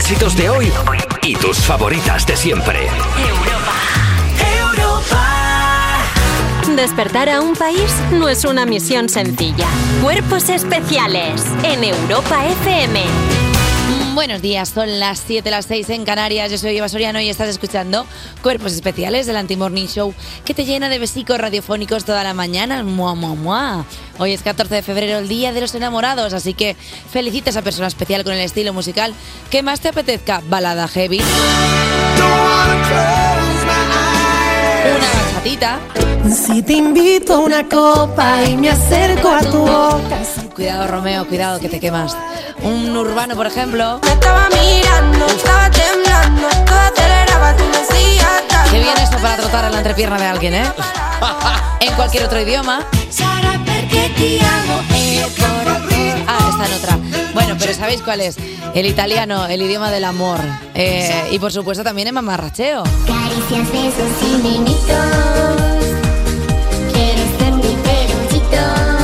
éxitos de hoy y tus favoritas de siempre. Despertar a un país no es una misión sencilla. Cuerpos especiales en Europa FM. Buenos días, son las 7, las 6 en Canarias. Yo soy Eva Soriano y estás escuchando Cuerpos Especiales del Anti-Morning Show, que te llena de besicos radiofónicos toda la mañana. ¡Mua, mua, mua! Hoy es 14 de febrero, el Día de los Enamorados, así que felicita a esa persona especial con el estilo musical que más te apetezca. Balada heavy, una bachatita. Si te invito a una copa y me acerco a tu boca. Cuidado, Romeo, cuidado que te quemas. Un urbano, por ejemplo. Me estaba mirando, estaba temblando, todo aceleraba, tú me decías. Qué bien esto para trotar en la entrepierna de alguien, ¿eh? En cualquier otro idioma. Ah, está en otra. Bueno, pero ¿sabéis cuál es? El italiano, el idioma del amor. Y por supuesto también en mamarracheo. Caricias, besos y mimitos. Quieres ser mi peluchito.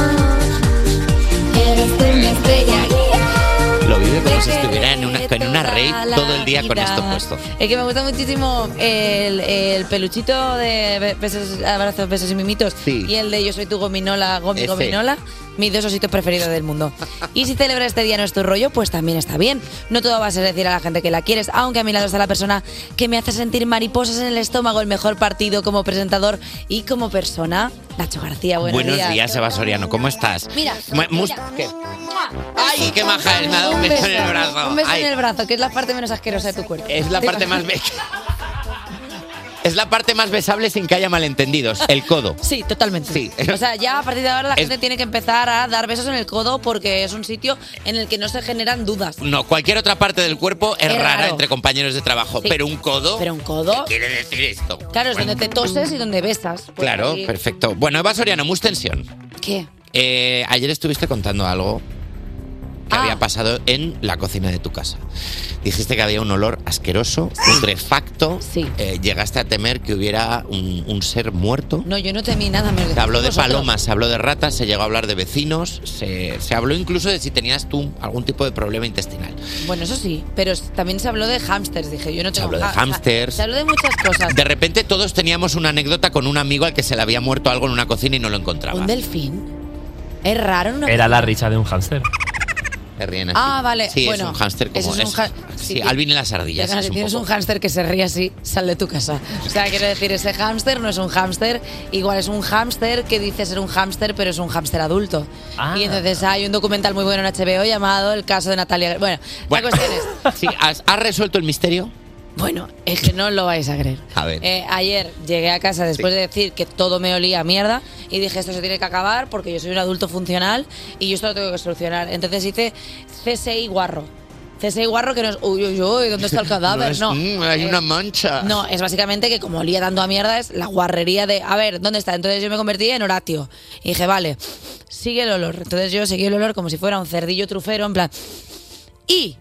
Eres tú mi estrella guía. Lo vive como si estuviera en una rave todo el día con esto puesto. Es que me gusta muchísimo el peluchito de besos, abrazos, besos y mimitos. Sí. Y el de yo soy tu gominola, Ese. gominola. Mis dos ositos preferidos del mundo. Y si celebrar este día no es tu rollo, pues también está bien. No todo va a ser decir a la gente que la quieres, aunque a mi lado está la persona que me hace sentir mariposas en el estómago, el mejor partido como presentador y como persona. Nacho García, buenos días, Eva Soriano, ¿cómo estás? Mira, ¿Qué? ¡Ay, qué maja es! Me ha dado un beso en el brazo. Un beso Ay. en el brazo, que es la parte menos asquerosa de tu cuerpo. Es la parte más... Es la parte más besable sin que haya malentendidos, el codo. Sí, totalmente. Sí. O sea, ya a partir de ahora la gente tiene que empezar a dar besos en el codo porque es un sitio en el que no se generan dudas. No, cualquier otra parte del cuerpo es rara raro. entre compañeros de trabajo, Sí. pero un codo... Pero un codo... ¿Qué quiere decir esto? Claro, es donde te toses y donde besas. Pues Claro, ahí- perfecto. Bueno, Eva Soriano, mus tensión. ¿Qué? Ayer estuviste contando algo que Ah. había pasado en la cocina de tu casa. Dijiste que había un olor asqueroso, putrefacto. Sí. Llegaste a temer que hubiera un ser muerto. No, yo no temí nada. Me lo Se decís habló de vosotros. palomas, se habló de ratas, se llegó a hablar de vecinos, se habló incluso de si tenías tú algún tipo de problema intestinal. Bueno, eso sí, pero también se habló de hámsters, dije. Yo no tengo habló de hámsters. Se habló de muchas cosas. De repente todos teníamos una anécdota con un amigo al que se le había muerto algo en una cocina y no lo encontraba. ¿Un delfín? Es raro, ¿no? Era la risa de un hámster. Se ríen así. Ah, vale. Sí, bueno, es un hámster como eso es un sí, Alvin y las ardillas. Si es un tienes poco. un hámster que se ríe así, sal de tu casa. O sea, quiero decir, ese hámster no es un hámster, igual es un hámster que dice ser un hámster, pero es un hámster adulto. Ah. Y entonces hay un documental muy bueno en HBO llamado El caso de Natalia. Bueno, Bueno. la cuestión es... Sí, ¿has resuelto el misterio? Bueno, es que no lo vais a creer. A ver. Ayer llegué a casa después de decir que todo me olía a mierda y dije, esto se tiene que acabar porque yo soy un adulto funcional y yo esto lo tengo que solucionar. Entonces hice CSI Guarro. CSI Guarro que no es, uy, uy, uy, ¿dónde está el cadáver? No, hay una mancha. no, es básicamente que como olía dando a mierda es la guarrería de, a ver, ¿dónde está? Entonces yo me convertí en Horatio y dije, vale, sigue el olor. Entonces yo seguí el olor como si fuera un cerdillo trufero, en plan... Y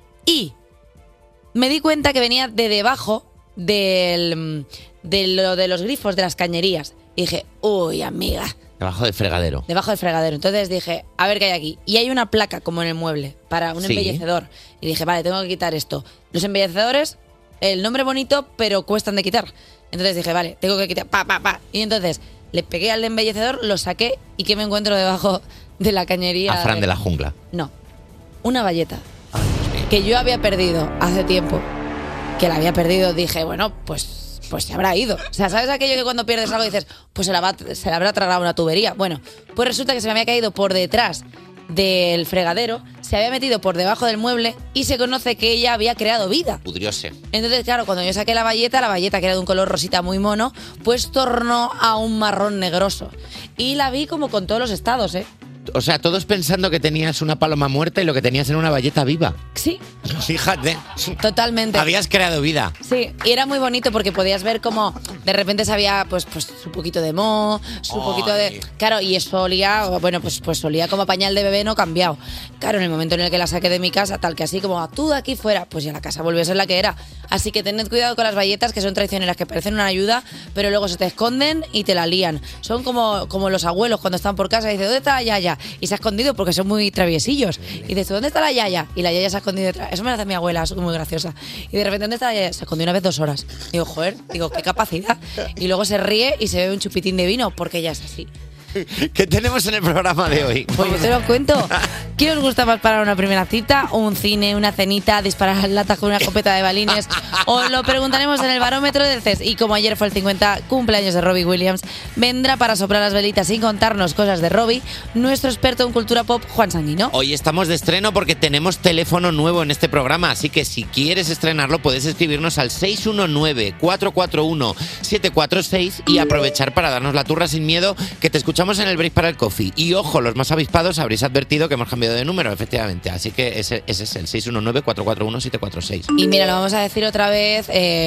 me di cuenta que venía de debajo de los grifos de las cañerías. Y dije, uy, amiga, Debajo del fregadero. debajo del fregadero. Entonces dije, a ver qué hay aquí. Y hay una placa como en el mueble para un Sí. embellecedor. Y dije, vale, tengo que quitar esto. Los embellecedores, el nombre bonito, pero cuestan de quitar. Entonces dije, vale, tengo que quitar, pa. Y entonces le pegué al embellecedor, lo saqué y ¿qué me encuentro debajo de la cañería? A Fran de la jungla. No, una valleta que yo había perdido hace tiempo, que la había perdido, dije, bueno, pues se habrá ido. O sea, ¿sabes aquello que cuando pierdes algo dices, pues se la habrá tragado una tubería? Bueno, pues resulta que se me había caído por detrás del fregadero, se había metido por debajo del mueble y se conoce que ella había creado vida. Pudrióse. Entonces, claro, cuando yo saqué la valleta que era de un color rosita muy mono, pues tornó a un marrón negroso. Y la vi como con todos los estados, ¿eh? O sea, todos pensando que tenías una paloma muerta y lo que tenías era una valleta viva. Sí, Fíjate. totalmente. Habías creado vida. Sí, y era muy bonito porque podías ver como de repente sabía pues su poquito de moho, su poquito de... Claro, y eso olía, bueno, pues olía como a pañal de bebé no cambiado. Claro, en el momento en el que la saqué de mi casa, tal que así como tú de aquí fuera, pues ya la casa volvió a ser la que era. Así que tened cuidado con las valletas que son traicioneras, que parecen una ayuda, pero luego se te esconden y te la lían. Son como los abuelos cuando están por casa y dicen, ¿dónde está? Ya. yaya y se ha escondido porque son muy traviesillos. Y dices, ¿dónde está la yaya? Y la yaya se ha escondido detrás. Eso me lo hace mi abuela, es muy graciosa. Y de repente, ¿dónde está la yaya? Se escondió una vez 2 horas. Digo, joder, qué capacidad. Y luego se ríe y se bebe un chupitín de vino porque ella es así. ¿Qué tenemos en el programa de hoy? Pues yo te lo cuento. ¿Qué os gusta más para una primera cita? ¿Un cine, una cenita, disparar latas con una escopeta de balines? Os lo preguntaremos en el barómetro del CES. Y como ayer fue el 50 cumpleaños de Robbie Williams, vendrá para soplar las velitas y contarnos cosas de Robbie nuestro experto en cultura pop, Juan Sanguino. Hoy estamos de estreno porque tenemos teléfono nuevo en este programa, así que si quieres estrenarlo puedes escribirnos al 619-441-746 y aprovechar para darnos la turra sin miedo, que te escuchamos en el break para el coffee. Y ojo, los más avispados habréis advertido que hemos cambiado de número, efectivamente. Así que ese es el 619-441-746. Y mira, lo vamos a decir otra vez,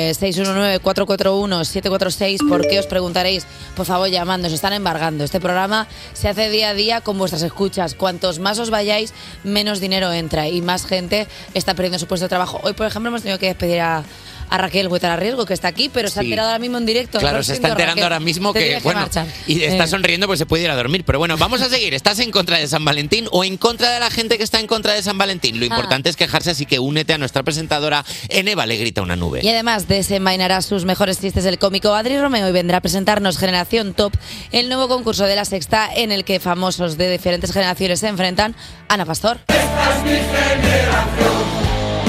619-441-746, porque os preguntaréis, por favor, llamando, os están embargando. Este programa se hace día a día con vuestras escuchas. Cuantos más os vayáis, menos dinero entra y más gente está perdiendo su puesto de trabajo. Hoy, por ejemplo, hemos tenido que despedir a Raquel Huetar Riesgo, que está aquí, pero se ha enterado ahora mismo en directo. Claro, se está enterando Raquel, ahora mismo que bueno, marchar. Y está sonriendo pues se puede ir a dormir. Pero bueno, vamos a seguir. ¿Estás en contra de San Valentín o en contra de la gente que está en contra de San Valentín? Lo importante es quejarse, así que únete a nuestra presentadora en Eva le grita una nube. Y además desenvainará sus mejores chistes el cómico Adri Romeo y vendrá a presentarnos Generación Top, el nuevo concurso de La Sexta en el que famosos de diferentes generaciones se enfrentan. Ana Pastor. Esta es mi generación.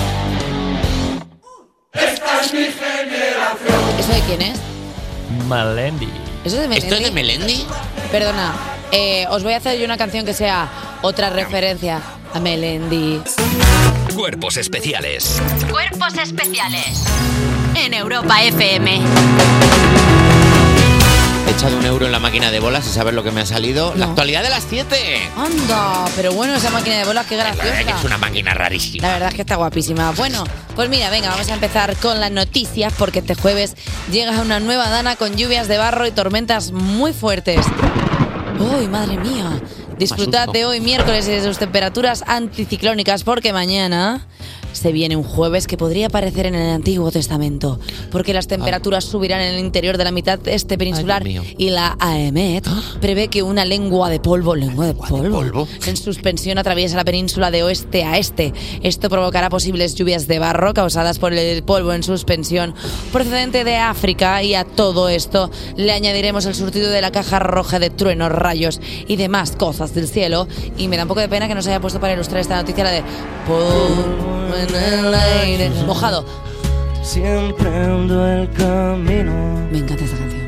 Esta es mi generación. ¿Eso de quién es? Melendi. ¿Eso es de Melendi? ¿Esto es de Melendi? Perdona, os voy a hacer yo una canción que sea otra referencia a Melendi. Cuerpos especiales. Cuerpos especiales en Europa FM. He echado €1 en la máquina de bolas y sabes lo que me ha salido. No. La actualidad de las 7. Anda, pero bueno, esa máquina de bolas, qué La verdad que graciosa. es una máquina rarísima. La verdad es que está guapísima. Bueno, pues mira, venga, vamos a empezar con las noticias porque este jueves llega una nueva dana con lluvias de barro y tormentas muy fuertes. ¡Uy, madre mía! Disfrutad de hoy miércoles y de sus temperaturas anticiclónicas porque mañana se viene un jueves que podría aparecer en el Antiguo Testamento, porque las temperaturas subirán en el interior de la mitad este peninsular. Ay, Dios mío. Y la AEMET prevé que una lengua de polvo en suspensión atraviesa la península de oeste a este. Esto provocará posibles lluvias de barro causadas por el polvo en suspensión procedente de África, y a todo esto le añadiremos el surtido de la caja roja de truenos, rayos y demás cosas del cielo. Y me da un poco de pena que no se haya puesto para ilustrar esta noticia la de polvo en el aire mojado. Siempre ando el camino. Me encanta esta canción.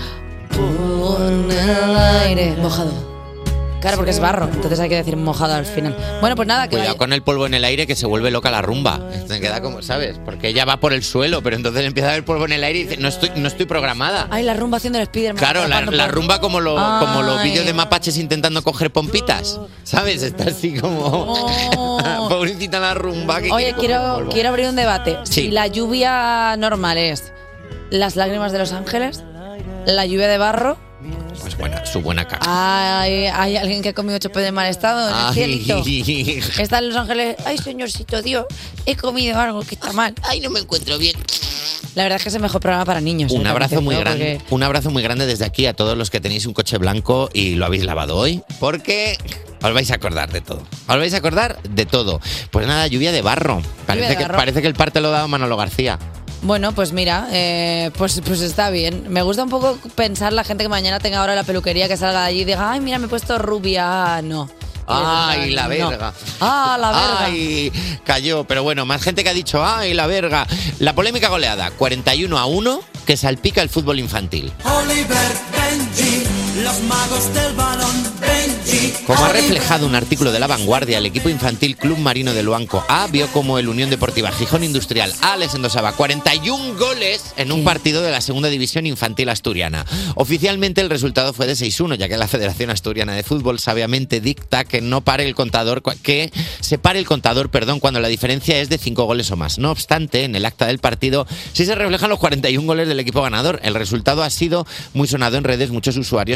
Polvo en el aire mojado. Claro, porque es barro, entonces hay que decir mojado al final. Bueno, pues nada, que Cuidado con el polvo en el aire, que se vuelve loca la rumba. Se queda como, ¿sabes? Porque ella va por el suelo, pero entonces empieza a ver polvo en el aire y dice, no estoy programada. Ay, la rumba haciendo el Spiderman. Claro, la rumba como los Ay. vídeos de mapaches intentando coger pompitas. ¿Sabes? Está así como... Oh. Pobrecita la rumba. Que Oye, quiere coger polvo. quiero abrir un debate. Sí. Si la lluvia normal es las lágrimas de los ángeles, la lluvia de barro, Pues buena, su buena caca. hay alguien que ha comido chope de mal estado en el cielito. Están los ángeles, ay, señorcito Dios, he comido algo que está mal. Ay, no me encuentro bien. La verdad es que es el mejor programa para niños. Un abrazo muy Porque- grande. Un abrazo muy grande desde aquí a todos los que tenéis un coche blanco y lo habéis lavado hoy, porque os vais a acordar de todo. Os vais a acordar de todo. Pues nada, lluvia de barro. de barro. Parece que el parte lo ha dado Manolo García. Bueno, pues mira, pues está bien. Me gusta un poco pensar la gente que mañana tenga ahora la peluquería, que salga de allí y diga, ay, mira, me he puesto rubia. No. ¡Ay, la No. verga! ¡Ah, la verga! ¡Ay, cayó! Pero bueno, más gente que ha dicho ¡ay, la verga! La polémica goleada, 41-1, que salpica el fútbol infantil. Oliver, Benji, los magos del balón, Benji. Como ha reflejado un artículo de La Vanguardia, el equipo infantil Club Marino de Luanco A vio como el Unión Deportiva Gijón Industrial A les endosaba 41 goles en un partido de la segunda división infantil asturiana. Oficialmente el resultado fue de 6-1, ya que la Federación Asturiana de Fútbol sabiamente dicta que no pare el contador, que se pare el contador, cuando la diferencia es de 5 goles o más. No obstante, en el acta del partido sí se reflejan los 41 goles del equipo ganador. El resultado ha sido muy sonado en redes. Muchos usuarios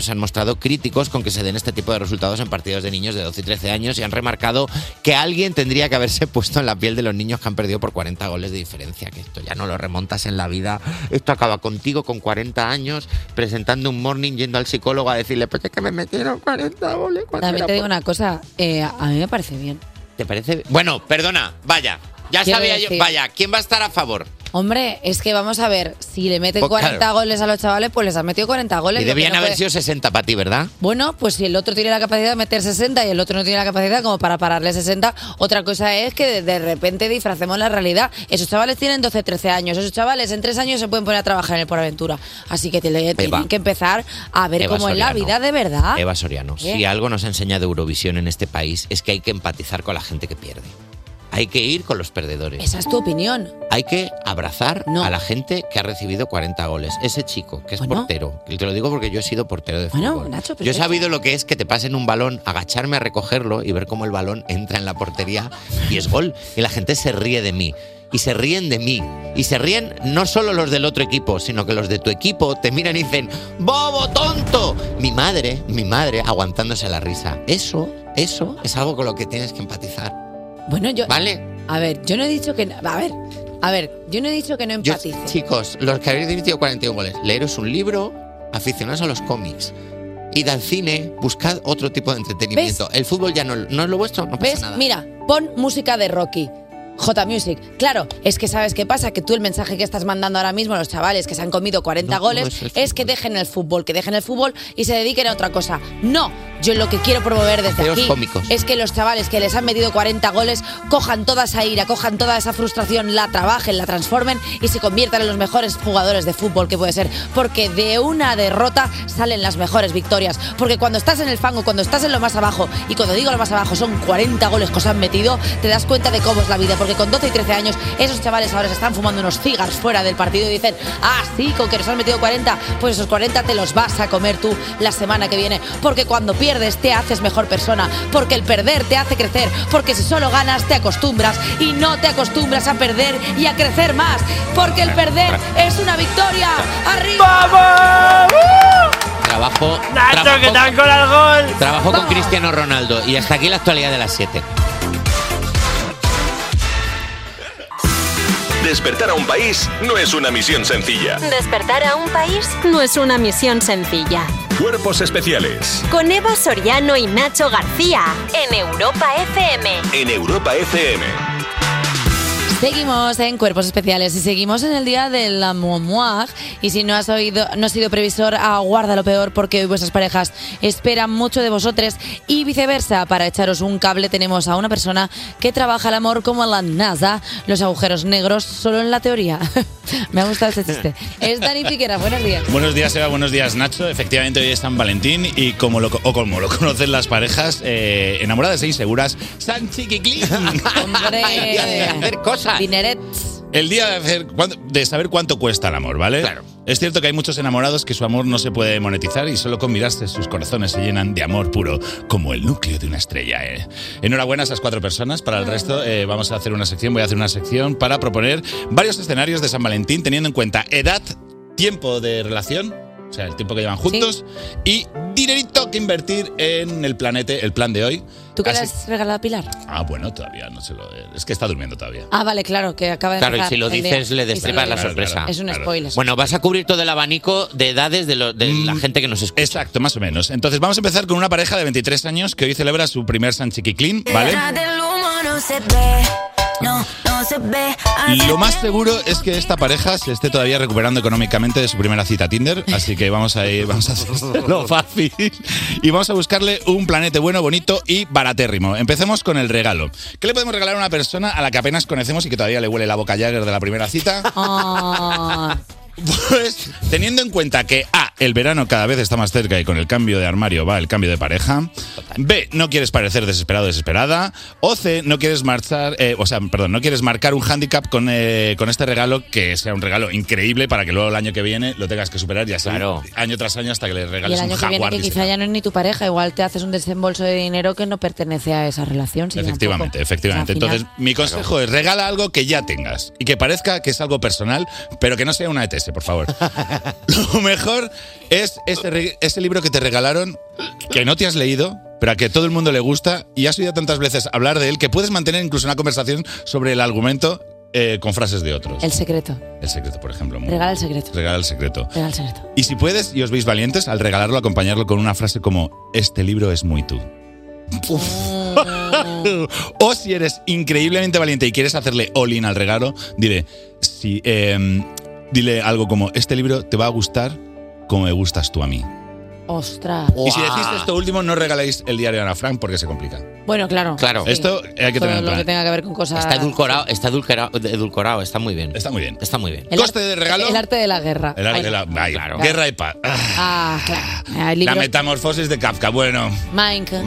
se han mostrado críticos con que se den este tipo de resultados en partidos de niños de 12 y 13 años y han remarcado que alguien tendría que haberse puesto en la piel de los niños que han perdido por 40 goles de diferencia, que esto ya no lo remontas en la vida, esto acaba contigo con 40 años presentando un morning, yendo al psicólogo a decirle, pues es que me metieron 40 goles. También te digo una cosa, a mí me parece bien. ¿Te parece? Bueno, perdona, vaya, ya Quiero sabía yo, decir- vaya, ¿quién va a estar a favor? Hombre, es que vamos a ver, si le meten Pues 40 claro. goles a los chavales, pues les han metido 40 goles. Y lo que debían no haber puede- sido 60 para ti, ¿verdad? Bueno, pues si el otro tiene la capacidad de meter 60 y el otro no tiene la capacidad como para pararle 60, otra cosa es que de repente disfracemos la realidad. Esos chavales tienen 12, 13 años. Esos chavales en 3 años se pueden poner a trabajar en el Por Aventura. Así que tienen que empezar a ver Eva cómo es la Soriano. vida de verdad. Eva Soriano, ¿Qué? si algo nos enseña de Eurovisión en este país es que hay que empatizar con la gente que pierde. Hay que ir con los perdedores. Esa es tu opinión. Hay que abrazar a la gente que ha recibido 40 goles. Ese chico, que es portero, y te lo digo porque yo he sido portero de fútbol. Bueno, Nacho, Yo he perfecto. sabido lo que es que te pasen un balón, agacharme a recogerlo y ver cómo el balón entra en la portería y es gol. Y la gente se ríe de mí. Y se ríen de mí. Y se ríen no solo los del otro equipo, sino que los de tu equipo te miran y dicen ¡bobo, tonto! Mi madre, aguantándose la risa. Eso es algo con lo que tienes que empatizar. Bueno, yo. ¿Vale? A ver, yo no he dicho que. A ver, yo no he dicho que no Yo, empatice. chicos, los que habéis metido 41 goles, leeros un libro, aficionados a los cómics, id al cine, buscad otro tipo de entretenimiento. El fútbol ya no es lo vuestro, no pasa ¿Ves? nada. Mira, pon música de Rocky. J Music. Claro, es que ¿sabes qué pasa? Que tú el mensaje que estás mandando ahora mismo a los chavales que se han comido 40 goles es que dejen el fútbol y se dediquen a otra cosa. No, yo lo que quiero promover desde Feos aquí cómicos. es que los chavales que les han metido 40 goles cojan toda esa ira, cojan toda esa frustración, la trabajen, la transformen y se conviertan en los mejores jugadores de fútbol que puede ser. Porque de una derrota salen las mejores victorias. Porque cuando estás en el fango, cuando estás en lo más abajo, y cuando digo lo más abajo son 40 goles que os han metido, te das cuenta de cómo es la vida. Porque con 12 y 13 años esos chavales ahora se están fumando unos cigars fuera del partido y dicen, ah, sí, con que nos han metido 40, pues esos 40 te los vas a comer tú la semana que viene. Porque cuando pierdes te haces mejor persona, porque el perder te hace crecer, porque si solo ganas te acostumbras y no te acostumbras a perder y a crecer más, porque el perder es una victoria. ¡Arriba! ¡Vamos! Trabajo, Nacho, que tal con el gol. Trabajo con Cristiano Ronaldo y hasta aquí la actualidad de las 7. Despertar a un país no es una misión sencilla. Despertar a un país no es una misión sencilla. Cuerpos especiales Con Eva Soriano y Nacho García en Europa FM. en Europa FM. Seguimos en Cuerpos Especiales y seguimos en el día de la Momoir. Y si no has sido previsor, aguarda lo peor, porque hoy vuestras parejas esperan mucho de vosotros y viceversa. Para echaros un cable tenemos a una persona que trabaja el amor como en la NASA, los agujeros negros solo en la teoría. Me ha gustado este chiste. Es Dani Piquera, buenos días. Buenos días, Eva, buenos días, Nacho. Efectivamente, hoy es San Valentín y como lo conocen las parejas, enamoradas e inseguras, San Chiquiclín. Hombre, de hacer cosas. Dinerets. El día de saber cuánto cuesta el amor, ¿vale? Claro. Es cierto que hay muchos enamorados que su amor no se puede monetizar y solo con mirarse sus corazones se llenan de amor puro, como el núcleo de una estrella. Enhorabuena a esas 4 personas. Para el resto voy a hacer una sección para proponer varios escenarios de San Valentín teniendo en cuenta edad, tiempo de relación, o sea, el tiempo que llevan juntos, y dinerito que invertir en el plan de hoy. ¿Tú qué le Así- has regalado a Pilar? Ah, bueno, todavía no se lo... Es que está durmiendo todavía. Ah, vale, claro, que acaba de Claro, y empezar si lo el día. dices, le Y si destripas lo la dices, sorpresa. Es un spoiler. Bueno, vas a cubrir todo el abanico de edades de la gente que nos escucha. Exacto, más o menos. Entonces vamos a empezar con una pareja de 23 años que hoy celebra su primer San Chiquiclín, ¿vale? Lo más seguro es que esta pareja se esté todavía recuperando económicamente de su primera cita Tinder, así que vamos a hacerlo fácil y vamos a buscarle un planete bueno, bonito y baratérrimo. Empecemos con el regalo. ¿Qué le podemos regalar a una persona a la que apenas conocemos y que todavía le huele la boca Jagger de la primera cita? Ah. Pues teniendo en cuenta que A, el verano cada vez está más cerca y con el cambio de armario va el cambio de pareja. B, no quieres parecer desesperado o desesperada. O C, no quieres no quieres marcar un hándicap con este regalo que sea un regalo increíble para que luego el año que viene lo tengas que superar y así año tras año hasta que le Y regales el un año que viene jaguar que quizá diseñado. ya no es ni tu pareja, igual te haces un desembolso de dinero que no pertenece a esa relación. sí, Efectivamente. tampoco. O sea, al Entonces, final- mi consejo es regala algo que ya tengas y que parezca que es algo personal, pero que no sea una ETS, por favor. Lo mejor Es ese libro que te regalaron, que no te has leído, pero a que todo el mundo le gusta y has oído tantas veces hablar de él que puedes mantener incluso una conversación sobre el argumento con frases de otros. El secreto. El secreto, por ejemplo. Regala el secreto. Regala el secreto. Regala el secreto. Y si puedes, y os veis valientes, al regalarlo, acompañarlo con una frase como: este libro es muy tú. O si eres increíblemente valiente y quieres hacerle all-in al regalo, dile algo como: este libro te va a gustar como me gustas tú a mí. Ostras. Y si decís esto último, no regaléis el diario de Ana Frank porque se complica. Bueno, claro. Claro. Esto hay que Todo tener en lo plan. que tenga que ver con cosas... Está edulcorado, está muy bien. Está muy bien. Está muy bien. Coste de regalo. El arte de la guerra. El arte de la Claro. guerra y paz. Ah, claro. Hay La libros... metamorfosis de Kafka. Bueno. Minecraft.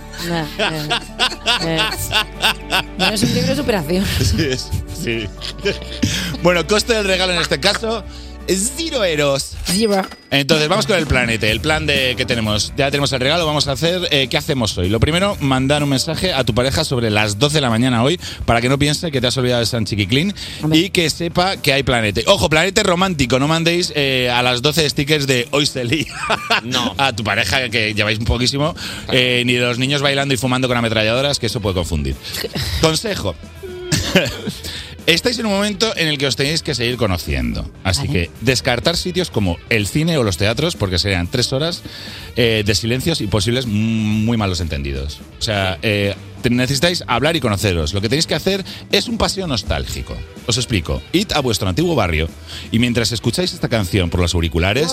No es un libro de superación. Sí. Bueno, coste del regalo en este caso es 0 euros. Entonces, vamos con el planete. El plan que tenemos. Ya tenemos el regalo, vamos a hacer... ¿qué hacemos hoy? Lo primero, mandar un mensaje a tu pareja sobre las 12 de la mañana hoy para que no piense que te has olvidado de San Chiquiclín y que sepa que hay planete. Ojo, planete romántico. No mandéis a las 12 stickers de hoy se lía no. a tu pareja, que lleváis un poquísimo, ni de los niños bailando y fumando con ametralladoras, que eso puede confundir. Consejo. Estáis en un momento en el que os tenéis que seguir conociendo. Así que descartar sitios como el cine o los teatros, porque serían 3 horas de silencios y posibles muy malos entendidos. O sea, necesitáis hablar y conoceros. Lo que tenéis que hacer es un paseo nostálgico. Os explico. Id a vuestro antiguo barrio y mientras escucháis esta canción por los auriculares,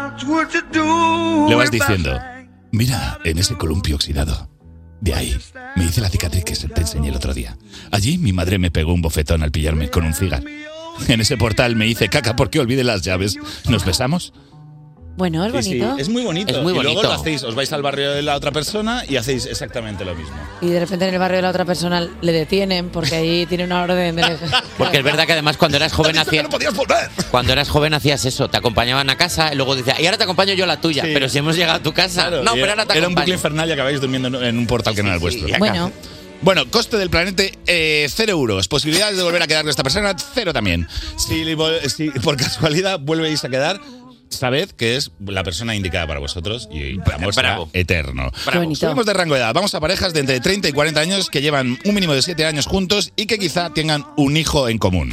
le vas diciendo: mira en ese columpio oxidado. De ahí me hice la cicatriz que te enseñé el otro día. Allí mi madre me pegó un bofetón al pillarme con un cigarro. En ese portal me hice caca porque olvidé las llaves. ¿Nos besamos? Bueno, es bonito. Sí, es muy bonito. Es muy y luego bonito. lo hacéis, os vais al barrio de la otra persona y hacéis exactamente lo mismo. Y de repente en el barrio de la otra persona le detienen porque ahí tiene una orden de... Porque es verdad que además cuando eras joven hacías... ¡No podías volver! Cuando eras joven hacías eso, te acompañaban a casa y luego decías, y ahora te acompaño yo a la tuya, Sí. pero si hemos llegado a tu casa, Claro, no, y pero ahora te era un bucle acompaño. infernal y acabáis durmiendo en un portal que no era el vuestro. Bueno, Bueno, coste del planete 0 euros. Posibilidades de volver a quedar con esta persona 0 también. Si por casualidad vuelveis a quedar, sabed que es la persona indicada para vosotros y el amor será Bravo. eterno. Qué bonito. Subimos de rango de edad. Vamos a parejas de entre 30 y 40 años que llevan un mínimo de 7 años juntos y que quizá tengan un hijo en común.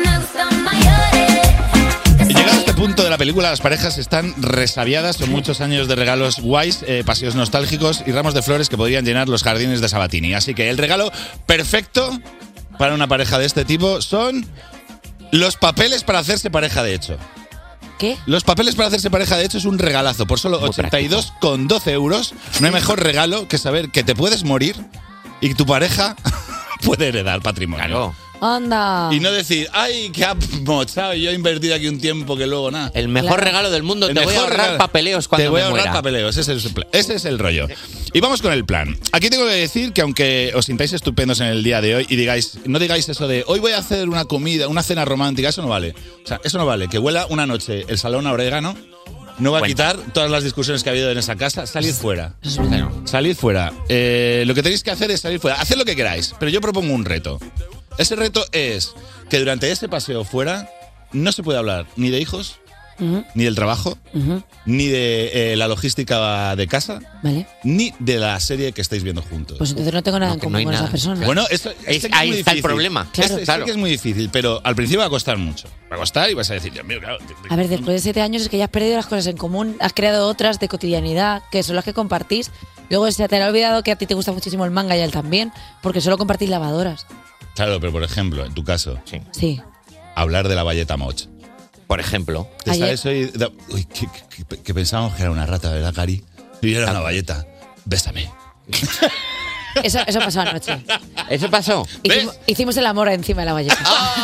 Y llegado a este punto de la película, las parejas están resabiadas con muchos años de regalos guays, paseos nostálgicos y ramos de flores que podrían llenar los jardines de Sabatini. Así que el regalo perfecto para una pareja de este tipo son los papeles para hacerse pareja de hecho. ¿qué? Los papeles para hacerse pareja de hecho es un regalazo. Por solo Muy 82,12 euros no hay mejor regalo que saber que te puedes morir y que tu pareja puede heredar patrimonio. Claro. Anda. Y no decir, ay, qué mochado, yo he invertido aquí un tiempo que luego nada. El mejor regalo del mundo, te voy a ahorrar papeleos cuando Te voy me a ahorrar muera. papeleos, ese es el rollo. Y vamos con el plan. Aquí tengo que decir que aunque os sintáis estupendos en el día de hoy y no digáis eso de hoy voy a hacer una comida, una cena romántica, eso no vale. O sea, eso no vale. Que huela una noche el salón a orégano no va a quitar todas las discusiones que ha habido en esa casa. Salid fuera. Salid fuera. Lo que tenéis que hacer es salir fuera. Haced lo que queráis, pero yo propongo un reto. Ese reto es que durante ese paseo fuera no se puede hablar ni de hijos, ni del trabajo, ni de la logística de casa, Vale. ni de la serie que estáis viendo juntos. Pues entonces no tengo nada No, en que común no hay con nada. esa persona. Bueno, esto, Ahí sé que es muy está el difícil. problema. Claro. Sé que es muy difícil, pero al principio va a costar mucho. Va a costar y vas a decir, Dios mío, claro. A ver, después de 7 años es que ya has perdido las cosas en común, has creado otras de cotidianidad, que son las que compartís. Luego se te ha olvidado que a ti te gusta muchísimo el manga y a él también, porque solo compartís lavadoras. Claro, pero por ejemplo, en tu caso, Sí. hablar de la valleta Moch. Por ejemplo. Te Ayer- sabes hoy, uy, que pensábamos que era una rata, ¿verdad, Cari? Y era una valleta. Bésame. Eso pasó anoche. ¿Eso pasó? Hicimos el amor encima de la valleta.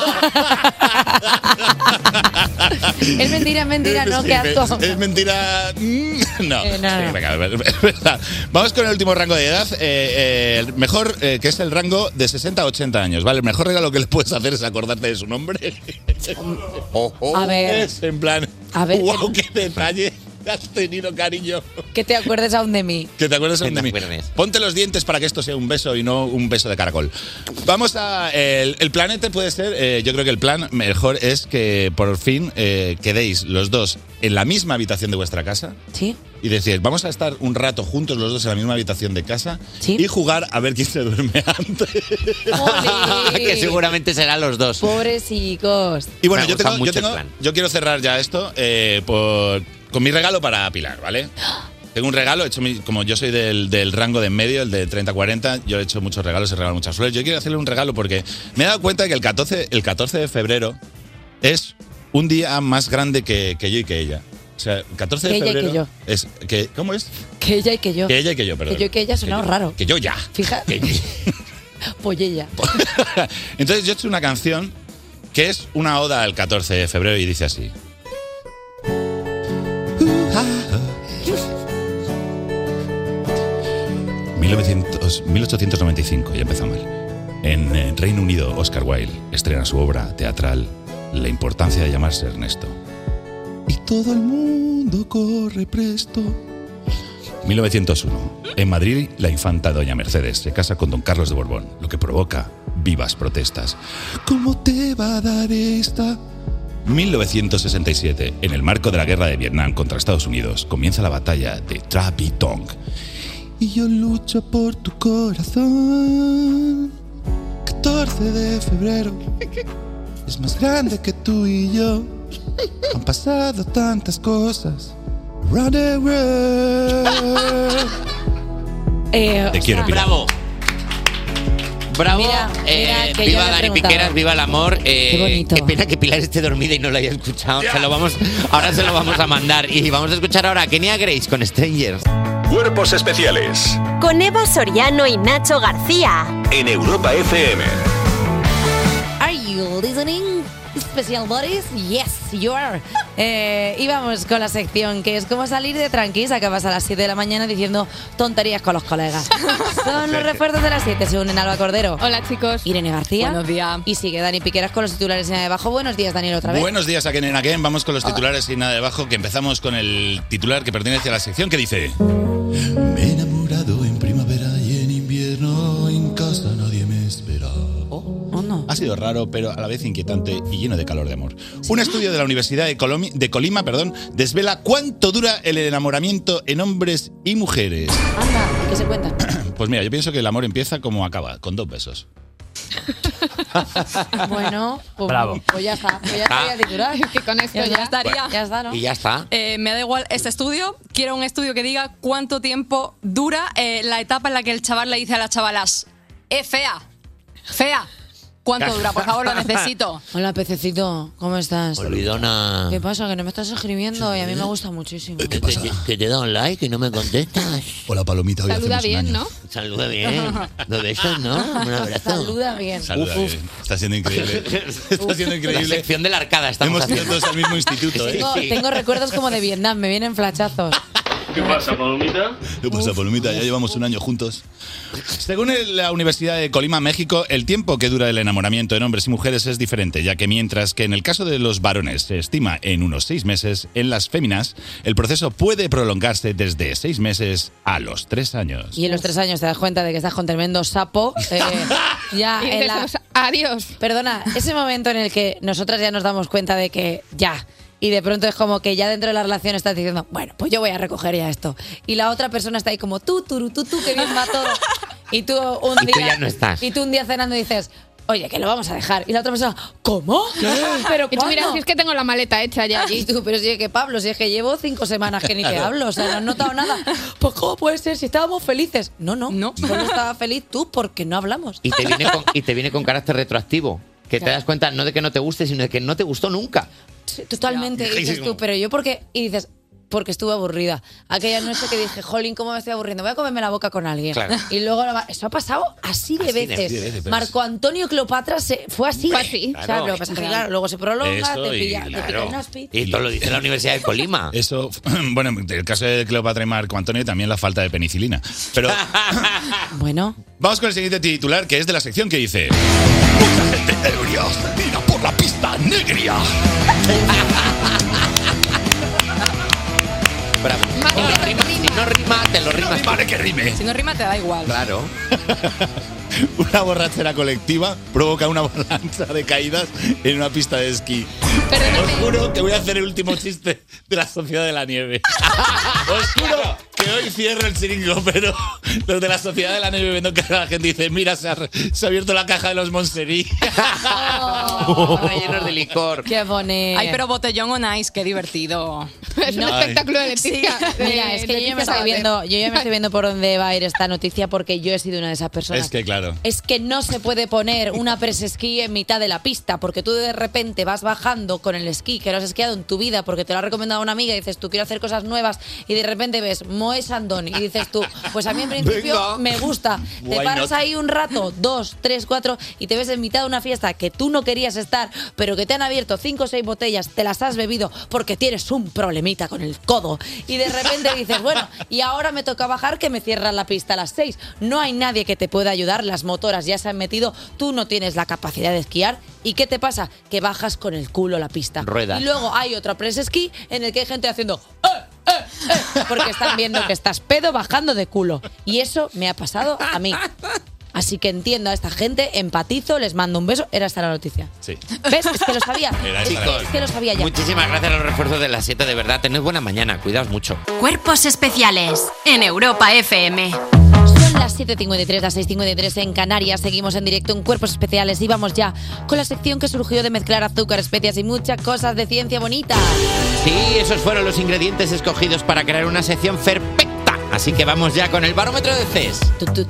Es mentira, no, qué asco. Es mentira. No. No. Sí, venga, es verdad. Vamos con el último rango de edad. El mejor, que es el rango de 60 a 80 años. ¿Vale? El mejor regalo que le puedes hacer es acordarte de su nombre. A ver. Es en plan. A ver, ¡Wow, qué detalle! has tenido, cariño. Que te acuerdes aún de mí. Que te acuerdes aún de mí. Ponte los dientes para que esto sea un beso y no un beso de caracol. Vamos a... El planete puede ser... yo creo que el plan mejor es que por fin quedéis los dos en la misma habitación de vuestra casa. Sí. Y decir, vamos a estar un rato juntos los dos en la misma habitación de casa y jugar a ver quién se duerme antes. Que seguramente serán los dos. Pobrecicos. Y bueno, yo quiero cerrar ya esto con mi regalo para Pilar, ¿vale? Tengo un regalo, como yo soy del rango de en medio, el de 30-40, yo he hecho muchos regalos, he regalado muchas flores. Yo quiero hacerle un regalo porque me he dado cuenta de que el 14 de febrero es un día más grande que yo y que ella. O sea, el 14 de febrero que yo. Es que ¿cómo es? Que ella y que yo. Que ella y que yo, perdón. Que yo y que ella sonaba raro. Que yo ya. Fíjate. Pues ella. Entonces yo he hecho una canción que es una oda al 14 de febrero y dice así. 1895, ya empezó mal. En Reino Unido, Oscar Wilde estrena su obra teatral La importancia de llamarse Ernesto. Y todo el mundo corre presto. 1901. En Madrid, la infanta Doña Mercedes se casa con Don Carlos de Borbón, lo que provoca vivas protestas. ¿Cómo te va a dar esta? 1967. En el marco de la guerra de Vietnam contra Estados Unidos, comienza la batalla de Tra Bi Tong. Y yo lucho por tu corazón. 14 de febrero. Es más grande que tú y yo. Han pasado tantas cosas. Round the world. Te quiero, Pilar. Bravo. Bravo. Mira, que viva yo le he Dani preguntado. Piqueras, viva el amor. Qué bonito. Qué pena que Pilar esté dormida y no la haya escuchado. Ahora se lo vamos a mandar. Y vamos a escuchar ahora a Kenia Grace con Strangers. Cuerpos especiales Con Eva Soriano y Nacho García. en Europa FM. Are you listening? Special Bodies? Yes, you are. Y vamos con la sección que es como salir de tranquis. Acabas a las 7 de la mañana diciendo tonterías con los colegas. Son los refuerzos de las 7. Se unen Alba Cordero. Hola, chicos. Irene García. Buenos días. Y sigue Dani Piqueras con los titulares y nada debajo. Buenos días, Daniel, otra vez. Buenos días, Again and Again. Vamos con los titulares y nada debajo, que empezamos con el titular que pertenece a la sección que dice: me he enamorado en primavera y en invierno, en casa nadie me espera. No. Ha sido raro, pero a la vez inquietante y lleno de calor de amor. Un estudio de la Universidad de Colima, desvela cuánto dura el enamoramiento en hombres y mujeres. Anda, ¿qué se cuenta? Pues mira, yo pienso que el amor empieza como acaba, con 2 besos. Bueno, pues, Bravo. pues ya está. Pues ya estaría titular. Que con esto ya estaría. Ya está, ¿no? Y ya está. Me da igual este estudio. Quiero un estudio que diga cuánto tiempo dura la etapa en la que el chaval le dice a las chavalas: fea, fea. ¿Cuánto dura? Por favor, lo necesito. Hola, pececito, ¿cómo estás? Olvidona. ¿Qué pasa? Que no me estás escribiendo y a mí me gusta muchísimo. Que te da un like y no me contestas. Hola, Palomita. Hoy Saluda hacemos un bien, año. ¿no? Saluda bien. 2 besos, ¿no? Un abrazo. Saluda bien. Saluda bien. Está siendo increíble. Está siendo La increíble. sección de la arcada estamos Hemos ido haciendo. todos al mismo instituto, ¿eh? Tengo recuerdos como de Vietnam, me vienen flachazos. ¿Qué pasa, Palomita? ¿Qué pasa, Palomita? Ya llevamos un año juntos. Según la Universidad de Colima, México, el tiempo que dura el enamoramiento en hombres y mujeres es diferente, ya que mientras que en el caso de los varones se estima en unos 6 meses, en las féminas el proceso puede prolongarse desde 6 meses a los 3 años. Y en los 3 años te das cuenta de que estás con tremendo sapo. Ya, Y en la... dices, adiós. Perdona, ese momento en el que nosotras ya nos damos cuenta de que ya... Y de pronto es como que ya dentro de la relación estás diciendo, bueno, pues yo voy a recoger ya esto. Y la otra persona está ahí como, tú, que bien va todo. Y tú un Y día... tú ya no estás. Y tú un día cenando dices, oye, que lo vamos a dejar. Y la otra persona, ¿cómo? ¿Pero Y tú miras, cuándo? si es que tengo la maleta hecha ya Y allí. tú, pero si es que Pablo, si es que llevo 5 semanas que ni te hablo, o sea, no has notado nada. Pues ¿cómo puede ser si estábamos felices? No. Solo estaba feliz tú porque no hablamos. Y te viene con carácter retroactivo. Que te das cuenta no de que no te guste, sino de que no te gustó nunca. Sí, totalmente. Y dices tú, pero yo porque... Y dices, porque estuve aburrida. Aquella noche que dije, jolín, ¿cómo me estoy aburriendo? Voy a comerme la boca con alguien. Claro. Y luego, eso ha pasado así de veces. pero Marco Antonio Cleopatra fue así. Fue así. O sea, Claro. lo que pasa es que, claro, luego se prolonga, Eso te y pilla claro. un hospital. Y todo lo dice la Universidad de Colima. Eso, bueno, en el caso de Cleopatra y Marco Antonio también la falta de penicilina. Pero Bueno, vamos con el siguiente titular, que es de la sección que dice: mucha gente ebria se tira por la pista negra. Si no rima, te lo rimas. Vale, que rime. Si no rima, te da igual. Claro. Una borrachera colectiva provoca una avalancha de caídas en una pista de esquí. Os juro que voy a hacer el último chiste de la Sociedad de la Nieve. Os juro que hoy cierro el chiringo, pero los de la Sociedad de la Nieve viendo que la gente dice, mira, se ha abierto la caja de los Monsterí. Llenos de licor. Qué bonito. Ay, pero botellón on ice, qué divertido. Es un espectáculo de Leticia. Mira, es que yo ya me estoy viendo por dónde va a ir esta noticia porque yo he sido una de esas personas. Es que claro. Es que no se puede poner una press esquí en mitad de la pista porque tú de repente vas bajando con el esquí que no has esquiado en tu vida porque te lo ha recomendado una amiga y dices tú quiero hacer cosas nuevas y de repente ves Moe Sandón y dices tú pues a mí en principio Venga. me gusta. Te Why paras not? ahí un rato, 2, 3, 4 y te ves en mitad de una fiesta que tú no querías estar pero que te han abierto 5 o 6 botellas, te las has bebido porque tienes un problemita con el codo y de repente dices bueno y ahora me toca bajar que me cierran la pista a las 6. No hay nadie que te pueda ayudar, las motoras ya se han metido, tú no tienes la capacidad de esquiar y ¿qué te pasa? Que bajas con el culo la pista. Ruedas. Y luego hay otra press esquí en el que hay gente haciendo porque están viendo que estás pedo bajando de culo y eso me ha pasado a mí. Así que entiendo a esta gente, empatizo, les mando un beso. Era esta la noticia. Sí. ¿Ves? Es que lo sabía. Chicos, Es que lo sabía ya. muchísimas gracias a los refuerzos de las 7, de verdad. Tened buena mañana, cuidaos mucho. Cuerpos especiales en Europa FM. Son las 7:53, las 6:53 en Canarias. Seguimos en directo en Cuerpos Especiales y vamos ya con la sección que surgió de mezclar azúcar, especias y muchas cosas de ciencia bonita. Sí, esos fueron los ingredientes escogidos para crear una sección perfecta. Así que vamos ya con el barómetro de CES.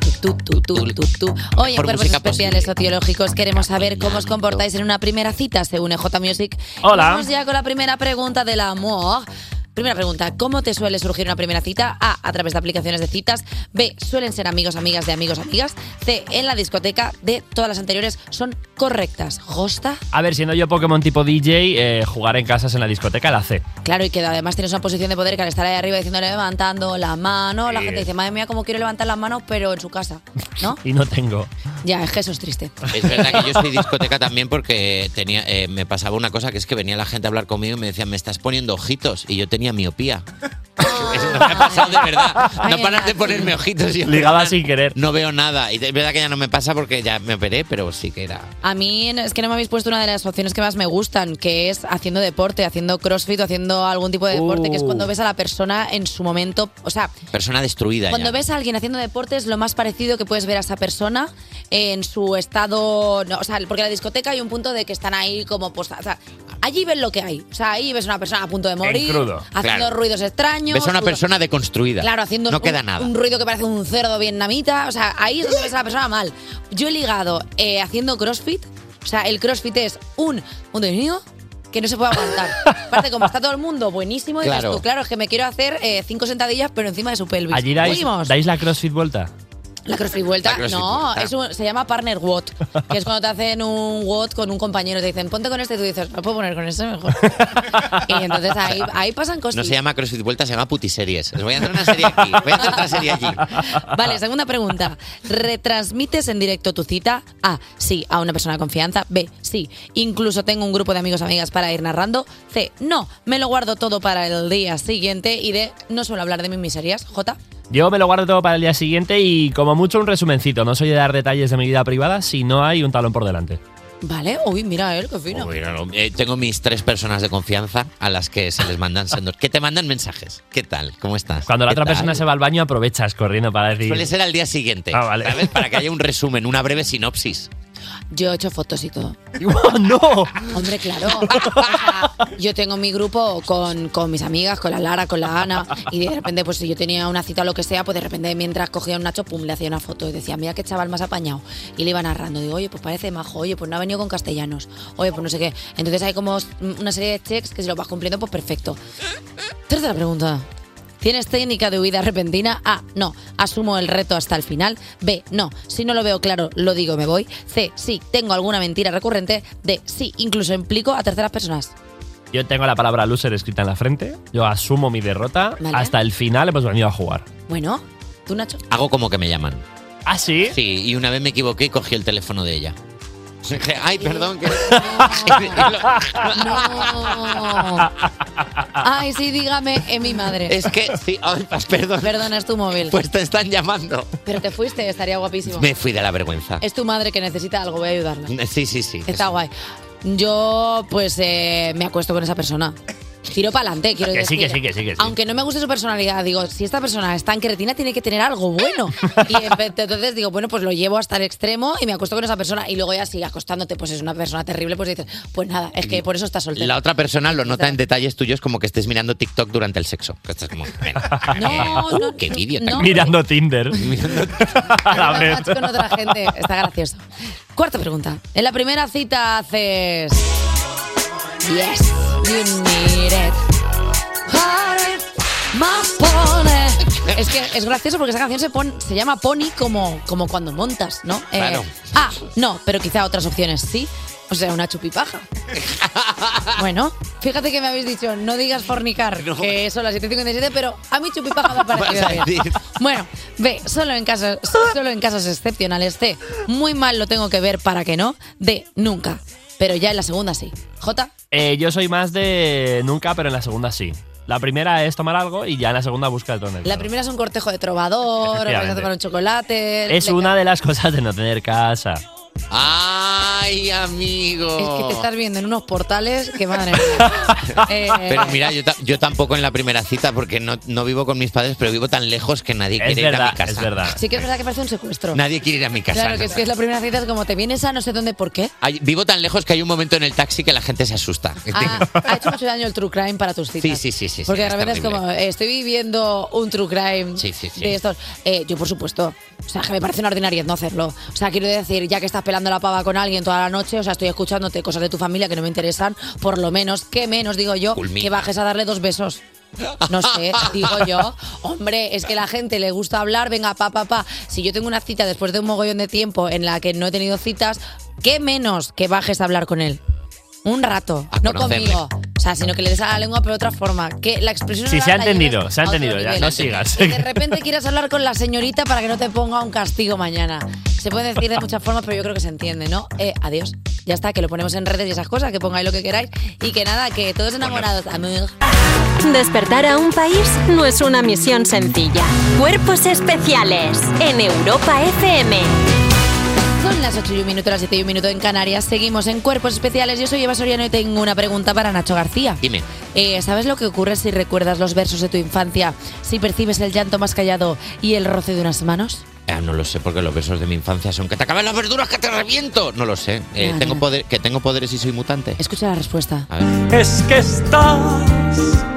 Hoy en Por Cuerpos música Especiales Sociológicos queremos saber cómo os comportáis en una primera cita, según EJ Music. Hola. Vamos ya con la primera pregunta del amor. Primera pregunta, ¿cómo te suele surgir una primera cita? A través de aplicaciones de citas. B, suelen ser amigos, amigas de amigos, amigas. C, en la discoteca. D, todas las anteriores son correctas. ¿Josta? A ver, siendo yo Pokémon tipo DJ, jugar en casas en la discoteca, la C. Claro, y que además tienes una posición de poder que al estar ahí arriba diciéndole levantando la mano, la gente dice, madre mía, cómo quiero levantar las manos, pero en su casa, ¿no? Y no tengo. Ya, es que eso es triste. Es verdad que yo soy discoteca también porque me pasaba una cosa que es que venía la gente a hablar conmigo y me decían, me estás poniendo ojitos. Y yo tenía miopía. Eso me ha pasado de verdad. No paras de ponerme ojitos. Y Ligaba sin querer. No veo nada. Y es verdad que ya no me pasa porque ya me operé, pero sí que era... A mí es que no me habéis puesto una de las opciones que más me gustan, que es haciendo deporte, haciendo crossfit o haciendo algún tipo de deporte, que es cuando ves a la persona en su momento, o sea, Persona destruida cuando ya. ves a alguien haciendo deporte es lo más parecido que puedes ver a esa persona en su estado, no, o sea, porque en la discoteca hay un punto de que están ahí como, pues, o sea, allí ves lo que hay, o sea, ahí ves una persona a punto de morir, crudo. haciendo Claro. ruidos extraños. Ves a una suda- persona deconstruida. Claro, haciendo No queda nada. un ruido que parece un cerdo vietnamita. O sea, ahí es donde ves a la persona mal. Yo he ligado haciendo crossfit. O sea, el crossfit es un contenido que no se puede aguantar. Aparte, como está todo el mundo buenísimo, dices Claro. tú, claro, es que me quiero hacer 5 sentadillas, pero encima de su pelvis. ¿Allí dais Seguimos. la CrossFit vuelta? La CrossFit Vuelta, La CrossFit no, Vuelta. se llama Partner WOT, que es cuando te hacen un WOT con un compañero y te dicen, ponte con este, y tú dices, ¿me puedo poner con este mejor? Y entonces ahí pasan cosas. No se llama CrossFit Vuelta, se llama Putiseries. Les voy a hacer una serie aquí. Voy a hacer otra serie allí. Vale, segunda pregunta. ¿Retransmites en directo tu cita? A, sí, a una persona de confianza. B, sí, incluso tengo un grupo de amigos o amigas para ir narrando. C, no, me lo guardo todo para el día siguiente. Y D, no suelo hablar de mis miserias. J. Yo me lo guardo todo para el día siguiente y como mucho un resumencito. No soy de dar detalles de mi vida privada si no hay un talón por delante. Vale, uy, mira él, qué fino. Tengo mis 3 personas de confianza a las que se les mandan sendos. Que te mandan mensajes. ¿Qué tal? ¿Cómo estás? Cuando la ¿Qué otra tal? persona se va al baño aprovechas corriendo para decir... Suele ser al día siguiente. Ah, vale. ¿Sabes? Para que haya un resumen, una breve sinopsis. Yo he hecho fotos y todo. ¡No! Hombre, claro. O sea, yo tengo mi grupo con mis amigas, con la Lara, con la Ana, y de repente, pues si yo tenía una cita o lo que sea, pues de repente mientras cogía un nacho, pum, le hacía una foto y decía, mira qué chaval más apañado. Y le iba narrando, digo, oye, pues parece majo, oye, pues no ha venido con castellanos, oye, pues no sé qué. Entonces hay como una serie de checks que si los vas cumpliendo, pues perfecto. Tercera pregunta. ¿Tienes técnica de huida repentina? A, no, asumo el reto hasta el final. B, no, si no lo veo claro, lo digo, me voy. C, sí, tengo alguna mentira recurrente. D, sí, incluso implico a terceras personas. Yo tengo la palabra loser escrita en la frente. Yo asumo mi derrota. Vale. Hasta el final hemos venido a jugar. Bueno, ¿tú, Nacho? Hago como que me llaman. ¿Ah, sí? Sí, y una vez me equivoqué y cogí el teléfono de ella. Ay, perdón. Que... No. Ay, sí, dígame, es mi madre. Es que, sí, ay, perdón. Perdona, es tu móvil. Pues te están llamando. Pero te fuiste, estaría guapísimo. Me fui de la vergüenza. Es tu madre que necesita algo, voy a ayudarla. Sí. Está guay. Yo, pues, me acuesto con esa persona. Tiro para adelante, quiero decir. Que sí. Aunque no me guste su personalidad, digo, si esta persona es tan cretina, tiene que tener algo bueno. Y entonces digo, bueno, pues lo llevo hasta el extremo y me acuesto con esa persona. Y luego ya sí, acostándote, pues es una persona terrible, pues dices, pues nada, es que por eso estás soltera. La otra persona lo nota en detalles tuyos como que estés mirando TikTok durante el sexo. Que estás como, no, qué vídeo. no. Mirando Tinder. A la vez. Con otra gente, está gracioso. Cuarta pregunta. En la primera cita haces... Yes, you need it. Más pone. Es que es gracioso porque esa canción se llama Pony como cuando montas, ¿no? Claro. No, pero quizá otras opciones sí. O sea, una chupipaja. Bueno, fíjate que me habéis dicho, no digas fornicar, que son las 7:57, pero a mí chupipaja me ha parecido bien. Bueno, B, solo en casos excepcionales. C, muy mal lo tengo que ver para que no. D, nunca. Pero ya en la segunda sí. ¿Jota? Yo soy más de nunca, pero en la segunda sí. La primera es tomar algo y ya en la segunda busca el tonel. La primera es un cortejo de trovador, vas a tomar un chocolate. Es una de las cosas de no tener casa. ¡Ay, amigo! Es que te estás viendo en unos portales que madre mía. Pero mira, yo tampoco en la primera cita porque no vivo con mis padres, pero vivo tan lejos que nadie quiere ir a mi casa. Es verdad. Sí que es verdad que parece un secuestro. Nadie quiere ir a mi casa. Claro, que es la primera cita, es como te vienes a no sé dónde, ¿por qué? Vivo tan lejos que hay un momento en el taxi que la gente se asusta. Ha hecho mucho daño el true crime para tus citas. Sí. Porque de repente es como, estoy viviendo un true crime Sí. de estos. Yo, por supuesto, o sea, que me parece una ordinariedad no hacerlo. O sea, quiero decir, ya que estás pelando la pava con alguien toda la noche, o sea, estoy escuchándote cosas de tu familia que no me interesan, por lo menos, ¿qué menos, digo yo, que bajes a darle 2 besos? No sé, digo yo. Hombre, es que a la gente le gusta hablar, venga, pa. Si yo tengo una cita después de un mogollón de tiempo en la que no he tenido citas, ¿qué menos que bajes a hablar con él? Un rato, no conmigo. O sea, sino que le des a la lengua, pero de otra forma. Que la expresión Sí, oral se ha la entendido lleves ya, a otro nivel. no sigas. Que de repente quieras hablar con la señorita para que no te ponga un castigo mañana. Se puede decir de muchas formas, pero yo creo que se entiende, ¿no? Adiós. Ya está, que lo ponemos en redes y esas cosas, que pongáis lo que queráis. Y que nada, que todos enamorados. Amor. Despertar a un país no es una misión sencilla. Cuerpos especiales en Europa FM. Son las 8:01, las 7:01 en Canarias. Seguimos en Cuerpos Especiales. Yo soy Eva Soriano y tengo una pregunta para Nacho García. Dime. ¿Sabes lo que ocurre si recuerdas los versos de tu infancia? Si percibes el llanto más callado y el roce de unas manos. No lo sé, porque los besos de mi infancia son que te acaban las verduras, que te reviento. No lo sé. ¿Tengo poderes y soy mutante? Escucha la respuesta. A ver. Es que estás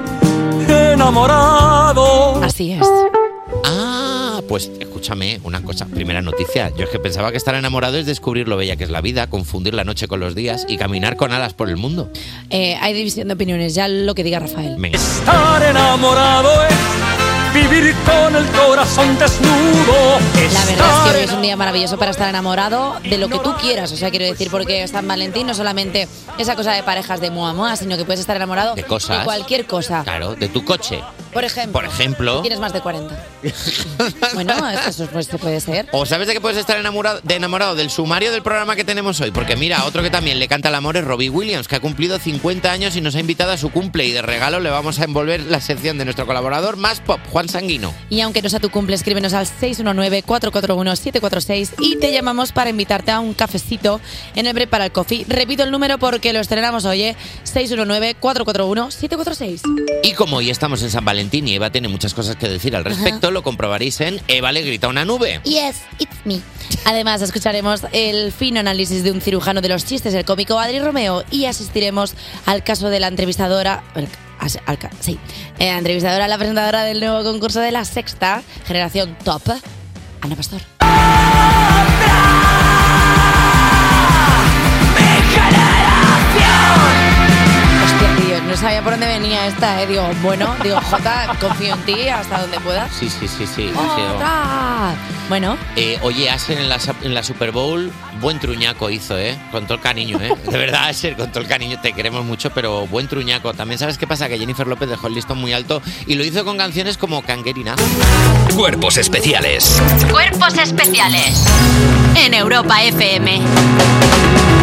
enamorado. Así es. Pues escúchame una cosa. Primera noticia. Yo es que pensaba que estar enamorado es descubrir lo bella que es la vida, confundir la noche con los días y caminar con alas por el mundo. Hay división de opiniones, ya lo que diga Rafael. Venga. Estar enamorado es vivir con el corazón desnudo. La verdad es que hoy es un día maravilloso para estar enamorado de lo que tú quieras. O sea, quiero decir, porque San Valentín no solamente esa cosa de parejas de mua mua, sino que puedes estar enamorado de cosas. De cualquier cosa. Claro, de tu coche. Por ejemplo. Tienes más de 40. Bueno, eso pues, puede ser. ¿O sabes de qué puedes estar enamorado? Del sumario del programa que tenemos hoy. Porque mira, otro que también le canta el amor es Robbie Williams, que ha cumplido 50 años y nos ha invitado a su cumple. Y de regalo le vamos a envolver la sección de nuestro colaborador más pop, Juan Sanguino. Y aunque no sea tu cumple, escríbenos al 619-441-746 y te llamamos para invitarte a un cafecito en el Break para el Coffee. Repito el número porque lo estrenamos hoy, 619-441-746. Y como hoy estamos en San Valentín y Eva tiene muchas cosas que decir al respecto, lo comprobaréis en Eva le grita a una nube. Yes, it's me. Además, escucharemos el fino análisis de un cirujano de los chistes, el cómico Adri Romeo, y asistiremos al caso de la entrevistadora... la entrevistadora, la presentadora del nuevo concurso de La Sexta, Generación Top, Ana Pastor. Hostia, tío, no sabía por dónde venía esta, Digo, Jota, confío en ti hasta donde puedas. Sí. ¡Otra! Bueno. Oye, Asen en la Super Bowl, buen truñaco hizo, con todo el cariño, De verdad, Asen, con todo el cariño, te queremos mucho, pero buen truñaco. También sabes qué pasa, que Jennifer López dejó el listón muy alto y lo hizo con canciones como Canguerina. Cuerpos especiales. Cuerpos especiales en Europa FM.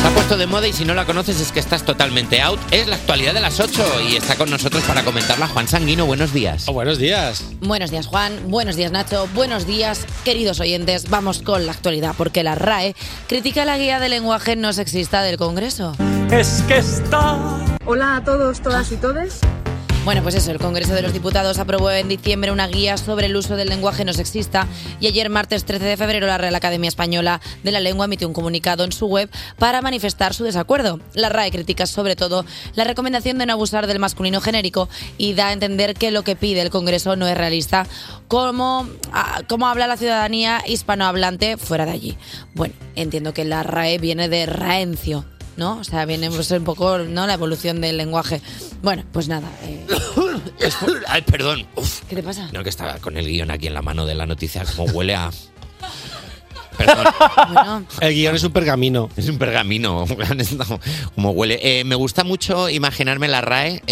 Se ha puesto de moda y si no la conoces es que estás totalmente out. Es la actualidad de las 8 y está con nosotros para comentarla Juan Sanguino. Buenos días. Buenos días. Buenos días, Juan. Buenos días, Nacho. Buenos días, queridos oyentes. Vamos con la actualidad, porque la RAE critica la guía de lenguaje no sexista del Congreso. Es que está... Hola a todos, todas y todes. Bueno, pues eso, el Congreso de los Diputados aprobó en diciembre una guía sobre el uso del lenguaje no sexista y ayer, martes 13 de febrero, la Real Academia Española de la Lengua emitió un comunicado en su web para manifestar su desacuerdo. La RAE critica sobre todo la recomendación de no abusar del masculino genérico y da a entender que lo que pide el Congreso no es realista, como habla la ciudadanía hispanohablante fuera de allí. Bueno, entiendo que la RAE viene de raencio, ¿no? O sea, viene pues, un poco, ¿no?, la evolución del lenguaje. Bueno, pues nada. Ay, perdón. Uf. ¿Qué te pasa? No, que estaba con el guión aquí en la mano de la noticia, como huele a... Perdón. Bueno. El guión es un pergamino. Es un pergamino, como huele. Me gusta mucho imaginarme la RAE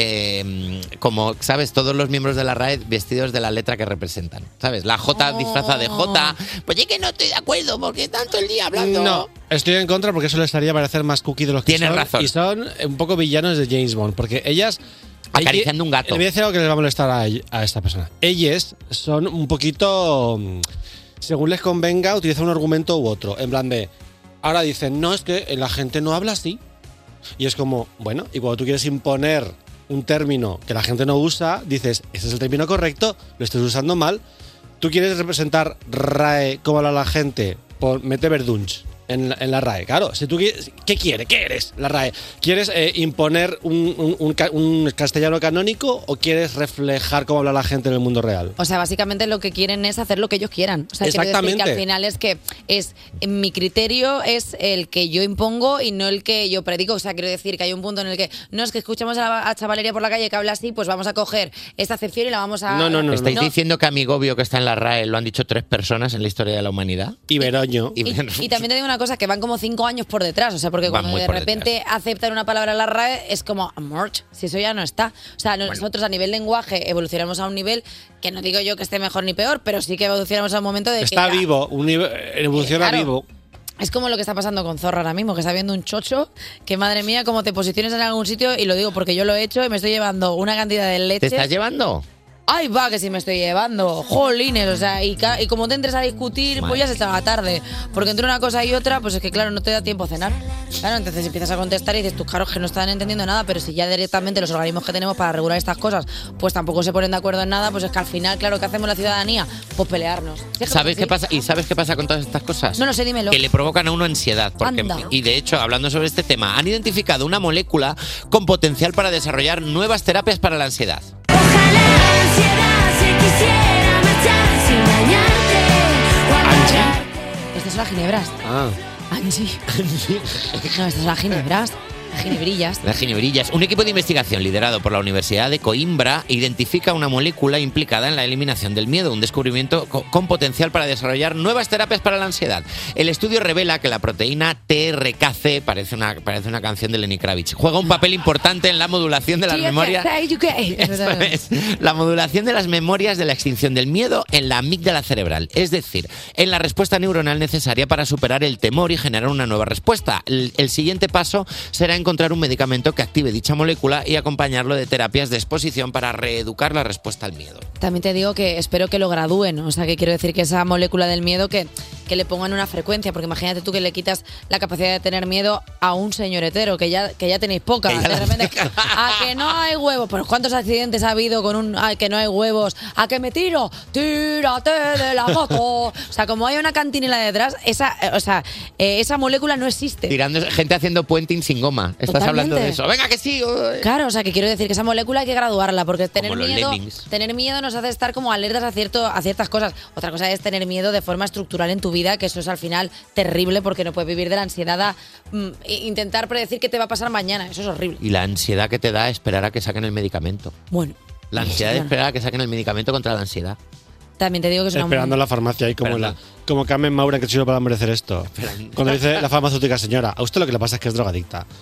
como, ¿sabes? Todos los miembros de la RAE vestidos de la letra que representan, ¿sabes? La J disfraza de J. Pues es que no estoy de acuerdo porque tanto el día hablando. No, estoy en contra porque eso les haría parecer más cookie de los que Tienes son. razón. Y son un poco villanos de James Bond, porque ellas... Acariciando un gato. Le voy a decir algo que les va a molestar a esta persona. Ellas son un poquito... Según les convenga, utilizan un argumento u otro. En plan de... Ahora dicen, no, es que la gente no habla así. Y es como, bueno, y cuando tú quieres imponer un término que la gente no usa, dices, ese es el término correcto, lo estás usando mal. Tú quieres representar RAE como habla la gente, mete verdunch en la RAE. Claro, si tú ¿qué quieres? ¿Qué eres la RAE? ¿Quieres imponer un castellano canónico o quieres reflejar cómo habla la gente en el mundo real? O sea, básicamente lo que quieren es hacer lo que ellos quieran. O sea, exactamente. Quiero decir que al final es que mi criterio es el que yo impongo y no el que yo predico. O sea, quiero decir que hay un punto en el que no es que escuchamos a Chavalería por la calle que habla así, pues vamos a coger esta acepción y la vamos a... No. ¿Estáis diciendo que Amigobio, que está en la RAE, lo han dicho 3 personas en la historia de la humanidad? Y Beroño. Y también te digo una cosa, que van como 5 años por detrás. O sea, porque cuando de repente aceptan una palabra en la RAE es como, amorch, si eso ya no está. O sea, nosotros a nivel lenguaje evolucionamos a un nivel que no digo yo que esté mejor ni peor, pero sí que evolucionamos a un momento de que está vivo, evoluciona claro. vivo. Es como lo que está pasando con Zorra ahora mismo, que está viendo un chocho, que madre mía, como te posiciones en algún sitio, y lo digo porque yo lo he hecho y me estoy llevando una cantidad de leche. ¿Te estás llevando? Ay, va, que sí me estoy llevando. Jolines, o sea, y como te entres a discutir, pues ya se está la tarde. Porque entre una cosa y otra, pues es que claro, no te da tiempo a cenar. Claro, entonces empiezas a contestar y dices, tus caros que no están entendiendo nada, pero si ya directamente los organismos que tenemos para regular estas cosas, pues tampoco se ponen de acuerdo en nada, pues es que al final, claro, ¿qué hacemos la ciudadanía? Pues pelearnos. ¿Sabes qué pasa? ¿Y sabes qué pasa con todas estas cosas? No lo sé, dímelo. Que le provocan a uno ansiedad. Y de hecho, hablando sobre este tema, han identificado una molécula con potencial para desarrollar nuevas terapias para la ansiedad. Quisiera marchar sin dañarte. Estas son las ginebras. Angie. No, estas son las ginebras. Las ginebrillas. Las ginebrillas. Un equipo de investigación liderado por la Universidad de Coimbra identifica una molécula implicada en la eliminación del miedo, un descubrimiento con potencial para desarrollar nuevas terapias para la ansiedad. El estudio revela que la proteína TRKC, parece una canción de Lenny Kravitz, juega un papel importante en la modulación de las memorias. La modulación de las memorias de la extinción del miedo en la amígdala cerebral, es decir, en la respuesta neuronal necesaria para superar el temor y generar una nueva respuesta. El siguiente paso será encontrar un medicamento que active dicha molécula y acompañarlo de terapias de exposición para reeducar la respuesta al miedo. También te digo que espero que lo gradúen, o sea, que quiero decir que esa molécula del miedo que le pongan una frecuencia, porque imagínate tú que le quitas la capacidad de tener miedo a un señor hetero, que ya tenéis poca, de repente, a que no hay huevos, pues ¿cuántos accidentes ha habido con un, que no hay huevos? ¿A que me tiro? ¡Tírate de la moto! O sea, como hay una cantinela detrás, esa molécula no existe. Tirando gente haciendo puenting sin goma. Estás Totalmente. hablando de eso. ¡Venga, que sí! Claro, o sea, que quiero decir que esa molécula hay que graduarla, porque tener miedo nos hace estar como alertas a ciertas cosas. Otra cosa es tener miedo de forma estructural en tu vida, que eso es al final terrible, porque no puedes vivir de la ansiedad a intentar predecir qué te va a pasar mañana. Eso es horrible. Y la ansiedad que te da esperar a que saquen el medicamento. Bueno. La ansiedad de esperar a que saquen el medicamento contra la ansiedad. También te digo que es Esperando en la farmacia ahí como Carmen Maura, que sirve para merecer esto. Cuando dice la farmacéutica, señora, a usted lo que le pasa es que es drogadicta.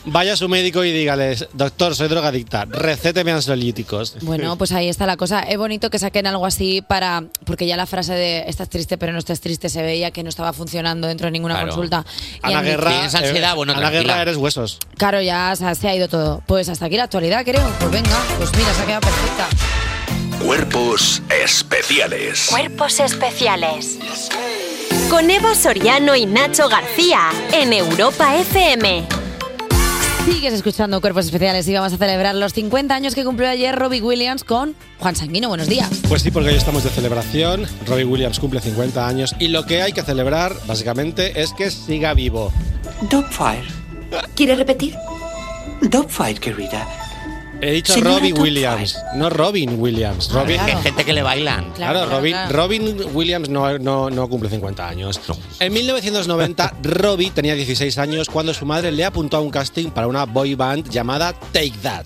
vaya a su médico y dígales, doctor, soy drogadicta, recéteme ansiolíticos. Bueno, pues ahí está la cosa. Es bonito que saquen algo así para... Porque ya la frase de estás triste pero no estás triste se veía que no estaba funcionando dentro de ninguna consulta. Y Ana Guerra, ¿tienes ansiedad? Bueno, Ana tranquila. Guerra, eres huesos. Claro, ya se ha ido todo. Pues hasta aquí la actualidad, creo. Pues venga, pues mira, se ha quedado perfecta. Cuerpos especiales. Cuerpos especiales. Con Eva Soriano y Nacho García en Europa FM. Sigues escuchando Cuerpos Especiales y vamos a celebrar los 50 años que cumplió ayer Robbie Williams con Juan Sanguino. Buenos días. Pues sí, porque hoy estamos de celebración. Robbie Williams cumple 50 años y lo que hay que celebrar, básicamente, es que siga vivo. Dogfire. ¿Quiere repetir? Dogfire, querida. He dicho Señora Robbie Dogfire. Williams, no Robin Williams. Robin, Hay gente que le bailan. Claro, Robin Williams no cumple 50 años. En 1990, Robbie tenía 16 años cuando su madre le apuntó a un casting para una boy band llamada Take That.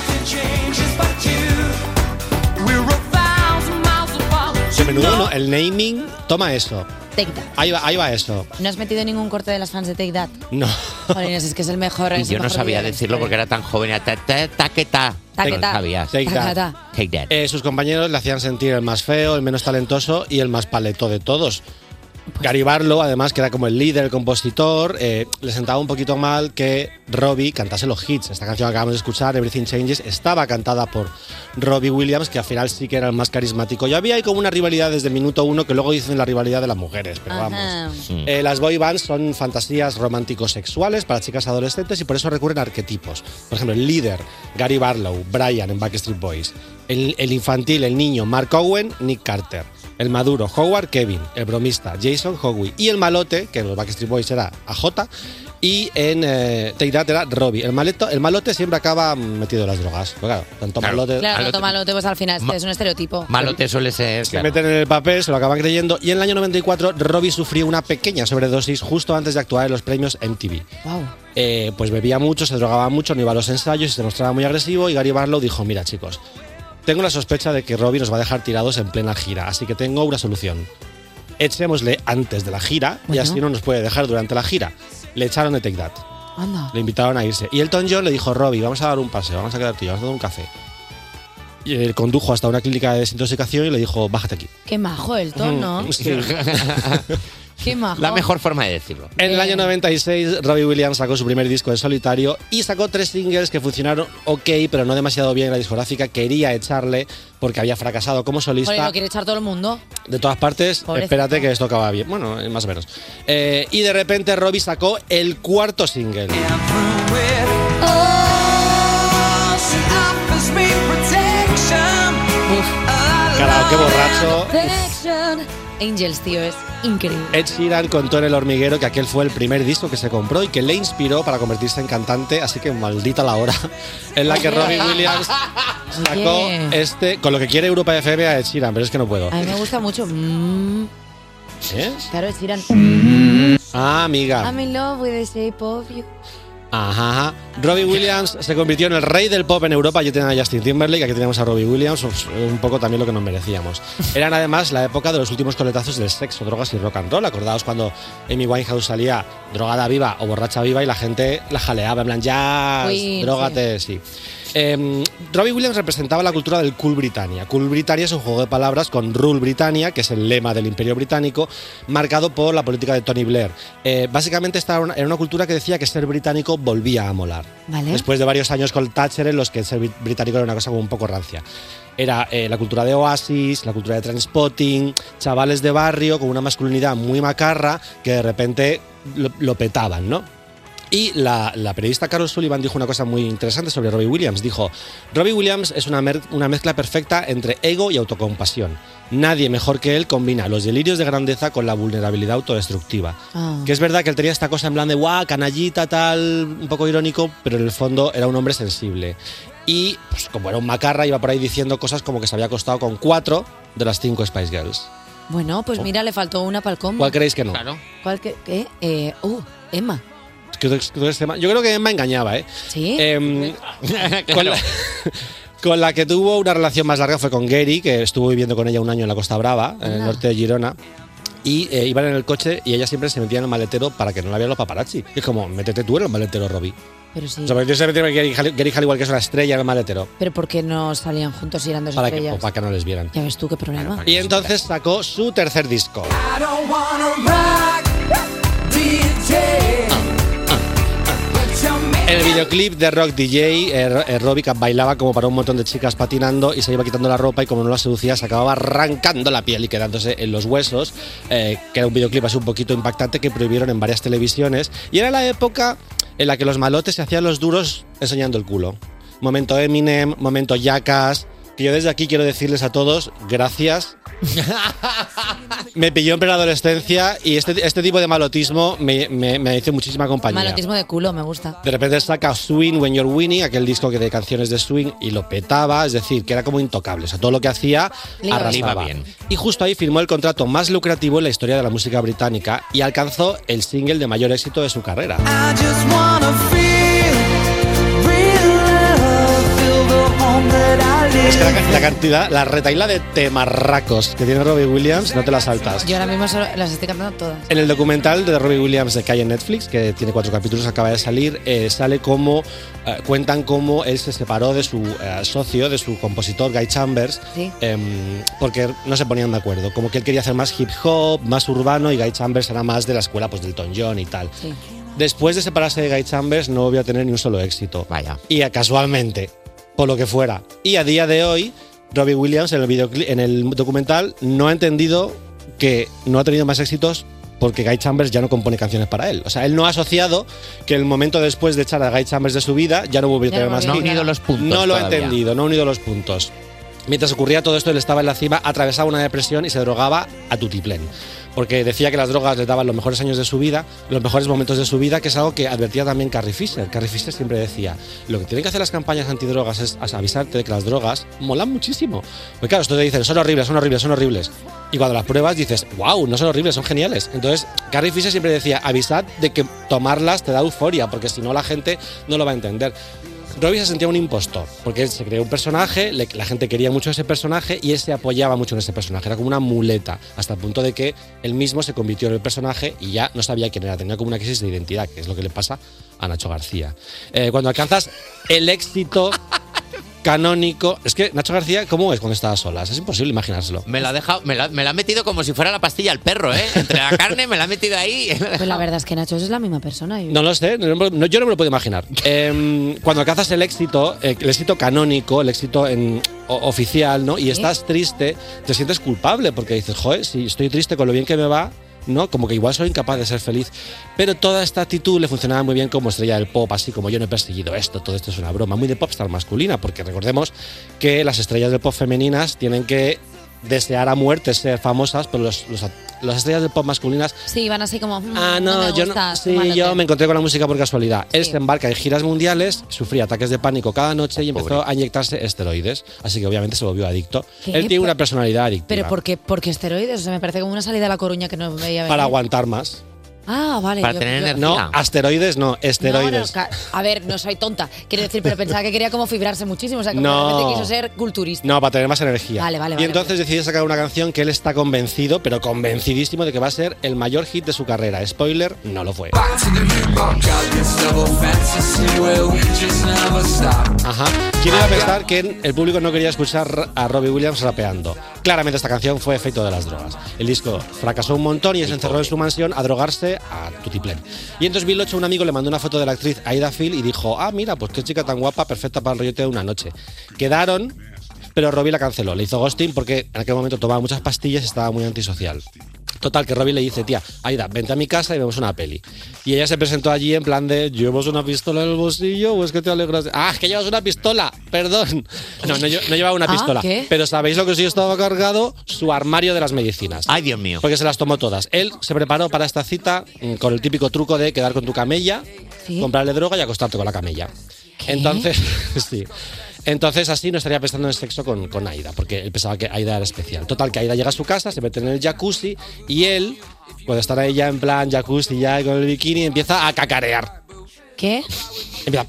De menudo, ¿no? El naming, toma eso. Take That. Ahí va eso. ¿No has metido ningún corte de las fans de Take That? No. Jolines, es que es el mejor. Y es el yo no mejor sabía vídeo de la decirlo porque historia. era tan joven. Taqueta. Taqueta. No sabías. Take That. Take That. Sus compañeros le hacían sentir el más feo, el menos talentoso y el más paleto de todos. Gary Barlow, además, que era como el líder, el compositor, le sentaba un poquito mal que Robbie cantase los hits. Esta canción que acabamos de escuchar, Everything Changes, estaba cantada por Robbie Williams, que al final sí que era el más carismático. Y había ahí como una rivalidad desde el minuto 1, que luego dicen la rivalidad de las mujeres, pero Ajá. vamos. Las boy bands son fantasías románticos sexuales para chicas adolescentes y por eso recurren a arquetipos. Por ejemplo, el líder, Gary Barlow, Brian en Backstreet Boys. El infantil, el niño, Mark Owen, Nick Carter. El maduro, Howard, Kevin. El bromista, Jason Howie. Y el malote, que en los Backstreet Boys era AJ. Y en Take That era Robbie. El malote siempre acaba metido en las drogas. Pues claro, tanto malote. Claro, tanto malote, pues al final es un estereotipo. Malote suele ser. Se meten en el papel, se lo acaban creyendo. Y en el año 94, Robbie sufrió una pequeña sobredosis justo antes de actuar en los premios MTV. Wow. Pues bebía mucho, se drogaba mucho, no iba a los ensayos y se mostraba muy agresivo. Y Gary Barlow dijo: mira, chicos, tengo la sospecha de que Robbie nos va a dejar tirados en plena gira, así que tengo una solución. Echémosle antes de la gira y así no nos puede dejar durante la gira. Le echaron de Take That. Anda. Le invitaron a irse. Y Elton John le dijo: Robbie, vamos a dar un paseo, vamos a quedar tú y yo, vamos a dar un café. Y él condujo hasta una clínica de desintoxicación y le dijo: bájate aquí. Qué majo el tono, ¿no? Sí. Qué majo. La mejor forma de decirlo. En el año 96, Robbie Williams sacó su primer disco en solitario y sacó 3 singles que funcionaron ok, pero no demasiado bien. La discográfica quería echarle porque había fracasado como solista. Joder, lo quiere echar todo el mundo. De todas partes, Pobrecito. espérate que esto acaba bien. Bueno, más o menos. Y de repente Robbie sacó el 4º single. Carajo, qué borracho. Angels, tío, es increíble. Ed Sheeran contó en El Hormiguero que aquel fue el primer disco que se compró y que le inspiró para convertirse en cantante, así que maldita la hora en la que Robbie Williams sacó con lo que quiere Europa FM a Ed Sheeran, pero es que no puedo. A mí me gusta mucho. ¿Eh? Claro, es Sheeran. Ah, amiga. I'm in love with the shape of you. Ajá. Robbie Williams se convirtió en el rey del pop en Europa. Yo tenía a Justin Timberlake, aquí tenemos a Robbie Williams, pues, un poco también lo que nos merecíamos. Eran además la época de los últimos coletazos del sexo, drogas y rock and roll. Acordaos cuando Amy Winehouse salía drogada viva o borracha viva y la gente la jaleaba, en plan, ya, drógate, sí. Robbie Williams representaba la cultura del Cool Britannia. Cool Britannia es un juego de palabras con Rule Britannia, que es el lema del Imperio Británico, marcado por la política de Tony Blair. Básicamente esta era una cultura que decía que ser británico volvía a molar. Vale. Después de varios años con Thatcher en los que ser británico era una cosa como un poco rancia. Era la cultura de Oasis, la cultura de Trainspotting, chavales de barrio con una masculinidad muy macarra que de repente lo petaban, ¿no? Y la periodista Carol Sullivan dijo una cosa muy interesante sobre Robbie Williams. Dijo: Robbie Williams es una mezcla perfecta entre ego y autocompasión. Nadie mejor que él combina los delirios de grandeza con la vulnerabilidad autodestructiva. Que es verdad que él tenía esta cosa en plan de guau, canallita, tal, un poco irónico, pero en el fondo era un hombre sensible. Y pues, como era un macarra, iba por ahí diciendo cosas como que se había acostado con 4 de las 5 Spice Girls. Bueno, pues mira, le faltó una para el combo. ¿Cuál creéis que no? Claro. ¿Cuál que? ¿Qué? Emma. Yo creo que Emma engañaba, ¿eh? Sí. Con la que tuvo una relación más larga fue con Gary, que estuvo viviendo con ella un año en la Costa Brava, en el norte de Girona. Y iban en el coche y ella siempre se metía en el maletero para que no la vieran los paparazzi. Es como, métete tú en el maletero, Robbie. Pero sí. O sea, yo siempre tengo que Gary Halliwell, que es una estrella en el maletero. Pero ¿por qué no salían juntos y eran dos Para que, estrellas? para que no les vieran. Ya ves tú qué problema. Y entonces sacó su tercer disco. En el videoclip de Rock DJ, Robbie bailaba como para un montón de chicas patinando y se iba quitando la ropa y como no la seducía se acababa arrancando la piel y quedándose en los huesos, que era un videoclip así un poquito impactante que prohibieron en varias televisiones. Y era la época en la que los malotes se hacían los duros enseñando el culo. Momento Eminem, momento Jackass, que yo desde aquí quiero decirles a todos, gracias. Me pilló en plena adolescencia y este tipo de malotismo me hizo muchísima compañía. Malotismo de culo, me gusta. De repente saca Swing When You're Winning, aquel disco que de canciones de swing, y lo petaba, es decir, que era como intocable. O sea, todo lo que hacía arrasaba. bien. Y justo ahí firmó el contrato más lucrativo en la historia de la música británica y alcanzó el single de mayor éxito de su carrera. Es que la cantidad, la retaíla de temarracos que tiene Robbie Williams, no te la saltas. Yo ahora mismo solo las estoy cantando todas. En el documental de Robbie Williams que hay en Netflix, que tiene 4 capítulos, acaba de salir, sale cómo cuentan cómo él se separó de su socio, de su compositor Guy Chambers, ¿sí? Porque no se ponían de acuerdo. Como que él quería hacer más hip hop, más urbano, y Guy Chambers era más de la escuela pues del Elton John y tal. Sí. Después de separarse de Guy Chambers no volvió a tener ni un solo éxito. Vaya. Y casualmente, por lo que fuera. Y a día de hoy, Robbie Williams en el documental no ha entendido que no ha tenido más éxitos porque Guy Chambers ya no compone canciones para él. O sea, él no ha asociado que el momento después de echar a Guy Chambers de su vida ya no volvió a tener más No ha hits. unido los puntos. No lo ha todavía. entendido, no ha unido los puntos. Mientras ocurría todo esto, él estaba en la cima, atravesaba una depresión y se drogaba a tutiplén. Porque decía que las drogas le daban los mejores años de su vida, los mejores momentos de su vida, que es algo que advertía también Carrie Fisher. Carrie Fisher siempre decía, lo que tienen que hacer las campañas antidrogas es avisarte de que las drogas molan muchísimo. Porque claro, esto te dicen, son horribles, son horribles, son horribles. Y cuando las pruebas dices, wow, no son horribles, son geniales. Entonces, Carrie Fisher siempre decía, avisad de que tomarlas te da euforia, porque si no la gente no lo va a entender. Robbie se sentía un impostor, porque él se creó un personaje, la gente quería mucho ese personaje y él se apoyaba mucho en ese personaje, era como una muleta, hasta el punto de que él mismo se convirtió en el personaje y ya no sabía quién era, tenía como una crisis de identidad, que es lo que le pasa a Nacho García. Cuando alcanzas el éxito canónico, es que Nacho García, ¿cómo es cuando está a solas? Es imposible imaginárselo. Me la ha dejado, me la ha metido como si fuera la pastilla al perro, ¿eh? Entre la carne me la ha metido ahí. Pues la verdad es que Nacho es la misma persona. No lo sé, yo no me lo puedo imaginar. Cuando alcanzas el éxito canónico, el éxito oficial, ¿no? Y estás triste, te sientes culpable porque dices, joder, si estoy triste con lo bien que me va, ¿no? Como que igual soy incapaz de ser feliz. Pero toda esta actitud le funcionaba muy bien como estrella del pop, así como yo no he perseguido esto, todo esto es una broma, muy de popstar masculina, porque recordemos que las estrellas del pop femeninas tienen que desear a muerte ser famosas, pero las estrellas del pop masculinas Sí, van así como. yo me encontré con la música por casualidad. Él se embarca en giras mundiales, sufría ataques de pánico cada noche y empezó a inyectarse esteroides, así que obviamente se volvió adicto. ¿Qué? Él tiene una personalidad adictiva. ¿Pero por qué? ¿Por qué esteroides? O sea, me parece como una salida a La Coruña que no veía venir. Para aguantar más. Ah, vale. Para tener energía. No, asteroides no, esteroides. A ver, no soy tonta. Quiero decir, pero pensaba que quería como fibrarse muchísimo. O sea, que realmente quiso ser culturista. No, para tener más energía. Vale. Y entonces decide sacar una canción que él está convencido, pero convencidísimo de que va a ser el mayor hit de su carrera. Spoiler, no lo fue. Ajá. ¿Quién iba a pensar que el público no quería escuchar a Robbie Williams rapeando? Claramente esta canción fue efecto de las drogas. El disco fracasó un montón y él se encerró en su mansión a drogarse a tutiplén. Y en 2008 un amigo le mandó una foto de la actriz Aida Phil y dijo, mira, pues qué chica tan guapa, perfecta para el rollete de una noche. Quedaron, pero Robbie la canceló, le hizo ghosting porque en aquel momento tomaba muchas pastillas y estaba muy antisocial. Total, que Robbie le dice, tía, Aida, vente a mi casa y vemos una peli. Y ella se presentó allí en plan de, ¿llevas una pistola en el bolsillo o es que te alegras? ¡Ah, es que llevas una pistola! Perdón. No llevaba una pistola. ¿Qué? Pero ¿sabéis lo que sí estaba cargado? Su armario de las medicinas. ¡Ay, Dios mío! Porque se las tomó todas. Él se preparó para esta cita con el típico truco de quedar con tu camella, comprarle droga y acostarte con la camella. ¿Qué? Entonces, sí. Entonces así no estaría pensando en sexo con Aida, porque él pensaba que Aida era especial. Total, que Aida llega a su casa, se mete en el jacuzzi y él, cuando está ella en plan jacuzzi ya con el bikini, empieza a cacarear. ¿Qué? Empieza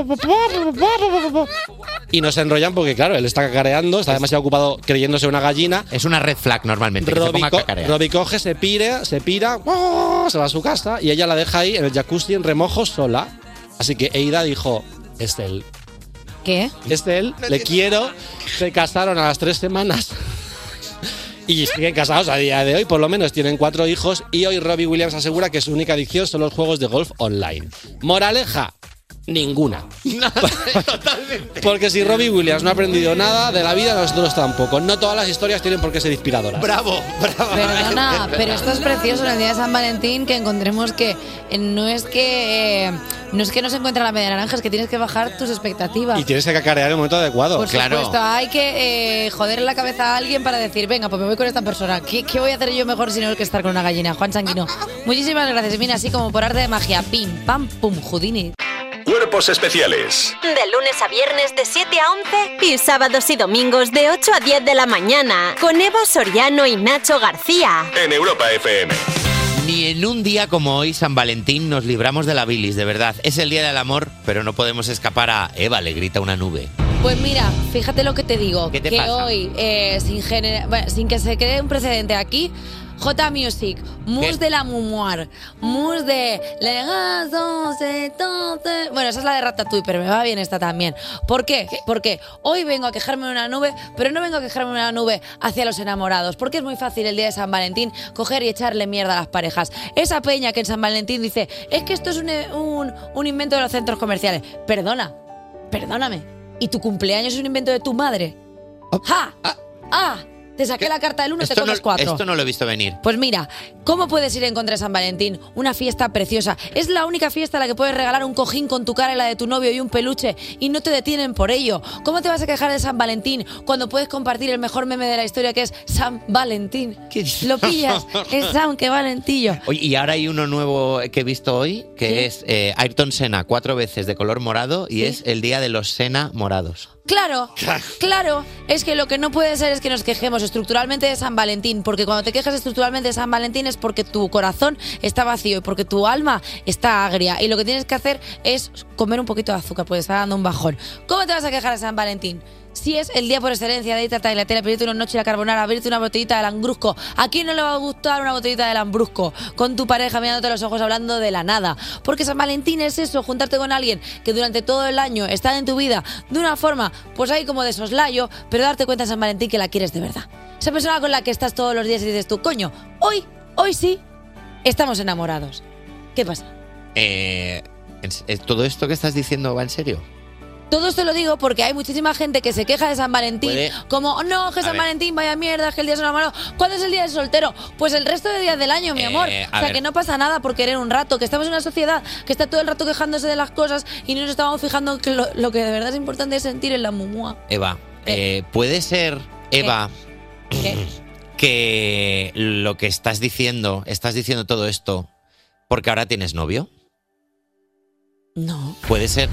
y no se enrollan porque claro, él está cacareando, está demasiado ocupado creyéndose una gallina. Es una red flag normalmente. Robbie coge, se pira, se va a su casa y ella la deja ahí en el jacuzzi en remojo sola. Así que Eida dijo, es él. ¿Qué? Es él, le quiero. Se casaron a las 3 semanas. Y siguen casados a día de hoy, por lo menos tienen 4 hijos. Y hoy Robbie Williams asegura que su única adicción son los juegos de golf online. Moraleja, ninguna. Totalmente. Porque si Robbie Williams no ha aprendido nada de la vida, nosotros tampoco. No todas las historias tienen por qué ser inspiradoras. Bravo. Perdona, pero esto es precioso en el día de San Valentín, que encontremos que no es que no se encuentra la media naranja, es que tienes que bajar tus expectativas. Y tienes que cacarear en el momento adecuado. Por supuesto, hay que joder la cabeza a alguien para decir, venga, pues me voy con esta persona. ¿Qué voy a hacer yo mejor si no que estar con una gallina? Juan Sanguino. Muchísimas gracias, Mina, así como por arte de magia. Pim, pam, pum, Houdini. Cuerpos especiales De lunes a viernes de 7 a 11 y sábados y domingos de 8 a 10 de la mañana con Eva Soriano y Nacho García. en Europa FM. Ni en un día como hoy, San Valentín, nos libramos de la bilis, de verdad. Es el día del amor, pero no podemos escapar a Eva, le grita una nube. Pues mira, fíjate lo que te digo, ¿Qué te que pasa? hoy, sin que se quede un precedente aquí, J Music, Mus de la Mumuar, Mus de bueno, esa es la de Ratatouille, pero me va bien esta también. ¿Por qué? Porque hoy vengo a quejarme de una nube, pero no vengo a quejarme de una nube hacia los enamorados, porque es muy fácil el día de San Valentín coger y echarle mierda a las parejas. Esa peña que en San Valentín dice, es que esto es un invento de los centros comerciales. Perdóname. ¿Y tu cumpleaños es un invento de tu madre? ¡Ja! ¡Ah! Te saqué la carta del 1 y te comes 4. Esto no lo he visto venir. Pues mira, ¿cómo puedes ir en contra de San Valentín? Una fiesta preciosa. Es la única fiesta a la que puedes regalar un cojín con tu cara y la de tu novio y un peluche y no te detienen por ello. ¿Cómo te vas a quejar de San Valentín cuando puedes compartir el mejor meme de la historia, que es San Valentín? ¿Lo pillas? Es San, que Valentillo. Oye, y ahora hay uno nuevo que he visto hoy, que es Ayrton Senna 4 veces de color morado y es el día de los Senna morados. Claro, es que lo que no puede ser es que nos quejemos estructuralmente de San Valentín, porque cuando te quejas estructuralmente de San Valentín es porque tu corazón está vacío y porque tu alma está agria, y lo que tienes que hacer es comer un poquito de azúcar, porque está dando un bajón. ¿Cómo te vas a quejar de San Valentín? Si es el día por excelencia de irte a la tele, pedirte una noche de carbonara, abrirte una botellita de lambrusco. ¿A quién no le va a gustar una botellita de lambrusco con tu pareja mirándote a los ojos hablando de la nada? Porque San Valentín es eso, juntarte con alguien que durante todo el año está en tu vida de una forma, pues ahí como de soslayo, pero darte cuenta en San Valentín que la quieres de verdad. Esa persona con la que estás todos los días y dices tú, coño, hoy sí, estamos enamorados. ¿Qué pasa? ¿Todo esto que estás diciendo va en serio? Todo esto lo digo porque hay muchísima gente que se queja de San Valentín, como, no, que San Valentín, vaya mierda, es que el día es enamorado. ¿Cuándo es el día del soltero? Pues el resto de días del año, mi amor. O sea, que no pasa nada por querer un rato, que estamos en una sociedad que está todo el rato quejándose de las cosas y no nos estamos fijando que lo que de verdad es importante es sentir en la mumua. Eva, ¿puede ser, Eva, que lo que estás diciendo todo esto porque ahora tienes novio? No. ¿Puede ser?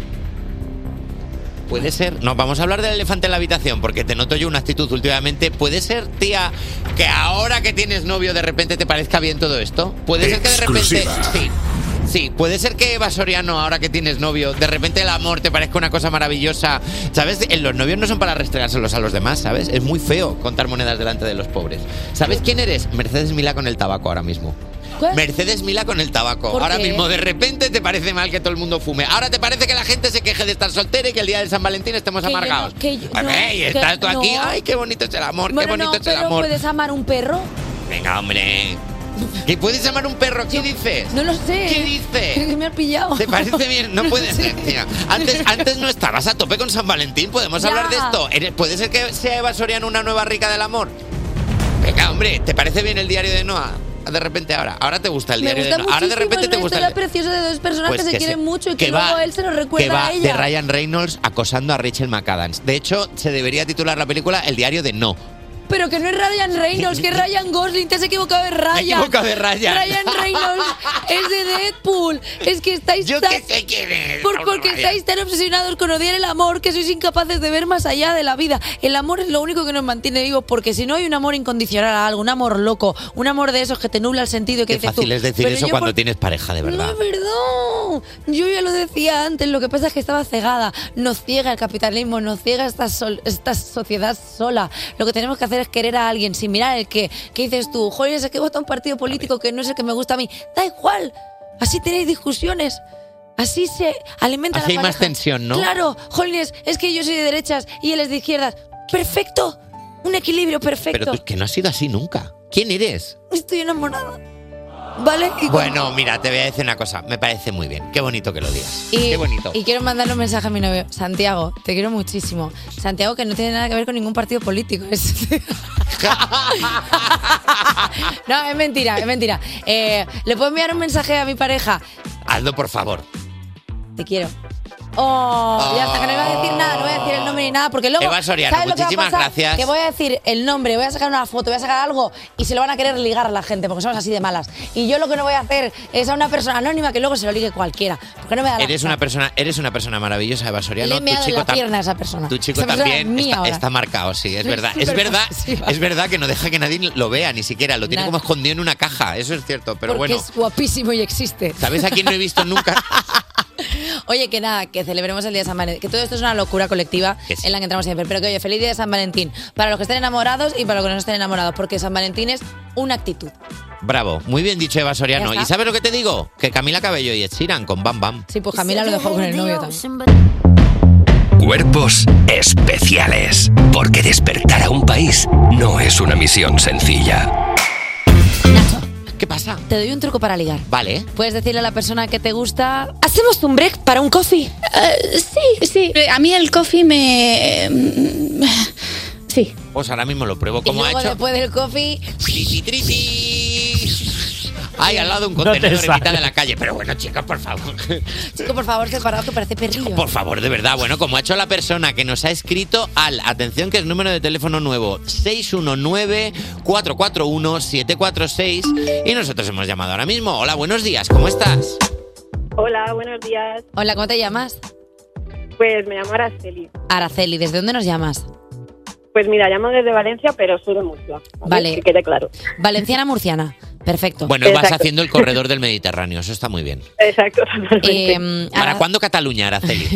¿Puede ser? No, vamos a hablar del elefante en la habitación, porque te noto yo una actitud últimamente. ¿Puede ser, tía, que ahora que tienes novio de repente te parezca bien todo esto? ¿Puede ser que de repente... Sí, puede ser que Eva Soriano, ahora que tienes novio, de repente el amor te parezca una cosa maravillosa. ¿Sabes? Los novios no son para restregárselos a los demás, ¿sabes? Es muy feo contar monedas delante de los pobres. ¿Sabes quién eres? Mercedes Milá con el tabaco ahora mismo. ¿Qué? Mercedes Milá con el tabaco. Ahora mismo, de repente, te parece mal que todo el mundo fume. Ahora te parece que la gente se queje de estar soltera y que el día de San Valentín estemos amargados. Y estás tú aquí. Ay, qué bonito es el amor, qué bonito es el amor. ¿Puedes amar un perro? Venga, hombre. ¿Que puedes amar un perro? ¿Qué dices? No lo sé. ¿Qué dices? Que me has pillado. ¿Te parece bien? No puede ser, tía. Antes no estabas a tope con San Valentín. ¿Podemos hablar de esto? ¿Puede ser que sea Eva Soriano una nueva rica del amor? Venga, hombre, ¿te parece bien el diario de Noah? De repente ahora te gusta el diario de Noah. Ahora de repente te gusta la preciosa de dos personas pues que se quieren mucho y que luego él se lo recuerda que va a ella. De Ryan Reynolds acosando a Rachel McAdams. De hecho, se debería titular la película El diario de No. Pero que no es Ryan Reynolds, que es Ryan Gosling, te has equivocado de Ryan. Me he equivocado de Ryan. Ryan Reynolds es de Deadpool. Es que estáis Yo qué sé quién es. Porque estáis tan obsesionados con odiar el amor que sois incapaces de ver más allá de la vida. El amor es lo único que nos mantiene vivos, porque si no hay un amor incondicional a algo, un amor loco, un amor de esos que te nubla el sentido y que Qué dices fácil tú, es decir pero eso cuando tienes pareja, de verdad. No es verdad. Yo ya lo decía antes, lo que pasa es que estaba cegada. Nos ciega el capitalismo, nos ciega esta sociedad sola. Lo que tenemos que hacer es querer a alguien sin mirar el qué. ¿Qué dices tú? Joder, es que vota un partido político que no es el que me gusta a mí. Da igual. Así tenéis discusiones. Así se alimenta Así la hay más pareja. tensión, ¿no? Claro, jolines, es que yo soy de derechas y él es de izquierdas. ¡Perfecto! Un equilibrio perfecto. Pero tú que no has sido así nunca. ¿Quién eres? Estoy enamorada. ¿Vale? Bueno, mira, te voy a decir una cosa. Me parece muy bien. Qué bonito que lo digas. Qué bonito. Y quiero mandarle un mensaje a mi novio. Santiago, te quiero muchísimo. Santiago, que no tiene nada que ver con ningún partido político. No, es mentira, es mentira. ¿Le puedo enviar un mensaje a mi pareja? Hazlo, por favor. Te quiero. Oh, ya está, que no iba a decir nada, no voy a decir el nombre ni nada, porque luego, Eva Soriano, ¿sabes lo que va a muchísimas pasar? gracias. Que voy a decir el nombre, voy a sacar una foto, voy a sacar algo y se lo van a querer ligar a la gente, porque somos así de malas. Y yo lo que no voy a hacer es a una persona anónima que luego se lo ligue cualquiera, porque no me da la Eres una persona maravillosa, Eva Soriano. Le he meado Tu en chico la pierna a esa persona. Tu chico Esa persona también es mía ahora. está marcado, sí, es Soy verdad. Es súper verdad, posesiva. es verdad que no deja que nadie lo vea, ni siquiera. Lo tiene Nada. como escondido en una caja, eso es cierto. Pero porque bueno, es guapísimo y existe. ¿sabes a quién no he visto nunca? Oye, que nada, que celebremos el día de San Valentín. Que todo esto es una locura colectiva Que sí. en la que entramos siempre. Pero que, oye, feliz día de San Valentín. Para los que estén enamorados y para los que no estén enamorados. Porque San Valentín es una actitud. Bravo, muy bien dicho, Eva Soriano. Ya está. ¿Y sabes lo que te digo? Que Camila Cabello y Ed Sheeran con Bam Bam. Sí, pues Camila lo dejó con el novio también. Cuerpos especiales. Porque despertar a un país no es una misión sencilla. ¿Qué pasa? Te doy un truco para ligar. Vale. Puedes decirle a la persona que te gusta, ¿hacemos un break para un coffee? Sí. A mí el coffee me... Sí. Pues ahora mismo lo pruebo. Y ¿Cómo ha luego hecho? después del coffee... Triti, triti. Ay, al lado de un No te contenedor en mitad sale. de la calle. Pero bueno, chicos, por favor. Chico, por favor, separado que parece perrillo. Por favor, de verdad. Bueno, como ha hecho la persona que nos ha escrito al, atención, que es número de teléfono nuevo, 619-441-746. Y nosotros hemos llamado ahora mismo. Hola, buenos días, ¿cómo estás? Hola, buenos días. Hola, ¿cómo te llamas? Pues me llamo Araceli. Araceli, ¿desde dónde nos llamas? Pues mira, llamo desde Valencia, pero soy de Murcia. Vale. Que quede claro. Valenciana, murciana. Perfecto. Bueno, vas Exacto. haciendo el corredor del Mediterráneo, eso está muy bien. Exacto, totalmente. ¿Para cuándo Cataluña, Araceli?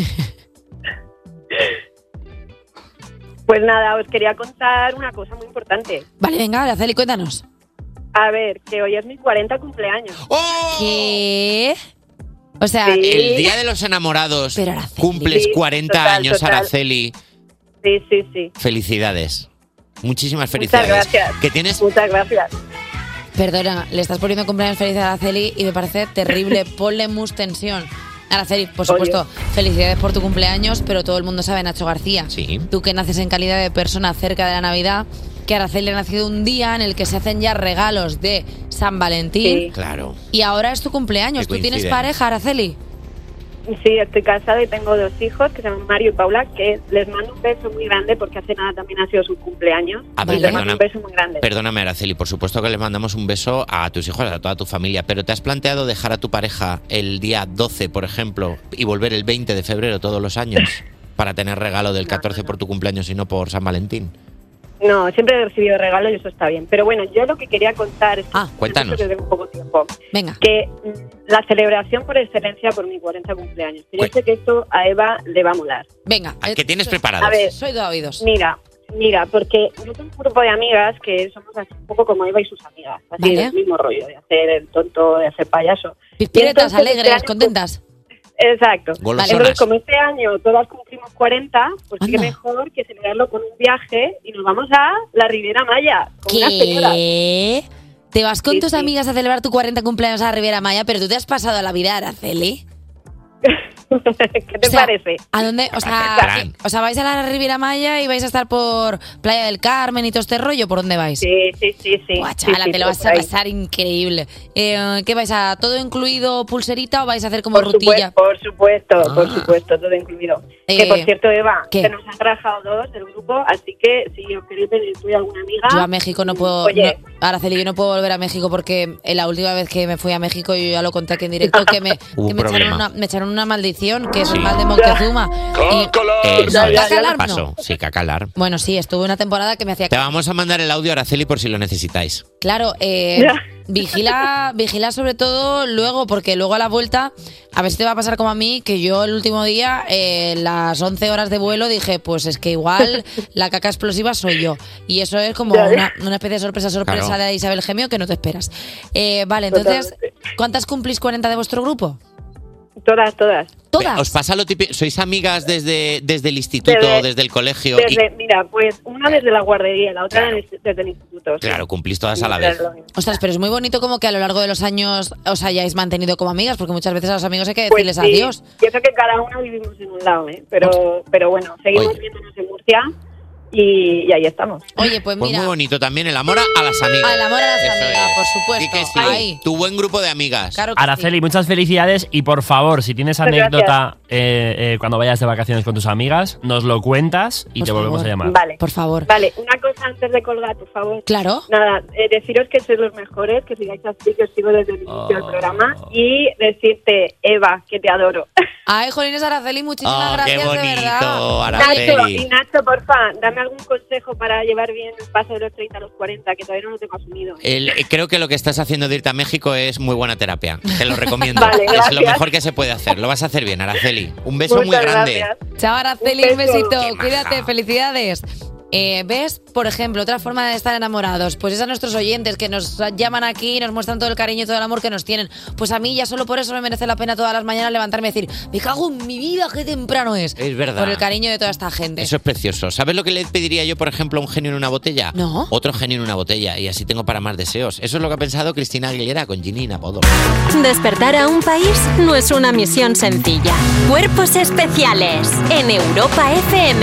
Pues nada, os quería contar una cosa muy importante. Vale, venga, Araceli, cuéntanos. A ver, que hoy es mi 40 cumpleaños. ¿Qué? O sea, Sí. El Día de los Enamorados, Pero, Araceli. cumples Sí, 40 total, años, total. Araceli. Sí, sí, sí. Felicidades. Muchísimas Muchas felicidades. gracias. Que tienes Muchas gracias. perdona, le estás poniendo cumpleaños feliz a Araceli y me parece terrible. Ponle mus tensión. Araceli, por supuesto, felicidades por tu cumpleaños, pero todo el mundo sabe, Nacho García. Sí. Tú que naces en calidad de persona cerca de la Navidad, que Araceli ha nacido un día en el que se hacen ya regalos de San Valentín. Sí. Claro. Y ahora es tu cumpleaños. Que ¿Tú tienes coinciden. pareja, Araceli? Sí, estoy casada y tengo 2 hijos que se llaman Mario y Paula, que les mando un beso muy grande porque hace nada también ha sido su cumpleaños. A ver, Y les mando un beso muy grande. Perdóname, Araceli, por supuesto que le mandamos un beso a tus hijos, a toda tu familia, pero ¿te has planteado dejar a tu pareja el día 12, por ejemplo, y volver el 20 de febrero todos los años para tener regalo del 14 por tu cumpleaños y no por San Valentín? No, siempre he recibido regalos y eso está bien. Pero bueno, yo lo que quería contar es que cuéntanos. desde un poco tiempo, Venga. que la celebración por excelencia por mi 40 cumpleaños. Yo sé que esto a Eva le va a molar. Venga. ¿Qué tienes preparado? A ver, soy de oídos. Mira, porque yo tengo un grupo de amigas que somos así un poco como Eva y sus amigas. Así Vale. del mismo rollo, de hacer el tonto, de hacer payaso. Pispiretas, Y entonces, alegres, este año, contentas. Exacto. Golosonas. Entonces, como este año todas cumplimos 40, pues qué Anda. mejor que celebrarlo con un viaje y nos vamos a la Riviera Maya con unas señoras. ¿Qué? ¿Te vas con Sí, tus sí. amigas a celebrar tu 40 cumpleaños a la Riviera Maya, pero tú te has pasado a la vida, Araceli? ¿Qué te parece? ¿A dónde? O sea, vais a la Riviera Maya y vais a estar por Playa del Carmen y todo este rollo, ¿por dónde vais? Sí. Buah, chavala, Sí, te lo por vas a ahí. pasar increíble. ¿Qué vais a todo incluido pulserita o vais a hacer como Por rutilla? supuesto, Ah. por supuesto, todo incluido. Que por cierto, Eva, ¿qué? se nos han rajado 2 del grupo, así que si os queréis venir tú y alguna amiga... Yo a México no puedo. Oye. no, Araceli, yo no puedo volver a México porque la última vez que me fui a México, yo ya lo conté aquí en directo, que me, Hubo que me problema. me echaron una maldición, que es el mal de Moctezuma. Eso ¿no? pasó. Sí, cacalar. Bueno, sí, estuve una temporada que me hacía. Te vamos a mandar el audio, Araceli, por si lo necesitáis. Claro, vigila sobre todo luego, porque luego a la vuelta, a ver si te va a pasar como a mí, que yo el último día, las 11 horas de vuelo, dije, pues es que igual la caca explosiva soy yo. Y eso es como una especie de sorpresa Claro. de Isabel Gemio que no te esperas. Vale, entonces, ¿cuántas cumplís 40 de vuestro grupo? Todas. ¿Os pasa lo típico? ¿Sois amigas desde el instituto, desde el colegio? Mira, pues una desde la guardería, la otra desde el instituto. Sí. Claro, cumplís todas a la vez. Ostras, pero es muy bonito como que a lo largo de los años os hayáis mantenido como amigas, porque muchas veces a los amigos hay que decirles Pues sí, adiós. Pienso que cada una vivimos en un lado, pero bueno, seguimos viéndonos en Murcia y ahí estamos. Oye, pues Pues mira, muy bonito también el amor a las amigas. al amor a las Eso amigas, es. por supuesto. Sí que sí. Ahí. Tu buen grupo de amigas. Claro que Araceli, muchas felicidades y por favor, si tienes Muchas anécdota cuando vayas de vacaciones con tus amigas, nos lo cuentas y te volvemos a llamar. Vale. Por favor. Vale, una cosa antes de colgar, por favor. Claro. Nada, deciros que sois los mejores, que sigáis así, que os sigo desde el inicio del programa y decirte, Eva, que te adoro. Ay, Jolines, Araceli, muchísimas gracias, qué de bonito, verdad. Araceli. Nacho, porfa, dame algún consejo para llevar bien el paso de los 30 a los 40, que todavía no lo tengo asumido. Creo que lo que estás haciendo de irte a México es muy buena terapia. Te lo recomiendo. Vale, es lo gracias. mejor que se puede hacer. Lo vas a hacer bien, Araceli. Un beso muy Muchas grande. gracias. Chao, Araceli, un besito. Qué maja. Cuídate, felicidades. ¿Ves? Por ejemplo, otra forma de estar enamorados. Pues es a nuestros oyentes que nos llaman aquí y nos muestran todo el cariño y todo el amor que nos tienen. Pues a mí ya solo por eso me merece la pena todas las mañanas levantarme y decir, me cago en mi vida, qué temprano es. Es verdad. Por el cariño de toda esta gente. Eso es precioso. ¿Sabes lo que le pediría yo, por ejemplo, a un genio en una botella? No. Otro genio en una botella y así tengo para más deseos. Eso es lo que ha pensado Cristina Aguilera con Ginny Napodo. Despertar a un país no es una misión sencilla. Cuerpos especiales en Europa FM.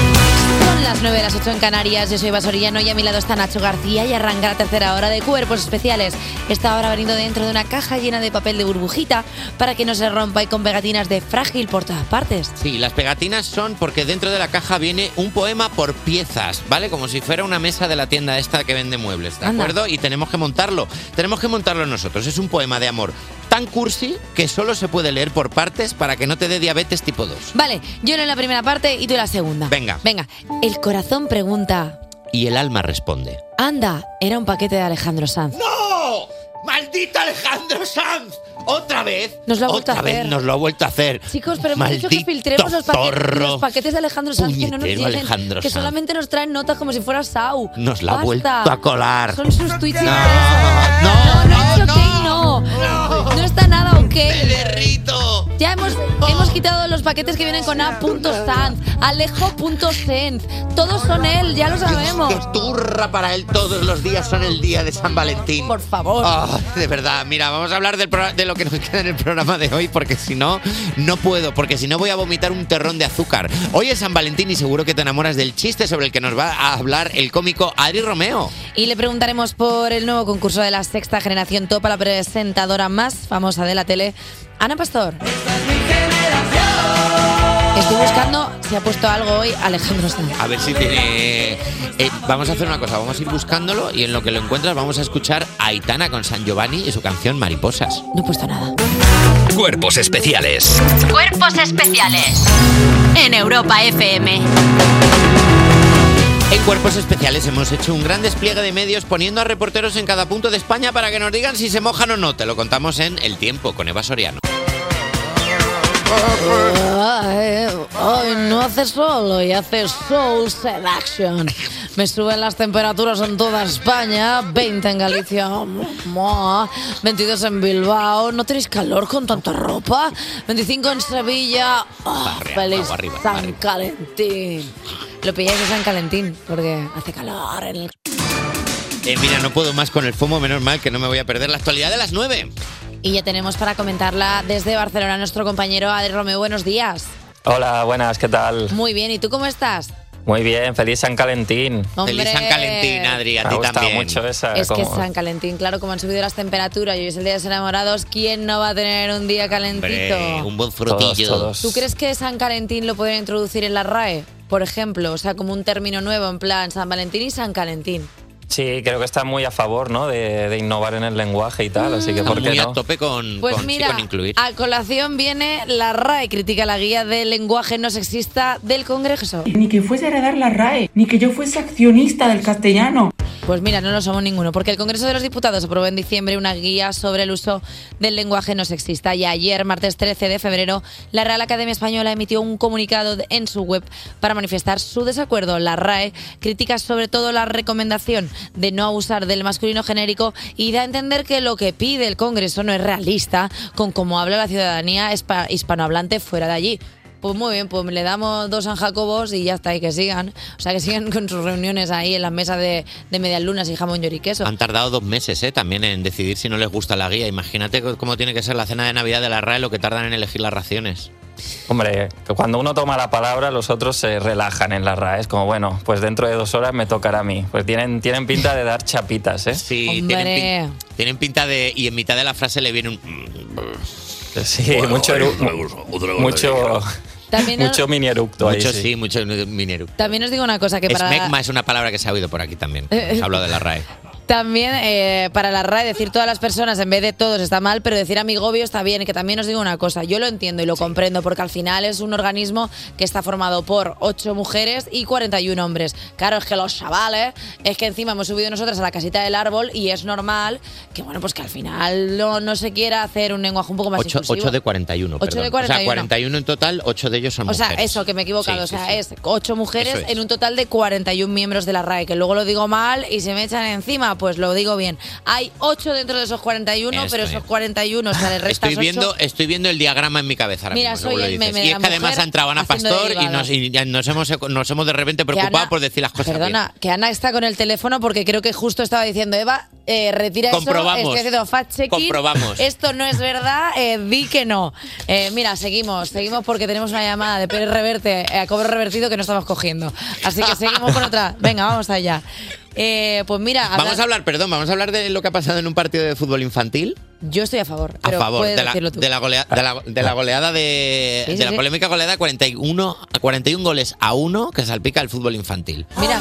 Son las 9 de las 8 en Canarias. Yo soy Eva Soriano y a mi lado está Nacho García y arranca la tercera hora de Cuerpos Especiales. Esta hora ha venido dentro de una caja llena de papel de burbujita para que no se rompa y con pegatinas de frágil por todas partes. Sí, las pegatinas son porque dentro de la caja viene un poema por piezas, ¿vale? Como si fuera una mesa de la tienda esta que vende muebles, ¿de Anda. acuerdo? Y tenemos que montarlo. Tenemos que montarlo nosotros. Es un poema de amor tan cursi que solo se puede leer por partes para que no te dé diabetes tipo 2. Vale, yo leo la primera parte y tú la segunda. Venga. Venga, el corazón pregunta, Y el alma responde. anda, era un paquete de Alejandro Sanz. ¡No! ¡Maldito Alejandro Sanz! ¡Otra vez! Nos lo ha vuelto a Otra vez hacer. nos lo ha vuelto a hacer. Chicos, pero hemos dicho que Maldito filtremos zorro. los paquetes de Alejandro Sanz que no nos Puñetero lleguen, Alejandro que Sanz. solamente nos traen notas como si fuera Sau. Nos la ha Basta. vuelto a colar. Son sus tweets No, impresos. no, Nacho, ok, no. No está nada ok. ¡Me derrito! Ya hemos quitado los paquetes que vienen con A.Sanz, Alejo.Senz. Todos son él, ya lo sabemos. Dios, que turra para él todos los días son el día de San Valentín. Por favor. Ah, de verdad, mira, vamos a hablar de lo que nos queda en el programa de hoy, porque si no, no puedo, porque si no voy a vomitar un terrón de azúcar. Hoy es San Valentín y seguro que te enamoras del chiste sobre el que nos va a hablar el cómico Adri Romeo. Y le preguntaremos por el nuevo concurso de la sexta generación Top a la presentadora más famosa de la tele, Ana Pastor. Estoy buscando si ha puesto algo hoy Alejandro Sanz. A ver si tiene... vamos a hacer una cosa, vamos a ir buscándolo y en lo que lo encuentras vamos a escuchar a Aitana con San Giovanni y su canción Mariposas. No he puesto nada. Cuerpos especiales. Cuerpos especiales en Europa FM. En Cuerpos Especiales hemos hecho un gran despliegue de medios poniendo a reporteros en cada punto de España para que nos digan si se mojan o no. Te lo contamos en El Tiempo con Eva Soriano. Hoy no hace sol, hoy hace Soul Seduction. Me suben las temperaturas en toda España, 20 en Galicia, 22 en Bilbao. ¿No tenéis calor con tanta ropa? 25 en Sevilla. Feliz San Calentín. Lo pilláis de San Calentín porque hace calor en el... Mira, no puedo más con el FOMO, menos mal que no me voy a perder la actualidad de las 9. Y ya tenemos para comentarla desde Barcelona nuestro compañero Adri Romeo. Buenos días. Hola, buenas, ¿qué tal? Muy bien, ¿y tú cómo estás? Muy bien, feliz San Calentín. Hombre. Feliz San Calentín, Adri, a ti Me ha también. gustado mucho esa. Es que es como- San Calentín, claro, como han subido las temperaturas y hoy es el Día de los Enamorados, ¿quién no va a tener un día calentito? Hombre, un buen frutillo. Todos. ¿Tú crees que San Calentín lo pueden introducir en la RAE, por ejemplo? O sea, como un término nuevo, en plan San Valentín y San Calentín. Sí, creo que está muy a favor, ¿no? De innovar en el lenguaje y tal, así que Está ¿por qué muy no? a tope con, Pues con, sí, mira, con incluir. a colación viene la RAE, critica la guía del lenguaje no sexista del Congreso. Ni que fuese a heredar la RAE, ni que yo fuese accionista del castellano. Pues mira, no lo somos ninguno, porque el Congreso de los Diputados aprobó en diciembre una guía sobre el uso del lenguaje no sexista y ayer, martes 13 de febrero, la Real Academia Española emitió un comunicado en su web para manifestar su desacuerdo. La RAE critica sobre todo la recomendación de no abusar del masculino genérico y da a entender que lo que pide el Congreso no es realista con cómo habla la ciudadanía hispanohablante fuera de allí. Pues muy bien, pues le damos 2 San Jacobos y ya está, y que sigan. O sea, que sigan con sus reuniones ahí en las mesas de medias lunas y jamón, york y queso. Han tardado 2 meses también en decidir si no les gusta la guía. Imagínate cómo tiene que ser la cena de Navidad de la RAE, lo que tardan en elegir las raciones. Hombre, que cuando uno toma la palabra, los otros se relajan en la RAE. Es como, bueno, pues dentro de 2 horas me tocará a mí. Pues tienen pinta de dar chapitas, ¿eh? Sí, tienen pinta de... Y en mitad de la frase le viene un... Sí, mucho mini eructo ahí. Mucho mini eructo. También os digo una cosa que para... Smegma es una palabra que se ha oído por aquí también. Se ha hablado de la RAE. También para la RAE decir todas las personas en vez de todos está mal, pero decir amigobio está bien. Y que también os digo una cosa, yo lo entiendo y lo comprendo, porque al final es un organismo que está formado por 8 mujeres y 41 hombres. Claro, es que los chavales, es que encima hemos subido nosotras a la casita del árbol y es normal que, bueno, pues que al final no se quiera hacer un lenguaje un poco más inclusivo. 8 de 41, 8 perdón. de 41. O sea, 41 en total, 8 de ellos son mujeres. O sea, eso, que me he equivocado. Sí, o sea, sí. es 8 mujeres Eso es. en un total de 41 miembros de la RAE, que luego lo digo mal y se me echan encima, pues lo digo bien. Hay 8 dentro de esos 41, pero esos 41, o sea, le restas 8. Estoy viendo el diagrama en mi cabeza ahora Mira, mismo, soy según lo el dices. meme de Y es la que además mujer ha entrado Ana haciendo Pastor derivadas. y ya nos hemos de repente preocupado Ana- por decir las cosas Perdona, bien. que Ana está con el teléfono porque creo que justo estaba diciendo, Eva, retira Comprobamos. eso, estoy haciendo fact-checking. Comprobamos. Esto no es verdad, di que no. Mira, seguimos porque tenemos una llamada de Pérez Reverte a cobro revertido que no estamos cogiendo. Así que seguimos con otra. Venga, vamos allá. Pues mira, Vamos a hablar de lo que ha pasado en un partido de fútbol infantil. Yo estoy a favor. Pero A favor puedes de la decirlo tú. goleada de Sí, la sí. polémica goleada 41 goles a 1 que salpica el fútbol infantil. Mira,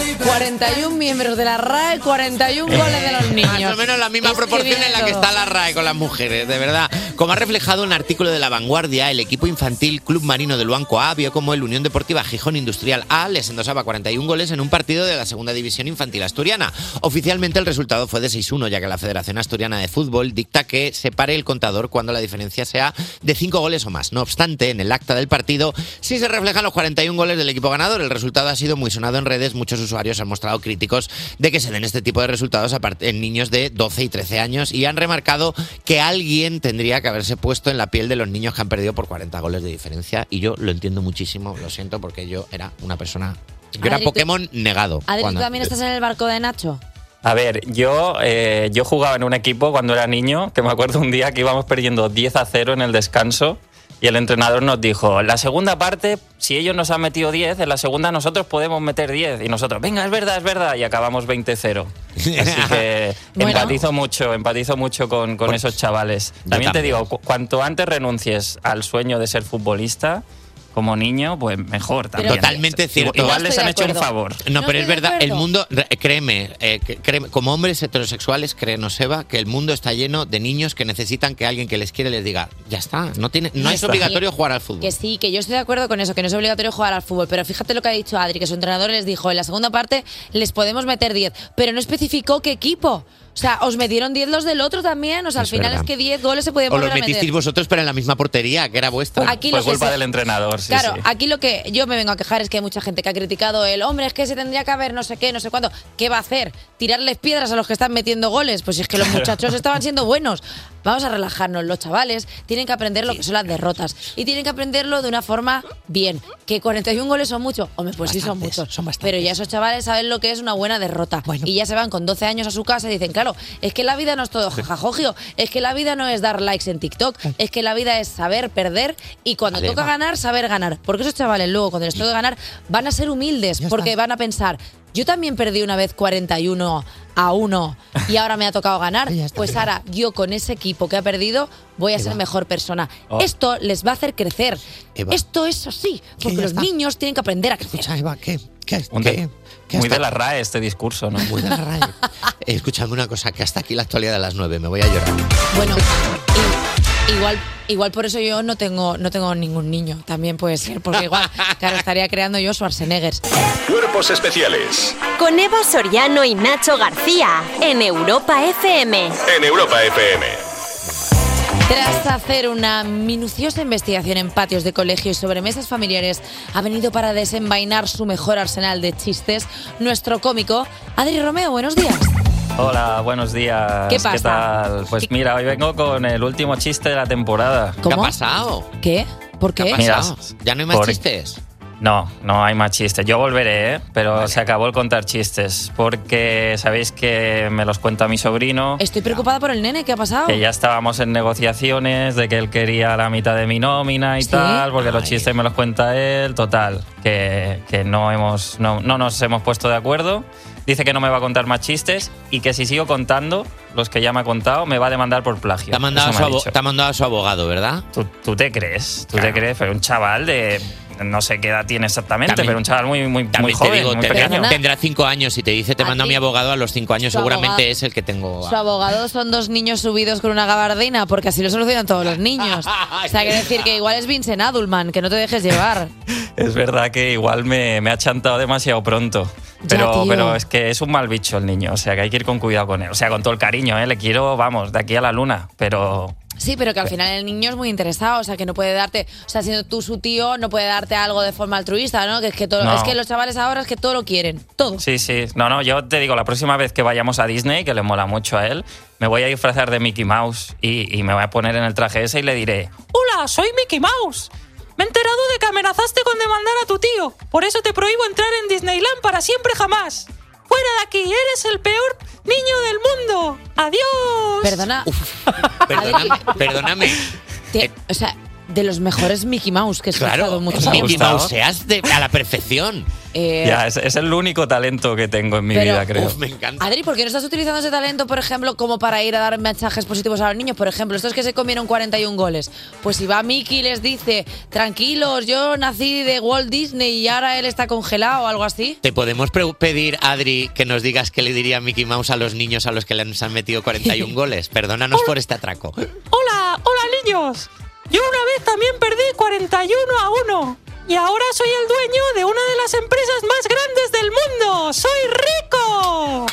41 miembros de la RAE, 41 goles de los niños. Más o menos la misma proporción en la que está la RAE con las mujeres, de verdad. Como ha reflejado un artículo de La Vanguardia, el equipo infantil Club Marino de Luanco A vio como el Unión Deportiva Gijón Industrial A les endosaba 41 goles en un partido de la segunda división infantil asturiana. Oficialmente el resultado fue de 6-1, ya que la Federación Asturiana de Fútbol dicta que se pare el contador cuando la diferencia sea de 5 goles o más. No obstante, en el acta del partido sí se reflejan los 41 goles del equipo ganador. El resultado ha sido muy sonado en redes. Muchos usuarios han mostrado críticos de que se den este tipo de resultados en niños de 12 y 13 años y han remarcado que alguien tendría que haberse puesto en la piel de los niños que han perdido por 40 goles de diferencia. Y yo lo entiendo muchísimo, lo siento, porque yo era una persona... Yo era Adri, tú- Pokémon negado. Adri, ¿tú cuando- también estás en el barco de Nacho? A ver, yo jugaba en un equipo cuando era niño, que me acuerdo un día que íbamos perdiendo 10-0 en el descanso y el entrenador nos dijo, la segunda parte, si ellos nos han metido 10, en la segunda nosotros podemos meter 10. Y nosotros, venga, es verdad, y acabamos 20-0. Así que Bueno. empatizo mucho con esos chavales. También te también. digo, cuanto antes renuncies al sueño de ser futbolista, como niño, pues mejor también. Totalmente cierto. Igual les han hecho un favor. No, pero es estoy de verdad, el acuerdo. mundo, créeme, como hombres heterosexuales, créenos, Eva, que el mundo está lleno de niños que necesitan que alguien que les quiere les diga, ya está, no es obligatorio jugar al fútbol. Que sí, que yo estoy de acuerdo con eso, que no es obligatorio jugar al fútbol, pero fíjate lo que ha dicho Adri, que su entrenador les dijo, en la segunda parte les podemos meter 10, pero no especificó qué equipo. O sea, os metieron 10 los del otro también, o sea, al Es final verdad. es que 10 goles se podían O volver los a meter. metisteis vosotros, pero en la misma portería, que era vuestra. Aquí lo Fue que culpa se- del entrenador, sí, Claro, sí. aquí lo que yo me vengo a quejar es que hay mucha gente que ha criticado el hombre, es que se tendría que haber no sé qué, no sé cuándo. ¿Qué va a hacer? ¿Tirarles piedras a los que están metiendo goles? Pues si es que los muchachos estaban siendo buenos. Vamos a relajarnos, los chavales tienen que aprender lo que son las derrotas y tienen que aprenderlo de una forma bien. ¿Que 41 goles son muchos? Hombre, pues sí son muchos. Pero ya esos chavales saben lo que es una buena derrota. Y ya se van con 12 años a su casa y dicen, claro, es que la vida no es todo jajajogio, es que la vida no es dar likes en TikTok, es que la vida es saber perder y cuando Además. toca ganar, saber ganar. Porque esos chavales luego, cuando les toque ganar, van a ser humildes porque van a pensar, yo también perdí una vez 41-1 y ahora me ha tocado ganar, pues ahora yo con ese equipo que ha perdido voy a ser mejor persona. Oh. Esto les va a hacer crecer. Eva. Esto es así, porque ya los está. niños tienen que aprender a crecer. Eva, ¿qué Muy hasta- de la RAE este discurso, ¿no? Muy de la RAE. Escuchadme una cosa, que hasta aquí la actualidad de las 9, me voy a llorar. Bueno, Igual por eso yo no tengo ningún niño. También puede ser, porque igual, claro, estaría creando yo Schwarzenegger. Cuerpos especiales Con Eva Soriano y Nacho García en Europa FM. en Europa FM. Tras hacer una minuciosa investigación en patios de colegio y sobremesas familiares, ha venido para desenvainar su mejor arsenal de chistes nuestro cómico Adri Romeo. Buenos días. Hola, buenos días. ¿Qué pasa? ¿Qué tal? Pues mira, hoy vengo con el último chiste de la temporada. ¿Cómo? ¿Qué ha pasado? ¿Qué? ¿Por qué? ¿Qué ha pasado? ¿Ya no hay más chistes? No hay más chistes. Yo volveré, pero se acabó el contar chistes. Porque sabéis que me los cuenta mi sobrino. Estoy preocupada por el nene. ¿Qué ha pasado? Que ya estábamos en negociaciones de que él quería la mitad de mi nómina y tal, porque los chistes me los cuenta él. Total, que no nos hemos puesto de acuerdo. Dice que no me va a contar más chistes y que si sigo contando los que ya me ha contado, me va a demandar por plagio. Te ha mandado a su abogado, ¿verdad? ¿Tú te crees? ¿Tú te crees? Pero un chaval de... No sé qué edad tiene exactamente, También- pero un chaval muy También joven, te digo, muy pequeño. tendrá 5 años y te dice te mando a mi abogado a los 5 años, Su seguramente abogado- es el que tengo. Su abogado son 2 niños subidos con una gabardina, porque así lo solucionan todos los niños. O sea, quiere decir que igual es Vincent Adulman, que no te dejes llevar. Es verdad que igual me ha chantado demasiado pronto. tío. Pero es que es un mal bicho el niño, o sea que hay que ir con cuidado con él. O sea, con todo el cariño, le quiero, vamos, de aquí a la luna, pero... Sí, pero que al final el niño es muy interesado, o sea, que no puede darte, o sea, siendo tú su tío, no puede darte algo de forma altruista, ¿no? Que es que todo, No. es que los chavales ahora es que todo lo quieren, todo. Sí. No, yo te digo, la próxima vez que vayamos a Disney, que le mola mucho a él, me voy a disfrazar de Mickey Mouse y me voy a poner en el traje ese y le diré: Hola, soy Mickey Mouse. Me he enterado de que amenazaste con demandar a tu tío. Por eso te prohíbo entrar en Disneyland para siempre jamás. ¡Fuera de aquí! ¡Eres el peor niño del mundo! ¡Adiós! Perdona. Perdóname. O sea, de los mejores Mickey Mouse que he escuchado mucho. Mickey Mouse seas a la perfección. Ya, es el único talento que tengo en mi Pero- vida, creo. Me encanta. Adri, ¿por qué no estás utilizando ese talento, por ejemplo, como para ir a dar mensajes positivos a los niños? Por ejemplo, estos que se comieron 41 goles. Pues si va Mickey y les dice: tranquilos, yo nací de Walt Disney y ahora él está congelado o algo así. ¿Te podemos pedir, Adri, que nos digas qué le diría Mickey Mouse a los niños a los que les han metido 41 goles? Perdónanos por este atraco. ¡Hola, niños! Yo una vez también perdí 41-1. Y ahora soy el dueño de una de las empresas más grandes del mundo. ¡Soy rico!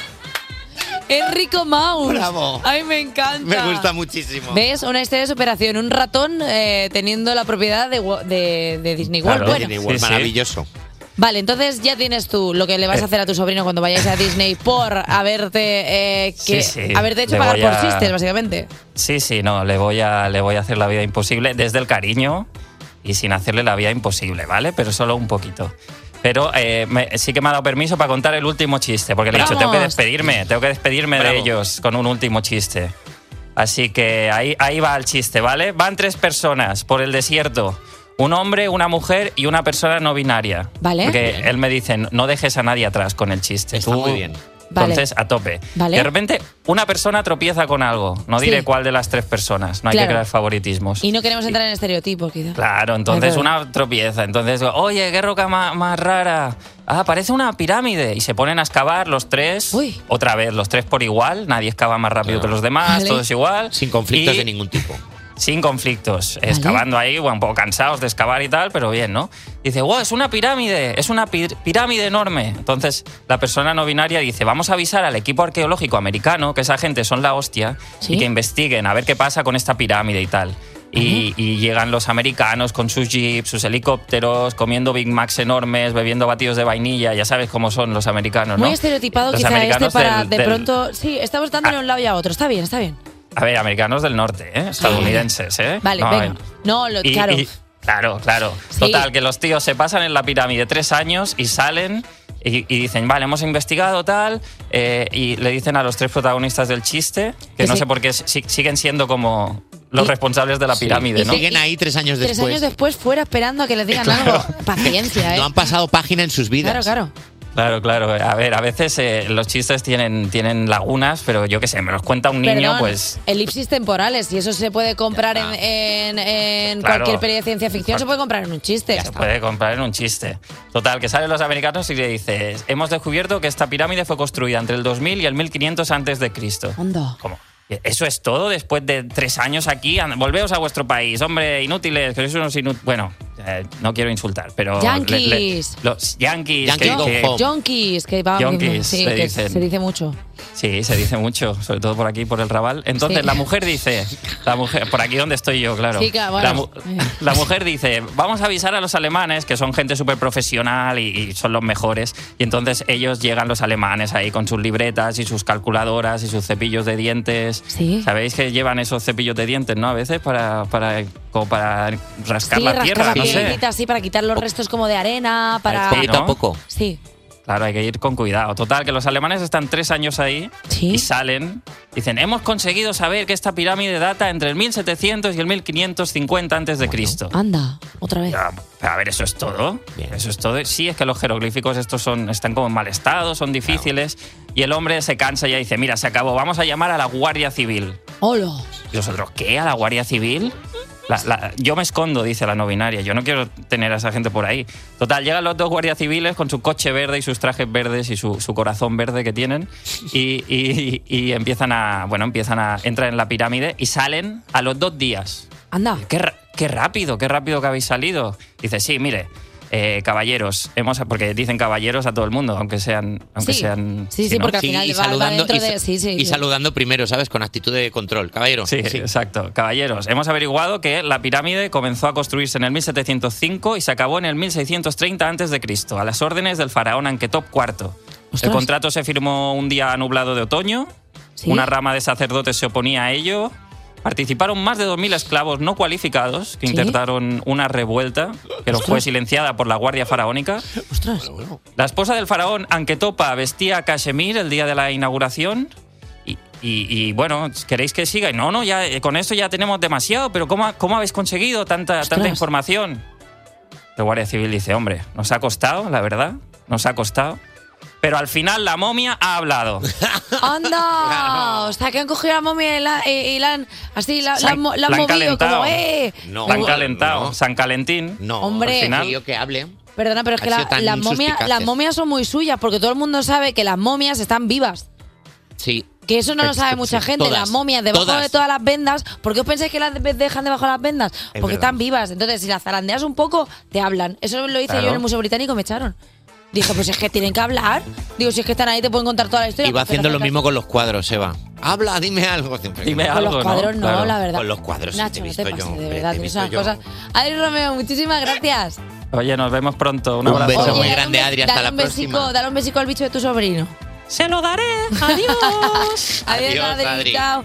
Es Rico Mouse. Bravo. Ay, me encanta. Me gusta muchísimo. ¿Ves? Una historia de superación. Un ratón teniendo la propiedad de Disney World. Claro, Bueno, Disney World, maravilloso. vale, entonces ya tienes tú lo que le vas a hacer a tu sobrino cuando vayáis a Disney por haberte haberte hecho Le pagar voy por a- chistes, básicamente. Sí, no, le voy a hacer la vida imposible desde el cariño y sin hacerle la vida imposible, ¿vale? Pero solo un poquito. Pero sí que me ha dado permiso para contar el último chiste, porque le he dicho, tengo que despedirme de ellos con un último chiste. Así que ahí va el chiste, ¿vale? Van 3 personas por el desierto. Un hombre, una mujer y una persona no binaria. Vale. Porque él me dice, no dejes a nadie atrás con el chiste. Está muy bien. Entonces, a tope. Vale. De repente, una persona tropieza con algo. No diré Sí. cuál de las 3 personas. No hay Claro. que crear favoritismos. Y no queremos entrar en estereotipos, quizá. Claro, entonces Ay, una tropieza. Entonces, oye, qué roca más rara. Ah, parece una pirámide. Y se ponen a excavar los 3. Otra vez, los 3 por igual. Nadie excava más rápido que los demás. Vale. Todo es igual. Sin conflictos Y- de ningún tipo. Sin conflictos, excavando ahí, bueno, un poco cansados de excavar y tal, pero bien, ¿no? Dice, wow, es una pirámide, es una pirámide enorme. Entonces, la persona no binaria dice, vamos a avisar al equipo arqueológico americano, que esa gente son la hostia, y que investiguen a ver qué pasa con esta pirámide y tal. Y llegan los americanos con sus jeeps, sus helicópteros, comiendo Big Macs enormes, bebiendo batidos de vainilla, ya sabes cómo son los americanos, ¿no? Muy estereotipado Los quizá este americanos para del- de del- pronto... Sí, estamos dándole un lado y a otro. Está bien, está bien. A ver, americanos del norte, estadounidenses, ¿eh? Vale, No, venga. No, claro. Claro. Sí. Total, que los tíos se pasan en la pirámide 3 años y salen y dicen, vale, hemos investigado tal, y le dicen a los 3 protagonistas del chiste, que no sé por qué siguen siendo como los responsables de la pirámide, Y ¿no? siguen ahí 3 años 3 después. años después fuera esperando a que les digan algo. Paciencia, ¿eh? No han pasado página en sus vidas. Claro. Claro. A ver, a veces los chistes tienen lagunas, pero yo qué sé, me los cuenta un niño, Perdón, pues... elipsis temporales, y eso se puede comprar en Claro. cualquier peli de ciencia ficción, se puede comprar en un chiste. Se puede comprar en un chiste. Total, que salen los americanos y le dice, hemos descubierto que esta pirámide fue construida entre el 2000 y el 1500 antes de Cristo. Onda. ¿Cómo? Eso es todo después de 3 años aquí. Volveos a vuestro país, hombre, inútiles, que sois unos inútiles. Bueno, no quiero insultar, pero... Yankees. Los Yankees. Yankees, que va... Yankees, sí, se que dicen. se dice mucho. Sí, se dice mucho, sobre todo por aquí, por el Raval. Entonces, Sí. la mujer dice... por aquí donde estoy yo, claro. Sí, claro, bueno. La mujer dice, vamos a avisar a los alemanes, que son gente súper profesional y son los mejores. Y entonces ellos llegan, los alemanes, ahí con sus libretas y sus calculadoras y sus cepillos de dientes. Sí. ¿Sabéis que llevan esos cepillos de dientes, no? A veces como para rascar Sí, la rascar tierra, la no sé. piedrita, sí, para quitar los restos como de arena, para... Poquito a poco. Sí. Claro, hay que ir con cuidado. Total, que los alemanes están 3 años ahí y salen. Dicen, hemos conseguido saber que esta pirámide data entre el 1700 y el 1550 antes de Cristo. Anda, otra vez. A ver, ¿eso es todo? Eso es todo. Sí, es que los jeroglíficos estos están como en mal estado, son difíciles. Y el hombre se cansa y ya dice, mira, se acabó, vamos a llamar a la Guardia Civil. ¡Hola! ¿Y los otros qué? ¿A la Guardia Civil? Yo me escondo, dice la no binaria. Yo no quiero tener a esa gente por ahí. Total, llegan los 2 guardias civiles con su coche verde y sus trajes verdes y su corazón verde que tienen y empiezan a entrar en la pirámide y salen a los 2 días. Anda. Qué rápido que habéis salido. Dice, sí, mire, caballeros, porque dicen caballeros a todo el mundo, aunque sean... Sí, porque al final y va saludando, dentro de... Sí, y saludando primero, ¿sabes? Con actitud de control. Caballero. Sí, exacto. Caballeros, hemos averiguado que la pirámide comenzó a construirse en el 1705 y se acabó en el 1630 a.C., a las órdenes del faraón Ankhetop IV. El contrato se firmó un día nublado de otoño. ¿Sí? Una rama de sacerdotes se oponía a ello. Participaron más de 2.000 esclavos no cualificados que intentaron una revuelta, pero fue silenciada por la guardia faraónica. ¡Ostras! La esposa del faraón, Anketopa, vestía cachemir el día de la inauguración. Y bueno, ¿queréis que siga? Y no, ya con esto ya tenemos demasiado, pero ¿cómo habéis conseguido tanta información? La Guardia Civil dice, hombre, nos ha costado, la verdad, nos ha costado. Pero al final la momia ha hablado. ¡Anda! Claro. O sea, que han cogido la momia y la han movido como... No, la han calentado. No. San Calentín. No, hombre, al final que hable. Perdona, pero es que las momias son muy suyas, porque todo el mundo sabe que las momias están vivas. Sí. Que eso no lo sabe mucha gente. Todas, las momias debajo de todas las vendas. ¿Por qué os pensáis que las dejan debajo de las vendas? Porque están vivas. Entonces, si las zarandeas un poco, te hablan. Eso lo hice yo en el Museo Británico, me echaron. Dije, pues es que tienen que hablar. Digo, si es que están ahí, te pueden contar toda la historia. Y va haciendo lo mismo con los cuadros, Eva. Habla, dime algo. Dime algo, con los cuadros no, claro. la verdad. Con los cuadros Nacho, sí te he visto no te pases, yo. de verdad, tienes unas cosas. Adri Romeo, muchísimas gracias. Oye, nos vemos pronto. Un abrazo. abrazo. Un beso muy grande, Adri. Hasta la próxima. Dale un besico al bicho de tu sobrino. Se lo daré. Adiós. Adiós, Adri. Chao.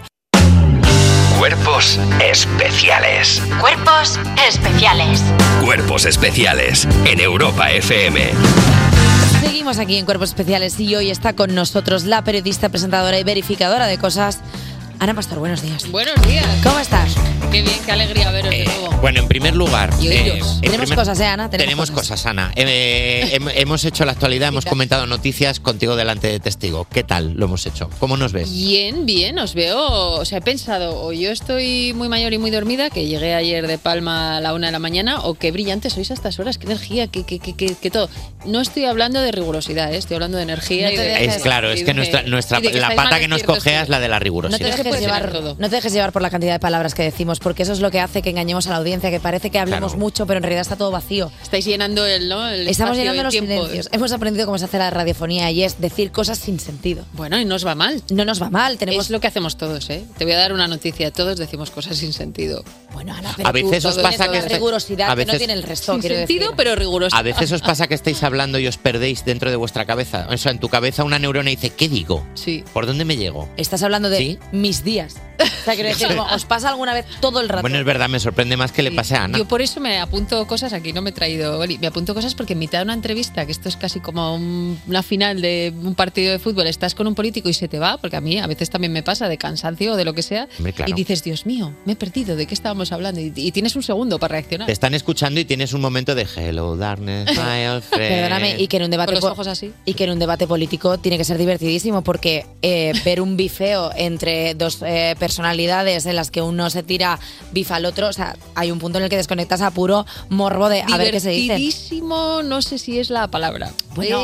Cuerpos especiales. Cuerpos especiales. Cuerpos especiales en Europa FM. Seguimos aquí en Cuerpos Especiales y hoy está con nosotros la periodista, presentadora y verificadora de cosas, Ana Pastor. Buenos días. Buenos días. ¿Cómo estás? Qué bien, qué alegría veros de nuevo. Bueno, en primer lugar... tenemos cosas, Ana. Tenemos cosas, Ana. Hemos hecho la actualidad, hemos comentado noticias contigo delante de testigo. ¿Qué tal lo hemos hecho? ¿Cómo nos ves? Bien, os veo. O sea, he pensado, o yo estoy muy mayor y muy dormida, que llegué ayer de Palma a la 1 de la mañana, o qué brillantes sois a estas horas, qué energía, que todo. No estoy hablando de rigurosidad, estoy hablando de energía y de... Es claro, es que la pata que nos cogea es la de la rigurosidad. No te dejes llevar por la cantidad de palabras que decimos, porque eso es lo que hace que engañemos a la audiencia, que parece que hablemos mucho, pero en realidad está todo vacío. Estáis llenando Estamos llenando los silencios. Hemos aprendido cómo se hace la radiofonía y es decir cosas sin sentido. Bueno, y nos va mal. No nos va mal. Es lo que hacemos todos, ¿eh? Te voy a dar una noticia. Todos decimos cosas sin sentido. Bueno, Ana, pero a veces os pasa que... rigurosidad que no tiene el resto, sin sentido, pero rigurosidad. A veces os pasa que estáis hablando y os perdéis dentro de vuestra cabeza. O sea, en tu cabeza una neurona dice, ¿qué digo? Sí. ¿Por dónde me llego? Estás hablando de mis días. O sea, quiero decir, ¿os pasa alguna vez todo el rato? Bueno, es verdad, me sorprende más que le pase a Ana. Yo por eso me apunto cosas, aquí no me he traído, me apunto cosas porque en mitad de una entrevista, que esto es casi como una final de un partido de fútbol, estás con un político y se te va, porque a mí a veces también me pasa de cansancio o de lo que sea, y dices, Dios mío, me he perdido, ¿de qué estábamos hablando? Y tienes un segundo para reaccionar. Te están escuchando y tienes un momento de hello, darkness, my old friend. Perdóname, y que en un debate con los ojos así. Y que en un debate político tiene que ser divertidísimo, porque ver un bifeo entre dos personalidades en las que uno se tira bifa al otro, o sea, hay un punto en el que desconectas a puro morbo de a ver qué se dice. Divertidísimo, no sé si es la palabra, Bueno,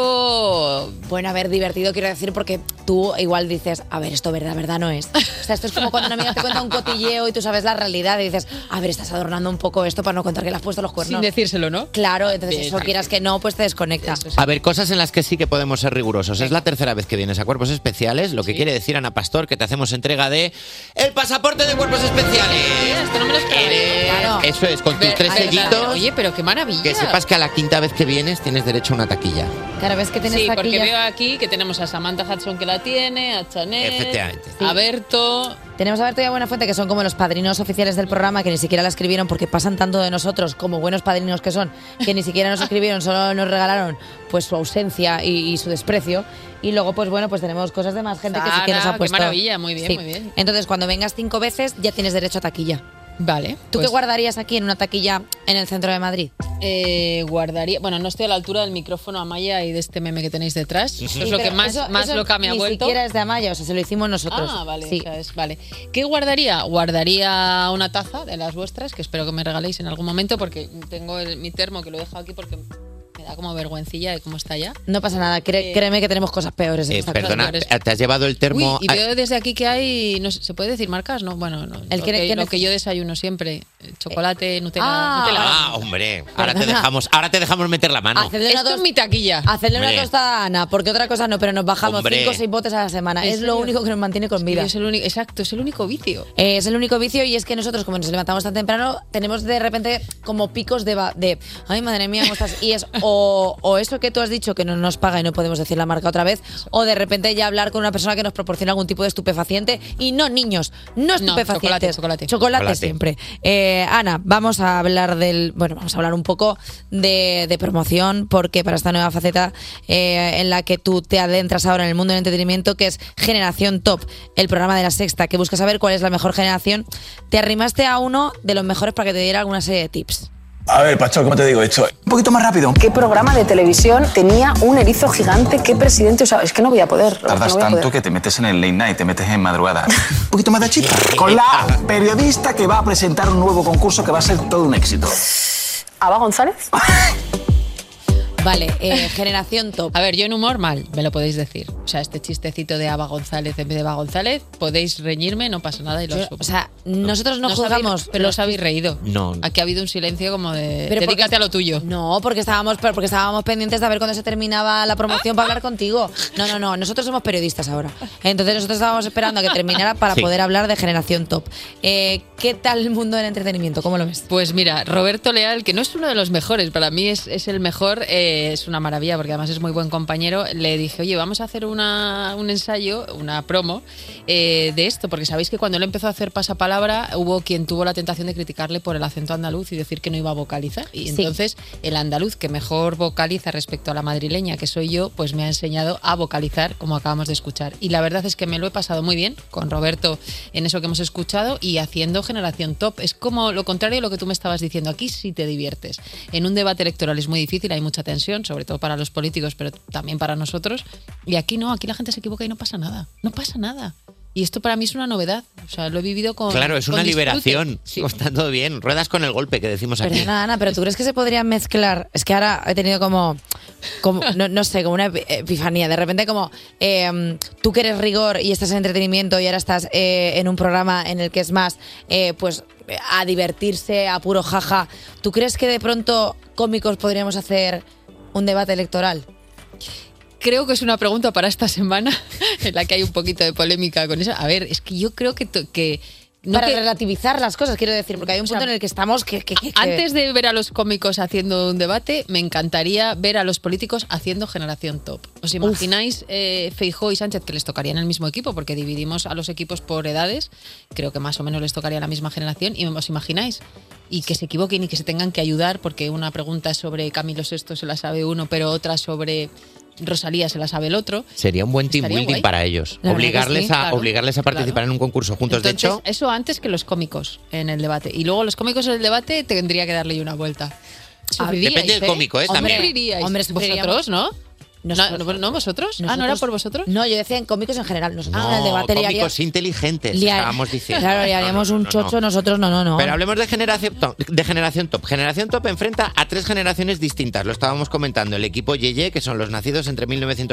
pero... Bueno, a ver, divertido quiero decir porque tú igual dices, a ver, esto verdad no es. O sea, esto es como cuando una amiga te cuenta un cotilleo y tú sabes la realidad y dices, a ver, estás adornando un poco esto para no contar que le has puesto los cuernos. Sin decírselo, ¿no? Claro, entonces eso quieras que no, pues te desconecta. A ver, cosas en las que sí que podemos ser rigurosos. Es la tercera vez que vienes a Cuerpos Especiales, lo que quiere decir, Ana Pastor, que te hacemos entrega de el pasaporte de Cuerpos Especiales. Esto no me lo esperaba. Claro. Eso es, con tus 3 sellitos. Oye, pero qué maravilla. Que sepas que a la quinta vez que vienes tienes derecho a una taquilla. Claro, ves que tienes Sí, taquilla. porque veo aquí que tenemos a Samantha Hudson que la tiene, a Chanel, Efectivamente. a Berto... Tenemos a Berto y a Buenafuente, que son como los padrinos oficiales del programa, que ni siquiera la escribieron porque pasan tanto de nosotros como buenos padrinos que son, que ni siquiera nos escribieron, solo nos regalaron pues su ausencia y su desprecio. Y luego, pues bueno, pues tenemos cosas de más gente que sí que nos ha Sara, puesto. qué maravilla, muy bien, Sí. muy bien. Entonces, cuando vengas 5 veces, ya tienes derecho a taquilla. Vale. ¿Tú pues, qué guardarías aquí en una taquilla en el centro de Madrid? Guardaría... Bueno, no estoy a la altura del micrófono Amaya y de este meme que tenéis detrás. Eso es lo que más loca me ha vuelto. Ni siquiera es de Amaya, o sea, se lo hicimos nosotros. Ah, vale, Sí. o sea, vale. ¿Qué guardaría? Guardaría una taza de las vuestras, que espero que me regaléis en algún momento, porque tengo mi termo que lo he dejado aquí porque me da como vergüencilla de cómo está ya. No pasa nada, créeme que tenemos cosas peores. En esta Perdona, casa. ¿te has llevado el termo? Uy, y veo desde aquí que hay... No sé, ¿se puede decir marcas? No, bueno, no. Lo que yo desayuno siempre. Chocolate, Nutella. Nutella. Ah, hombre, ahora te dejamos meter la mano. Esto es mi taquilla. Hacerle Hombre. una tostada a Ana, porque otra cosa no, pero nos bajamos Hombre. 5 o 6 botes a la semana. ¿En Es lo serio? único que nos mantiene con vida. Es el único, exacto, es el único vicio. Es el único vicio y es que nosotros, como nos levantamos tan temprano, tenemos de repente como picos de ay, madre mía, ¿cómo estás? Y es o eso que tú has dicho que no nos paga y no podemos decir la marca otra vez, o de repente ya hablar con una persona que nos proporciona algún tipo de estupefaciente. Y no, niños, no estupefacientes. Chocolate siempre. Ana, vamos a hablar vamos a hablar un poco de promoción, porque para esta nueva faceta en la que tú te adentras ahora en el mundo del entretenimiento, que es Generación Top, el programa de La Sexta, que busca saber cuál es la mejor generación, te arrimaste a uno de los mejores para que te diera alguna serie de tips. A ver, Pastor, ¿cómo te digo esto? Un poquito más rápido. ¿Qué programa de televisión tenía un erizo gigante? ¿Qué presidente usaba? Es que no voy a poder. Tardas tanto que te metes en el late night, te metes en madrugada. Un poquito más de chispa. Con la periodista que va a presentar un nuevo concurso que va a ser todo un éxito. ¿Ava González? Vale, Generación Top. A ver, yo en humor mal, me lo podéis decir. O sea, este chistecito de Ava González en vez de Eva González, podéis reñirme, no pasa nada y lo subo. O sea, nosotros no os juzgamos, habéis- pero os habéis reído. No. Aquí ha habido un silencio como de Pero porque- dedícate a lo tuyo. No, porque estábamos pendientes de ver cuándo se terminaba la promoción para hablar contigo. No, nosotros somos periodistas ahora. Entonces nosotros estábamos esperando a que terminara para Sí. poder hablar de Generación Top. ¿Qué tal el mundo del entretenimiento? ¿Cómo lo ves? Pues mira, Roberto Leal, que no es uno de los mejores, para mí es el mejor, es una maravilla porque además es muy buen compañero. Le dije, oye, vamos a hacer un ensayo, una promo de esto, porque sabéis que cuando él empezó a hacer pasapalabra hubo quien tuvo la tentación de criticarle por el acento andaluz y decir que no iba a vocalizar. Y entonces el andaluz que mejor vocaliza respecto a la madrileña, que soy yo, pues me ha enseñado a vocalizar como acabamos de escuchar. Y la verdad es que me lo he pasado muy bien con Roberto en eso que hemos escuchado y haciendo Generación Top. Es como lo contrario de lo que tú me estabas diciendo. Aquí sí te diviertes. En un debate electoral es muy difícil, hay mucha tensión, sobre todo para los políticos, pero también para nosotros. Y aquí no, aquí la gente se equivoca y no pasa nada. No pasa nada. Y esto para mí es una novedad. O sea, lo he vivido con. Claro, es con una disfrute. liberación. Sí. Está todo bien. Ruedas con el golpe que decimos aquí. Perdona, Ana, pero ¿tú crees que se podrían mezclar? Es que ahora he tenido como no sé, como una epifanía. De repente como tú que eres rigor y estás en entretenimiento y ahora estás en un programa en el que es más, pues, a divertirse, a puro jaja. ¿Tú crees que de pronto cómicos podríamos hacer un debate electoral? Creo que es una pregunta para esta semana en la que hay un poquito de polémica con eso. A ver, es que yo creo que no para que- relativizar las cosas, quiero decir, porque hay un punto en el que estamos que Antes de ver a los cómicos haciendo un debate, me encantaría ver a los políticos haendo Generación Top. ¿Os imagináis Feijóo y Sánchez, que les tocaría en el mismo equipo? Porque dividimos a los equipos por edades. Creo que más o menos les tocaría la misma generación. ¿Y os imagináis? Y que se equivoquen y que se tengan que ayudar, porque una pregunta sobre Camilo VI se la sabe uno, pero otra sobre Rosalía se la sabe el otro. Sería un buen team Estaría building guay. para ellos. La verdad que Obligarles, sí, a, claro, obligarles a participar en un concurso juntos. Entonces, de hecho, eso antes que los cómicos en el debate. Y luego los cómicos en el debate tendría que darle yo una vuelta. Sufriríais, depende del cómico, ¿eh? Hombre, También. sufriríais. Hombre, sufriríamos. Vosotros, ¿no? ¿No vosotros? ¿No era por vosotros? No, yo decía en cómicos en general. Nosotros en el No, debate cómicos inteligentes, estábamos diciendo. Claro, le haríamos un chocho, nosotros no. Pero hablemos de Generación Top. Generación Top enfrenta a 3 generaciones distintas. Lo estábamos comentando. El equipo Yeye, que son los nacidos entre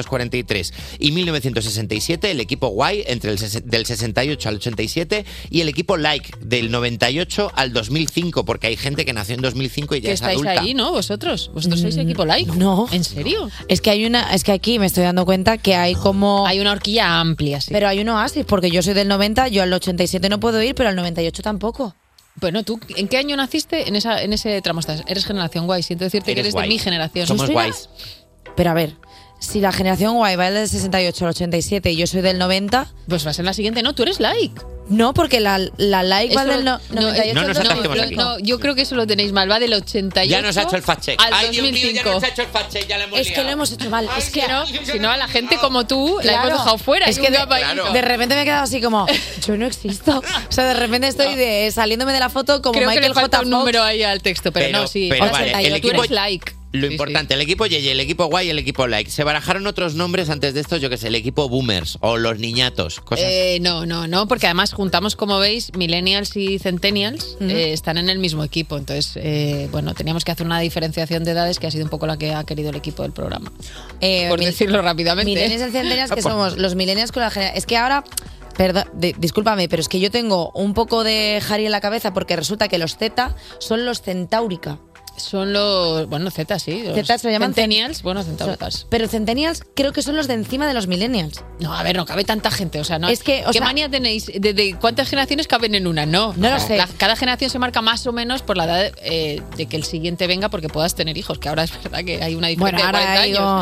1943 y 1967. El equipo Guay, del 68 al 87. Y el equipo Like, del 98 al 2005. Porque hay gente que nació en 2005 y ya es adulta. Que estáis ahí, ¿no? Vosotros sois equipo Like. No. ¿En serio? Es que aquí me estoy dando cuenta que hay como... Hay una horquilla amplia, sí. Pero hay un oasis, porque yo soy del 90, yo al 87 no puedo ir, pero al 98 tampoco. Bueno, ¿tú en qué año naciste? En ese tramo estás. Eres generación guay. Siento decirte que eres guay. de mi generación. Somos guays. Pero a ver, si la generación guay va del 68 al 87 y yo soy del 90... Pues vas en la siguiente, ¿no? Tú eres like. No, porque la like va del 98 no nos atasquemos aquí. No, yo creo que eso lo tenéis mal. Va del 88 Ya nos ha hecho el fact-check. al Ay, 2005. Dios mío, ya nos ha hecho el fact-check, ya le hemos Es que liado. lo hemos hecho mal. Es que Si no, a la gente como tú la hemos dejado fuera. Es y que nunca va a ir. de repente me he quedado así como, yo no existo. O sea, de repente estoy saliéndome de la foto como Creo que Michael le falta J. un Fox. número ahí al texto, pero no, sí. Pero vale, el 88, equipo... tú eres like. Lo importante, el equipo Yeye, el equipo Guay y el equipo Like. Se barajaron otros nombres antes de estos, yo que sé, el equipo Boomers o los niñatos, cosas. No, porque además juntamos, como veis, millennials y centennials están en el mismo equipo. Entonces, bueno, teníamos que hacer una diferenciación de edades que ha sido un poco la que ha querido el equipo del programa. Por decirlo rápidamente. Millennials y centennials, que somos los millennials con la generación... Es que ahora... Perdón, discúlpame, pero es que yo tengo un poco de Harry en la cabeza porque resulta que los Z son los Centaurica. Son los... Bueno, Z, sí. Z se llaman Centennials, bueno, Centauricas. Pero Centennials creo que son los de encima de los Millennials. No, a ver, no cabe tanta gente. O sea, no. Es que, ¿Qué manía tenéis? ¿De cuántas generaciones caben en una? No lo sé. Cada generación se marca más o menos por la edad de que el siguiente venga porque puedas tener hijos, que ahora es verdad que hay una diferencia de 40 años.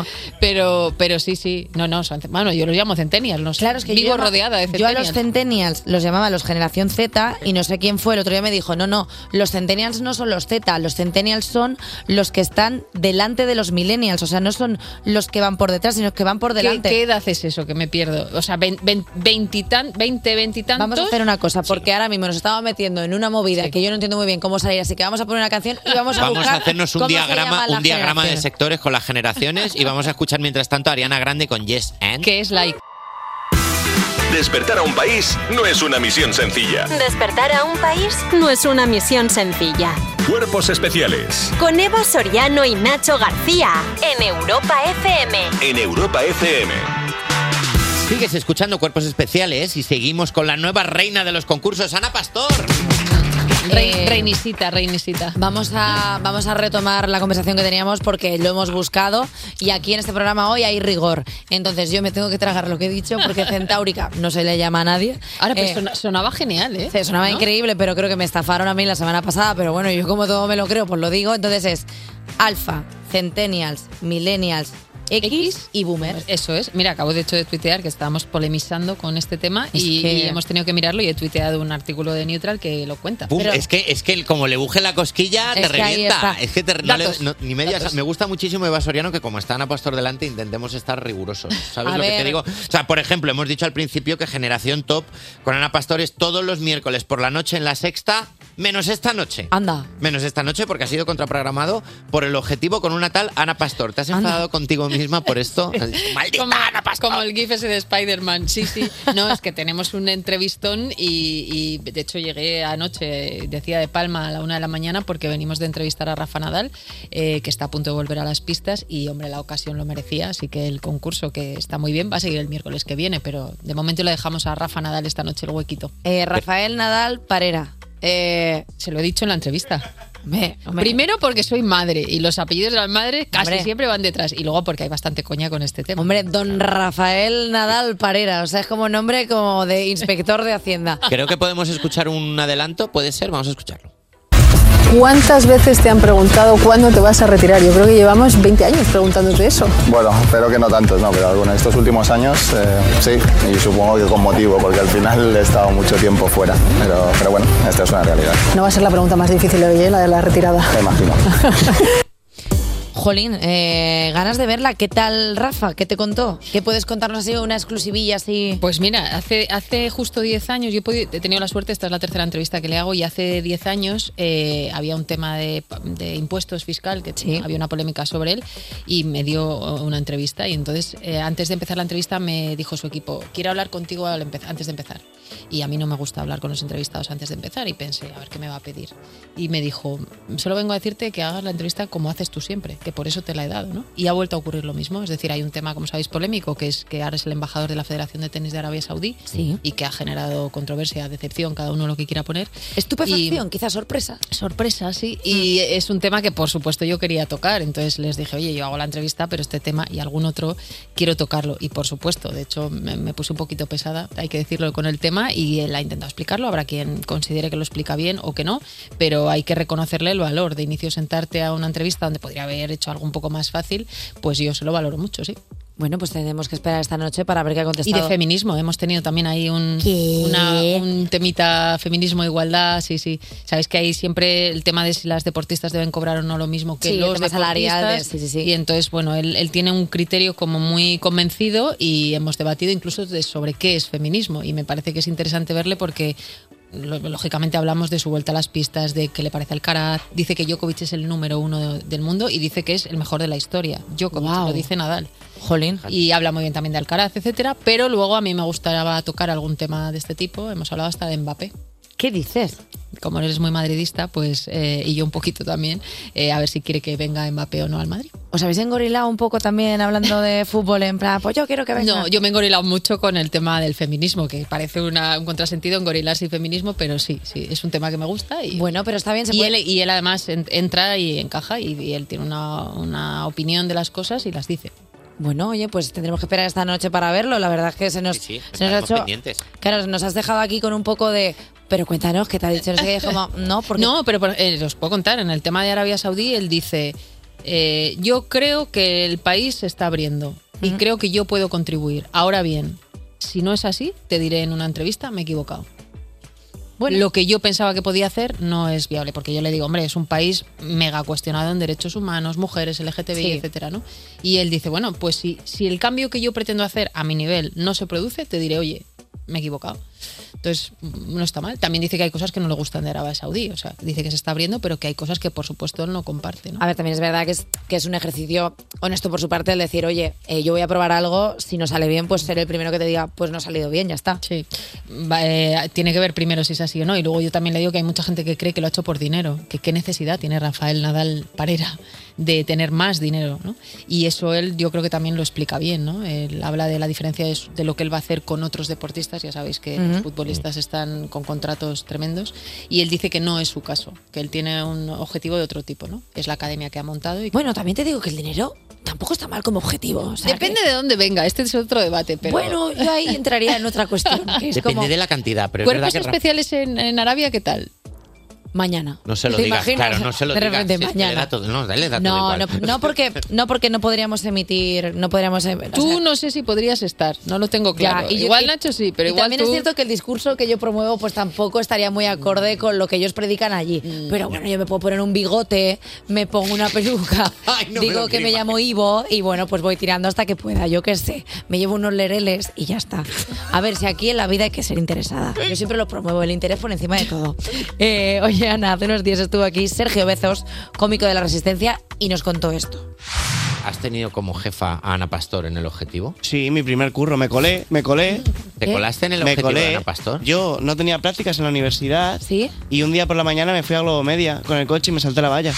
Pero sí. No, bueno, yo los llamo Centennials. No sé. Claro, es que vivo rodeada de Yo Centennials. a los Centennials los llamaba los Generación Z y no sé quién fue, el otro día me dijo, no, los Centennials no son los Z, los Centennials son los que están delante de los Millennials, o sea, no son los que van por detrás, sino que van por delante. ¿Qué edad es eso que me pierdo? O sea, 20 y tantos. Vamos a hacer una cosa, porque ahora mismo nos estamos metiendo en una movida que yo no entiendo muy bien cómo salir, así que vamos a poner una canción y vamos a buscar hacernos un cómo se diagrama llaman las de generaciones. sectores con las generaciones y vamos a escuchar mientras tanto a Ariana Grande con Yes and. Que es like. Despertar a un país no es una misión sencilla. Despertar a un país no es una misión sencilla. Cuerpos especiales Con Eva Soriano y Nacho García en Europa FM. en Europa FM. Sigues escuchando Cuerpos Especiales y seguimos con la nueva reina de los concursos, Ana Pastor. Reinisita. Vamos a retomar la conversación que teníamos porque lo hemos buscado y aquí en este programa hoy hay rigor. Entonces yo me tengo que tragar lo que he dicho porque Centaurica no se le llama a nadie. Ahora, pero sonaba genial, ¿eh? Sí, sonaba increíble, pero creo que me estafaron a mí la semana pasada. Pero bueno, yo como todo me lo creo, pues lo digo. Entonces es Alfa, Centennials, Millennials, X y Boomers. Eso es. Mira, acabo de hecho de tuitear que estábamos polemizando con este tema y hemos tenido que mirarlo y he tuiteado un artículo de Neutral que lo cuenta. Pero es que como le buje la cosquilla, te revienta. Es que ni medias. Me gusta muchísimo Eva Soriano que como está Ana Pastor delante intentemos estar rigurosos. ¿Sabes lo que te digo? O sea, por ejemplo, hemos dicho al principio que Generación Top con Ana Pastor es todos los miércoles por la noche en La Sexta, menos esta noche. Anda. Menos esta noche porque ha sido contraprogramado por el objetivo con una tal Ana Pastor. ¿Te has enfadado contigo misma por esto? ¡Maldita Ana Pastor! Como el gif ese de Spider-Man. Sí. No, es que tenemos un entrevistón y de hecho llegué anoche, decía de Palma a la 1 de la mañana porque venimos de entrevistar a Rafa Nadal, que está a punto de volver a las pistas y, hombre, la ocasión lo merecía. Así que el concurso, que está muy bien, va a seguir el miércoles que viene, pero de momento le dejamos a Rafa Nadal esta noche el huequito. Rafael Nadal Parera. Se lo he dicho en la entrevista. Primero porque soy madre y los apellidos de las madres casi siempre van detrás y luego porque hay bastante coña con este tema. Hombre, don Rafael Nadal Parera, o sea, es como nombre como de inspector de Hacienda. Creo que podemos escuchar un adelanto, ¿puede ser? Vamos a escucharlo. ¿Cuántas veces te han preguntado cuándo te vas a retirar? Yo creo que llevamos 20 años preguntándote eso. Bueno, espero que no tantos, no, pero algunos. Estos últimos años sí, y supongo que con motivo, porque al final he estado mucho tiempo fuera. Pero bueno, esta es una realidad. No va a ser la pregunta más difícil de hoy, la de la retirada. Me imagino. Jolín, ganas de verla. ¿Qué tal, Rafa? ¿Qué te contó? ¿Qué puedes contarnos así, una exclusivilla así? Pues mira, hace justo 10 años, yo he tenido la suerte, esta es la tercera entrevista que le hago, y hace 10 años había un tema de impuestos fiscal, que había una polémica sobre él, y me dio una entrevista. Y entonces, antes de empezar la entrevista, me dijo su equipo, quiero hablar contigo antes de empezar. Y a mí no me gusta hablar con los entrevistados antes de empezar, y pensé, a ver qué me va a pedir. Y me dijo, solo vengo a decirte que hagas la entrevista como haces tú siempre, que por eso te la he dado, ¿no? Y ha vuelto a ocurrir lo mismo. Es decir, hay un tema, como sabéis, polémico, que es que ahora es el embajador de la Federación de Tenis de Arabia Saudí, y que ha generado controversia, decepción, cada uno lo que quiera poner. Estupefacción, quizás sorpresa. Sorpresa, sí. Y es un tema que, por supuesto, yo quería tocar. Entonces les dije, oye, yo hago la entrevista, pero este tema y algún otro quiero tocarlo. Y por supuesto, de hecho, me puse un poquito pesada, hay que decirlo, con el tema, y él ha intentado explicarlo. Habrá quien considere que lo explica bien o que no, pero hay que reconocerle el valor. De inicio, sentarte a una entrevista donde podría haber hecho algo un poco más fácil, pues yo se lo valoro mucho, sí. Bueno, pues tenemos que esperar esta noche para ver qué ha contestado. Y de feminismo, hemos tenido también ahí un temita feminismo, igualdad, sí. Sabéis que hay siempre el tema de si las deportistas deben cobrar o no lo mismo que los deportistas. Sí. Y entonces, bueno, él tiene un criterio como muy convencido, y hemos debatido incluso sobre qué es feminismo, y me parece que es interesante verle porque lógicamente hablamos de su vuelta a las pistas, de qué le parece Alcaraz. Dice que Djokovic es el número 1 del mundo y dice que es el mejor de la historia. Djokovic, lo dice Nadal. Jolín. Y habla muy bien también de Alcaraz, etcétera. Pero luego a mí me gustaría tocar algún tema de este tipo. Hemos hablado hasta de Mbappé. ¿Qué dices? Como eres muy madridista, pues y yo un poquito también, a ver si quiere que venga Mbappé o no al Madrid. ¿Os habéis engorilado un poco también hablando de fútbol en plan, pues yo quiero que venga? No, yo me he engorilado mucho con el tema del feminismo, que parece un contrasentido engorilarse y feminismo, pero sí, es un tema que me gusta. Y, bueno, pero está bien. Y él además entra y encaja, y él tiene una opinión de las cosas y las dice. Bueno, oye, pues tendremos que esperar esta noche para verlo. La verdad es que se nos ha hecho... pendientes. Claro, nos has dejado aquí con un poco de... Pero cuéntanos, ¿qué te ha dicho? No sé qué, como, no, porque... No, pero os puedo contar, en el tema de Arabia Saudí, él dice, yo creo que el país se está abriendo y creo que yo puedo contribuir. Ahora bien, si no es así, te diré en una entrevista, me he equivocado. Bueno, lo que yo pensaba que podía hacer no es viable, porque yo le digo, hombre, es un país mega cuestionado en derechos humanos, mujeres, LGTBI, etcétera, ¿no? Y él dice, bueno, pues si el cambio que yo pretendo hacer a mi nivel no se produce, te diré, oye, me he equivocado. Entonces, no está mal. También dice que hay cosas que no le gustan de Arabia Saudí. O sea, dice que se está abriendo, pero que hay cosas que, por supuesto, él no comparte, ¿no? A ver, también es verdad que es un ejercicio honesto por su parte el decir, oye, yo voy a probar algo, si no sale bien, pues seré el primero que te diga, pues no ha salido bien, ya está. Sí. Tiene que ver primero si es así o no. Y luego yo también le digo que hay mucha gente que cree que lo ha hecho por dinero. Que qué necesidad tiene Rafael Nadal Parera de tener más dinero, ¿no? Y eso él, yo creo que también lo explica bien, ¿no? Él habla de la diferencia de lo que él va a hacer con otros deportistas. Ya sabéis que los futbolistas están con contratos tremendos, y él dice que no es su caso, que él tiene un objetivo de otro tipo, ¿no? Es la academia que ha montado. Y bueno, también te digo que el dinero tampoco está mal como objetivo. O sea, depende de dónde venga, este es otro debate. Pero... Bueno, yo ahí entraría en otra cuestión. Que es depende de la cantidad, pero es ¿cuerpos verdad que especiales en Arabia qué tal? Mañana. No se lo digas, claro, no se lo digas. De repente, mañana. No, porque no podríamos emitir, Tú no sé si podrías estar, no lo tengo claro. Ya, igual Nacho sí, pero igual también tú... es cierto que el discurso que yo promuevo pues tampoco estaría muy acorde con lo que ellos predican allí. Pero bueno, yo me puedo poner un bigote, me pongo una peluca, digo que me llamo Ivo y bueno, pues voy tirando hasta que pueda, yo qué sé. Me llevo unos lereles y ya está. A ver, si aquí en la vida hay que ser interesada. Yo siempre lo promuevo, el interés por encima de todo. Oye, Ana, hace unos días estuvo aquí Sergio Bezos, cómico de La Resistencia, y nos contó esto. ¿Has tenido como jefa a Ana Pastor en El Objetivo? Sí, mi primer curro, me colé. ¿Te colaste en El Objetivo de Ana Pastor? Yo no tenía prácticas en la universidad. ¿Sí? Y un día por la mañana me fui a Globomedia con el coche y me salté la valla.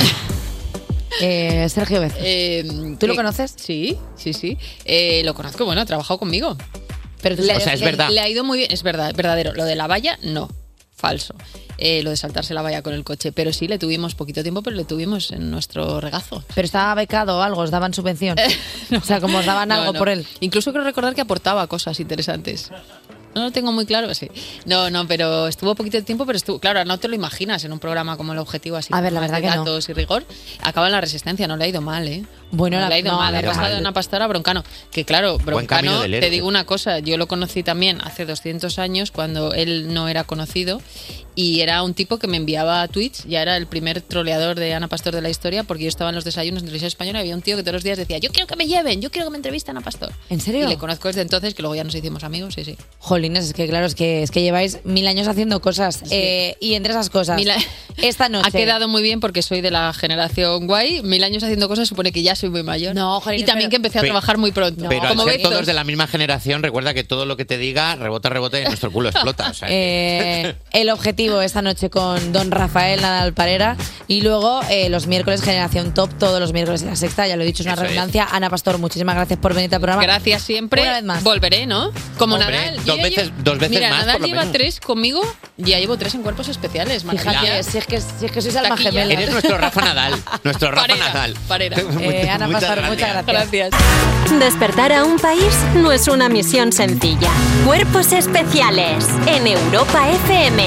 Sergio Bezos. ¿Tú lo conoces? Sí. Lo conozco, bueno, ha trabajado conmigo. Pero o sea, es verdad. Le ha ido muy bien, es verdad, verdadero. Lo de la valla, no. Falso. Lo de saltarse la valla con el coche. Pero sí, le tuvimos poquito tiempo, pero le tuvimos en nuestro regazo. ¿Pero estaba becado o algo? ¿Os daban subvención? No. O sea, como os daban algo por él. Incluso creo recordar que aportaba cosas interesantes. No lo tengo muy claro, sí. No, pero estuvo poquito tiempo, pero estuvo... Claro, no te lo imaginas en un programa como El Objetivo, así. A ver, la verdad que datos y rigor. Acaba en La Resistencia, no le ha ido mal, ¿eh? Bueno, le ha ido no, mal, le ha ha ido pasado mal. de Ana Pastor a Broncano. Que claro, Buen camino Broncano, del te héroe. digo una cosa, yo lo conocí también hace 200 años cuando él no era conocido y era un tipo que me enviaba tweets, ya era el primer troleador de Ana Pastor de la historia porque yo estaba en los desayunos en Televisión Española y había un tío que todos los días decía, yo quiero que me lleven, yo quiero que me entrevisten a Ana Pastor. ¿En serio? Y le conozco desde entonces, que luego ya nos hicimos amigos, sí, sí. Jolines, es que claro, es que lleváis 1000 años haciendo cosas. Y entre esas cosas, esta noche... Ha quedado muy bien porque soy de la generación guay. 1000 años haciendo cosas supone que ya soy muy mayor. No, Jolines, y también que empecé a trabajar muy pronto. Pero Como al ser Bezos. todos de la misma generación, recuerda que todo lo que te diga rebota y nuestro culo explota. O sea, El objetivo esta noche con don Rafael Nadal Parera y luego los miércoles Generación Top, todos los miércoles en La Sexta, ya lo he dicho, es una Eso es. redundancia. Ana Pastor, muchísimas gracias por venirte al programa. Gracias siempre. Una vez más. Volveré, ¿no? Como Hombre, Nadal. dos veces Mira, más, Nadal por lo lleva menos. 3 conmigo, ya llevo 3 en cuerpos especiales. Fíjate, maravilla. si es que sois alma Taquilla. gemela. eres nuestro Rafa Nadal. Nuestro Rafa Parera, Nadal. Parera. Ana Pastor, muchas gracias. Despertar a un país no es una misión sencilla. Cuerpos especiales en Europa FM.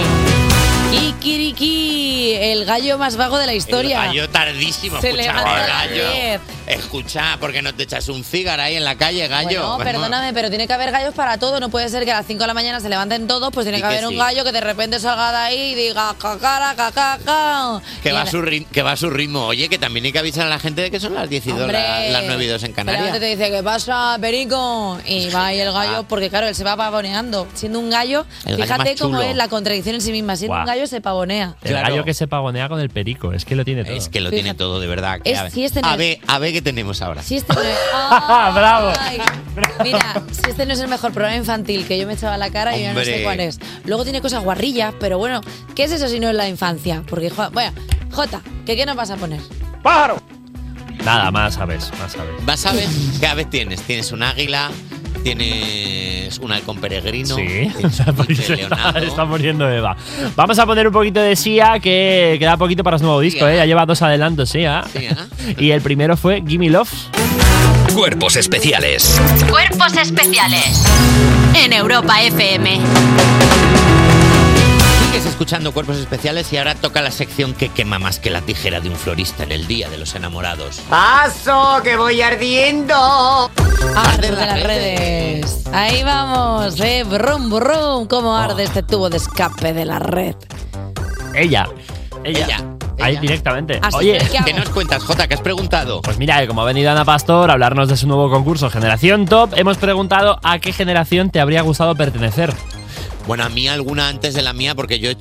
Kikiriki, el gallo más vago de la historia. El gallo tardísimo. Se Escucha, levanta a el las gallo. 10. Escucha, ¿por qué no te echas un cigarro ahí en la calle, gallo? Bueno, perdóname, pero tiene que haber gallos para todo. No puede ser que a las 5 de la mañana se levanten todos, pues tiene Y que que haber un sí. gallo que de repente salga de ahí y diga cacara, cacaca. Que va, a su ritmo. Oye, que también hay que avisar a la gente de que son las 10 y 2, Hombre, las 9 y 2 en De Canarias. repente te dice, ¿qué pasa, perico? Y va ahí el gallo, porque claro, él se va pavoneando. Siendo un gallo, El gallo fíjate más cómo chulo. es la contradicción en sí misma. Siendo Guau. un gallo se pavonea. El gallo que se pagonea con el perico, es que lo tiene todo. Es que lo tiene todo, de verdad. Que Es- a ver. si este no a es- ver, a ver qué tenemos ahora. Si este no es... ¡Bravo! Ay, mira, si este no es el mejor programa infantil que yo me echaba a la cara, yo ya no sé Hombre. cuál es. Luego tiene cosas guarrillas, pero bueno, ¿qué es eso si no es la infancia? Porque, bueno, Jota, ¿qué nos vas a poner? ¡Pájaro! Nada, más sabes, más sabes. Vas a ver qué aves tienes. Tienes un águila, tienes un halcón peregrino. Sí, tienes un leonardo. está poniendo Eva. Vamos a poner un poquito de Sia, que queda poquito para su nuevo disco, Sia. ya lleva 2 adelantos, Sia. Y el primero fue Gimme Love. Cuerpos especiales. Cuerpos especiales en Europa FM. Sigues escuchando Cuerpos Especiales y ahora toca la sección que quema más que la tijera de un florista en el Día de los Enamorados. ¡Paso, que voy ardiendo! Arde de las redes. Ahí vamos, brum, brum, cómo arde este tubo de escape de la red. Ella. Ahí directamente. Así Oye, que, ¿qué nos cuentas, Jota? ¿Qué has preguntado? pues mira, como ha venido Ana Pastor a hablarnos de su nuevo concurso Generación Top, hemos preguntado a qué generación te habría gustado pertenecer. Bueno, a mí alguna antes de la mía, porque yo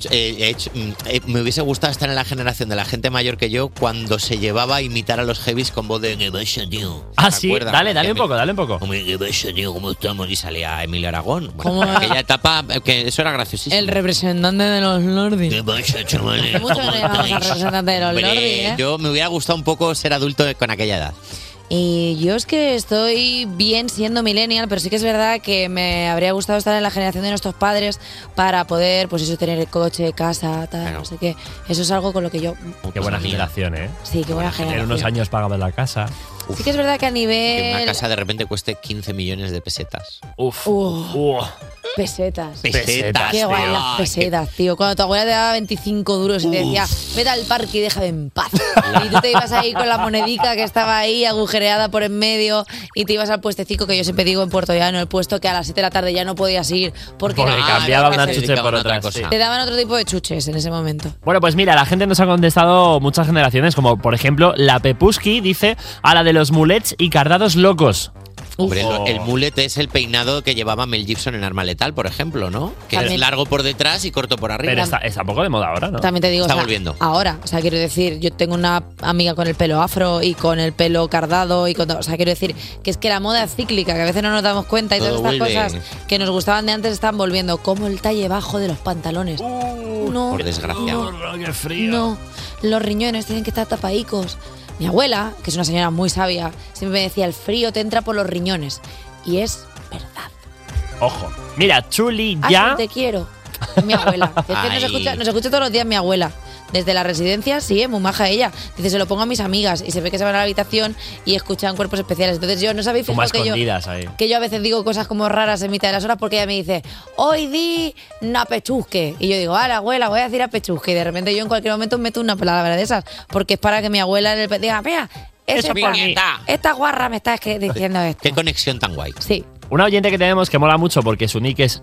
me hubiese gustado estar en la generación de la gente mayor que yo cuando se llevaba a imitar a los heavies con voz de "¿Qué pasa, tío?". Ah, ¿Te sí, acuerdas? dale un poco, dale un poco. Hombre, ¿qué pasa, tío? ¿Cómo estamos? Y salía Emilio Aragón. Bueno, ¿Cómo? aquella etapa, que eso era graciosísimo. El representante de los Lordis. ¿Qué pasa, chavales? Hace mucho que no llamamos al representante de los Hombre, Lordis, ¿eh? Yo me hubiera gustado un poco ser adulto con aquella edad. Y yo es que estoy bien siendo millennial, pero sí que es verdad que me habría gustado estar en la generación de nuestros padres para poder, pues eso, tener coche, casa, tal, no sé qué. Eso es algo con lo que yo... Qué buena generación, ¿eh? Sí, qué buena En generación. unos años pagabas la casa. Sí que es verdad que a Que nivel... una casa de repente cueste 15 millones de pesetas. Uf. Pesetas. Pesetas, Qué guay tío. las pesetas, tío. Cuando tu abuela te daba 25 duros y te decía, vete al parque y déjame en paz. Y tú te ibas ahí con la monedica que estaba ahí agujereada por en medio y te ibas al puestecico que yo siempre digo en Puerto Llano, el puesto que a las 7 de la tarde ya no podías ir porque cambiaba una se chuche por otra. Sí. te daban otro tipo de chuches en ese momento. Bueno, pues mira, la gente nos ha contestado muchas generaciones, como por ejemplo la Pepuski dice a la de los mulets y cardados locos. Hombre, el mullet es el peinado que llevaba Mel Gibson en Arma Letal, por ejemplo, ¿no? Que También. es largo por detrás y corto por arriba. Pero está un poco de moda ahora, ¿no? También te digo, Está o sea, volviendo. ahora, o sea, quiero decir, yo tengo una amiga con el pelo afro y con el pelo cardado y con todo, o sea, quiero decir que es que la moda es cíclica, que a veces no nos damos cuenta y todas Todo estas vuelve. cosas que nos gustaban de antes están volviendo, como el talle bajo de los pantalones. No, Por desgracia. ¡Qué frío! no, los riñones tienen que estar tapaicos. Mi abuela, que es una señora muy sabia, siempre me decía, el frío te entra por los riñones. Y es verdad. Ojo. Mira, Chuli Así ya. te quiero. Mi abuela. Es que Ay. nos escucha todos los días mi abuela. Desde la residencia, sí, muy maja ella. Dice, se lo pongo a mis amigas y se ve que se van a la habitación y escuchan Cuerpos Especiales. Entonces yo no sabéis Como fijado escondidas ahí. que yo a veces digo cosas como raras en mitad de las horas porque ella me dice, hoy di napechusque. Y yo digo, la abuela, voy a decir apechusque. Y de repente yo en cualquier momento meto una palabra de esas porque es para que mi abuela en el diga, vea, Ese por mí. Esta guarra me está diciendo esto. Qué conexión tan guay. Sí. Una oyente que tenemos que mola mucho porque su nick es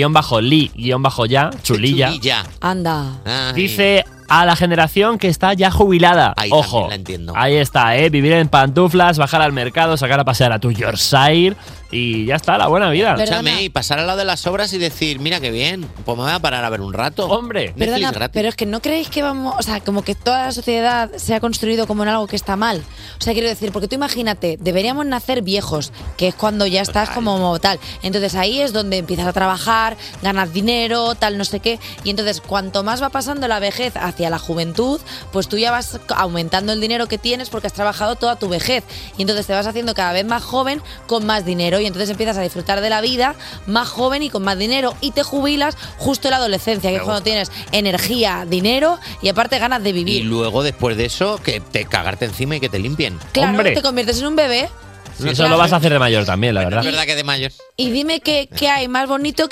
chu-li-ya, chulilla. Chulilla. Anda. Ay. Dice a la generación que está ya jubilada. Ahí Ojo, también la entiendo. ahí está, vivir en pantuflas, bajar al mercado, sacar a pasear a tu Yorkshire y ya está, la buena vida. Escúchame, y pasar al lado de las obras y decir, mira qué bien, pues me voy a parar a ver un rato. Hombre, Perdona, gratis. pero es que no creéis que vamos, o sea, como que toda la sociedad se ha construido como en algo que está mal. O sea, quiero decir, porque tú imagínate, deberíamos nacer viejos, que es cuando ya estás como tal. Entonces ahí es donde empiezas a trabajar, ganas dinero, tal, no sé qué. Y entonces cuanto más va pasando la vejez hacia la juventud, pues tú ya vas aumentando el dinero que tienes porque has trabajado toda tu vejez. Y entonces te vas haciendo cada vez más joven con más dinero. Y entonces empiezas a disfrutar de la vida más joven y con más dinero. Y te jubilas justo en la adolescencia, que es cuando tienes energía, dinero y aparte ganas de vivir. Y luego, después de eso, que te cagarte encima y que te limpien. Claro, te conviertes en un bebé. Sí, eso lo vas a hacer de mayor también, la verdad. Es verdad que de mayor. Y dime qué hay más bonito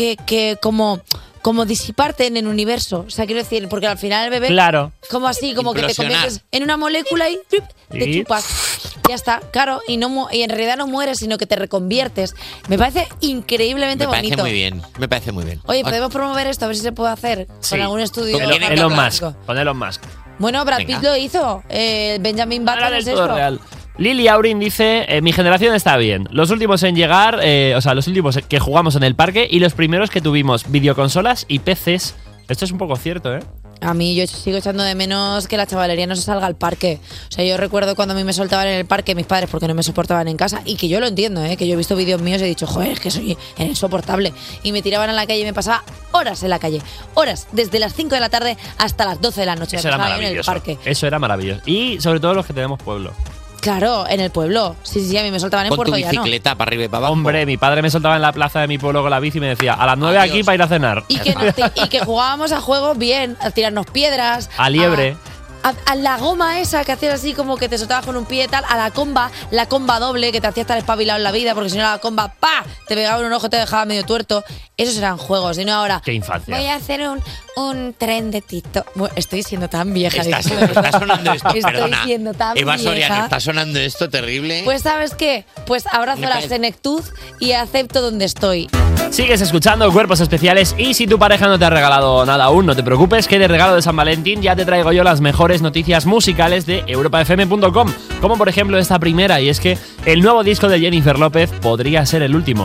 que como disiparte en el universo. O sea, quiero decir, porque al final el bebé... Claro. Como así, como que te conviertes en una molécula y te chupas. Ya está, claro. Y en realidad no mueres, sino que te reconviertes. Me parece increíblemente bonito. Me parece muy bien. Oye, podemos promover esto, a ver si se puede hacer con algún estudio. Elon Musk. Con Elon Musk. Bueno, Brad Pitt lo hizo. Benjamin Button es esto. Real. Lili Aurin dice, mi generación está bien. Los últimos en llegar, los últimos que jugamos en el parque y los primeros que tuvimos videoconsolas y PCs. Esto es un poco cierto, ¿eh? A mí yo sigo echando de menos que la chavalería no se salga al parque. O sea, yo recuerdo cuando a mí me soltaban en el parque mis padres porque no me soportaban en casa. Y que yo lo entiendo, que yo he visto vídeos míos y he dicho, joder, es que soy insoportable. Y me tiraban a la calle y me pasaba horas en la calle. Horas, desde las 5 de la tarde hasta las 12 de la noche. Eso era maravilloso. En el parque. Eso era maravilloso. Y sobre todo los que tenemos pueblo. Claro, en el pueblo. Sí, a mí me soltaban en Puerto Llano. Con tu bicicleta para arriba y para abajo. Hombre, mi padre me soltaba en la plaza de mi pueblo con la bici y me decía, a las 9 aquí para ir a cenar. Y que jugábamos a juegos bien, a tirarnos piedras. A liebre. A la goma esa que hacías así como que te soltabas con un pie y tal, a la comba doble que te hacía estar espabilado en la vida, porque si no la comba, ¡pa!, te pegaba en un ojo y te dejaba medio tuerto. Esos eran juegos, y no ahora. Qué infancia. Voy a hacer un tren de TikTok. Bueno, estoy siendo tan vieja. Está sonando esto, estoy siendo tan Eva vieja. Soriano, está sonando esto terrible. Pues ¿sabes qué? Pues abrazo la senectud y acepto donde estoy. Sigues escuchando Cuerpos Especiales y si tu pareja no te ha regalado nada aún, no te preocupes que de regalo de San Valentín ya te traigo yo las mejores noticias musicales de europafm.com, como por ejemplo esta primera, y es que el nuevo disco de Jennifer López podría ser el último.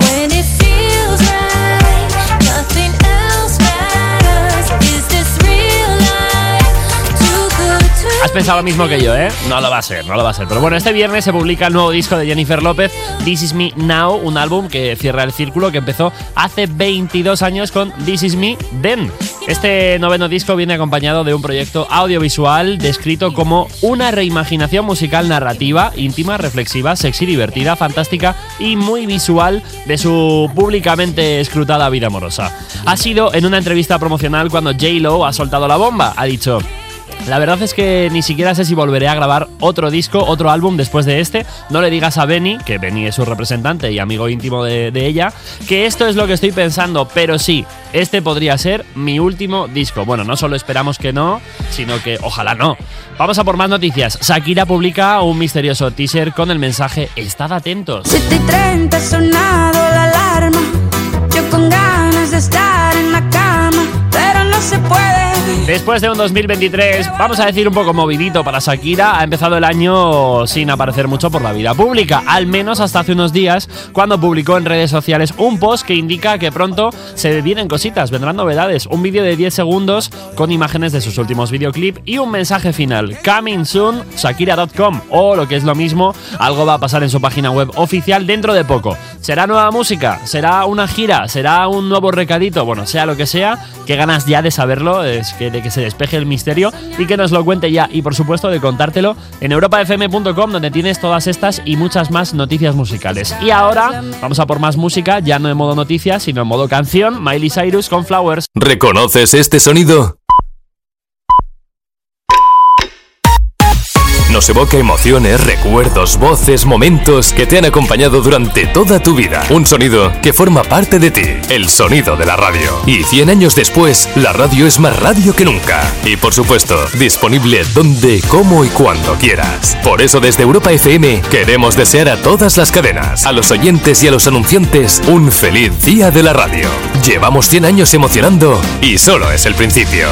Has pensado lo mismo que yo, ¿eh? No lo va a ser. Pero bueno, este viernes se publica el nuevo disco de Jennifer López, This Is Me Now, un álbum que cierra el círculo que empezó hace 22 años con This Is Me Then. Este noveno disco viene acompañado de un proyecto audiovisual descrito como una reimaginación musical narrativa, íntima, reflexiva, sexy, divertida, fantástica y muy visual de su públicamente escrutada vida amorosa. Ha sido en una entrevista promocional cuando J-Lo ha soltado la bomba. Ha dicho: la verdad es que ni siquiera sé si volveré a grabar otro disco, otro álbum después de este. No le digas a Benny, que Benny es su representante y amigo íntimo de ella, que esto es lo que estoy pensando, pero sí, este podría ser mi último disco. Bueno, no solo esperamos que no, sino que ojalá no. Vamos a por más noticias. Shakira publica un misterioso teaser con el mensaje «Estad atentos». 7:30 ha sonado la alarma. Yo con ganas de estar en la cama, pero no se puede. Después de un 2023, vamos a decir un poco movidito para Shakira, ha empezado el año sin aparecer mucho por la vida pública, al menos hasta hace unos días, cuando publicó en redes sociales un post que indica que pronto se vienen cositas, vendrán novedades, un vídeo de 10 segundos con imágenes de sus últimos videoclips y un mensaje final, coming soon, shakira.com, o lo que es lo mismo, algo va a pasar en su página web oficial dentro de poco. ¿Será nueva música? ¿Será una gira? ¿Será un nuevo recadito? Bueno, sea lo que sea, qué ganas ya de saberlo, de que se despeje el misterio y que nos lo cuente ya, y por supuesto de contártelo en europafm.com, donde tienes todas estas y muchas más noticias musicales. Y ahora vamos a por más música, ya no en modo noticias, sino en modo canción. Miley Cyrus con Flowers. ¿Reconoces este sonido? nos evoca emociones, recuerdos, voces, momentos que te han acompañado durante toda tu vida. Un sonido que forma parte de ti, el sonido de la radio. Y 100 años después, la radio es más radio que nunca. Y por supuesto, disponible donde, cómo y cuando quieras. Por eso desde Europa FM queremos desear a todas las cadenas, a los oyentes y a los anunciantes un feliz día de la radio. Llevamos 100 años emocionando y solo es el principio.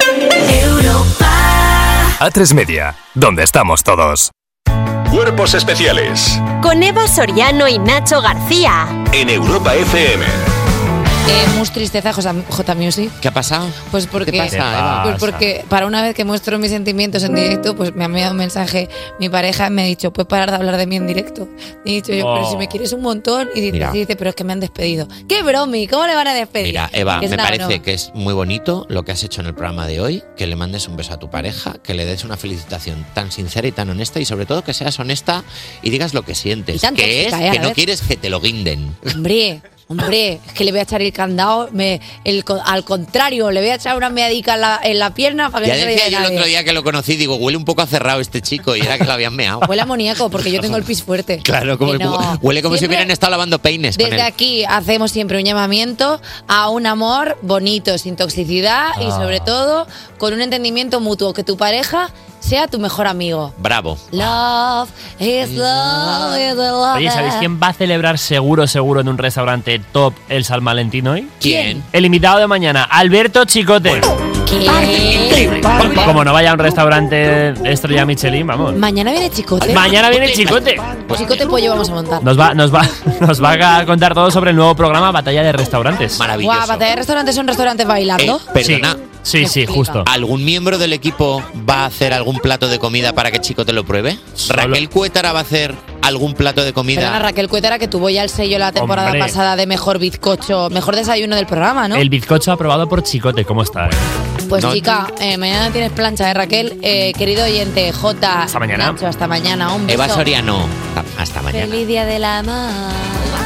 A3 Media, donde estamos todos. Cuerpos especiales Con Eva Soriano y Nacho García. en Europa FM. Mus tristeza, J Music. ¿Qué ha pasado? Pues porque, ¿Qué pasa, Eva? Pues porque para una vez que muestro mis sentimientos en directo, pues me ha enviado un mensaje mi pareja, me ha dicho, ¿puedes parar de hablar de mí en directo? Y he dicho yo, pero si me quieres un montón. Y dice, pero es que me han despedido. ¡Qué bromi! ¿Cómo le van a despedir? Mira, Eva, Que es me una parece broma. que es muy bonito lo que has hecho en el programa de hoy, que le mandes un beso a tu pareja, que le des una felicitación tan sincera y tan honesta, y sobre todo que seas honesta y digas lo que sientes, Y tan que es tóxica, que a no ver. quieres que te lo guinden. Hombre, es que le voy a echar el candado, al contrario, le voy a echar una meadica en la pierna para que Ya no se decía vea yo el nadie. otro día que lo conocí, digo, huele un poco a cerrado este chico, y era que lo habían meado. Huele a amoníaco, porque yo tengo el pis fuerte. Claro, como Que no. huele como si Siempre- hubieran estado lavando peines con Desde él. aquí hacemos siempre un llamamiento a un amor bonito, sin toxicidad y sobre todo con un entendimiento mutuo, que tu pareja sea tu mejor amigo. Bravo. Love is love is love. Oye, ¿sabéis quién va a celebrar seguro en un restaurante top el San Valentín hoy? ¿Quién? El invitado de mañana, Alberto Chicote. ¿Qué? Como no vaya a un restaurante estrella Michelin, vamos. Mañana viene Chicote. Mañana viene Chicote. Chicote Pollo vamos a montar. Nos va a contar todo sobre el nuevo programa Batalla de Restaurantes. Maravilloso. Guau, ¿batalla de restaurantes son restaurantes bailando? Perdona. Sí, justo. ¿Algún miembro del equipo va a hacer algún plato de comida para que Chico te lo pruebe? ¿Raquel Cuétara va a hacer algún plato de comida? Perdona, Raquel Cuétara, que tuvo ya el sello la temporada Hombre. pasada de mejor bizcocho, mejor desayuno del programa, ¿no? El bizcocho aprobado por Chicote, ¿cómo está? Pues No. chica, mañana tienes plancha, Raquel. Querido oyente, J. Hasta mañana. Nacho, hasta mañana. Un beso. Eva Soriano. Hasta mañana. Feliz día del amor.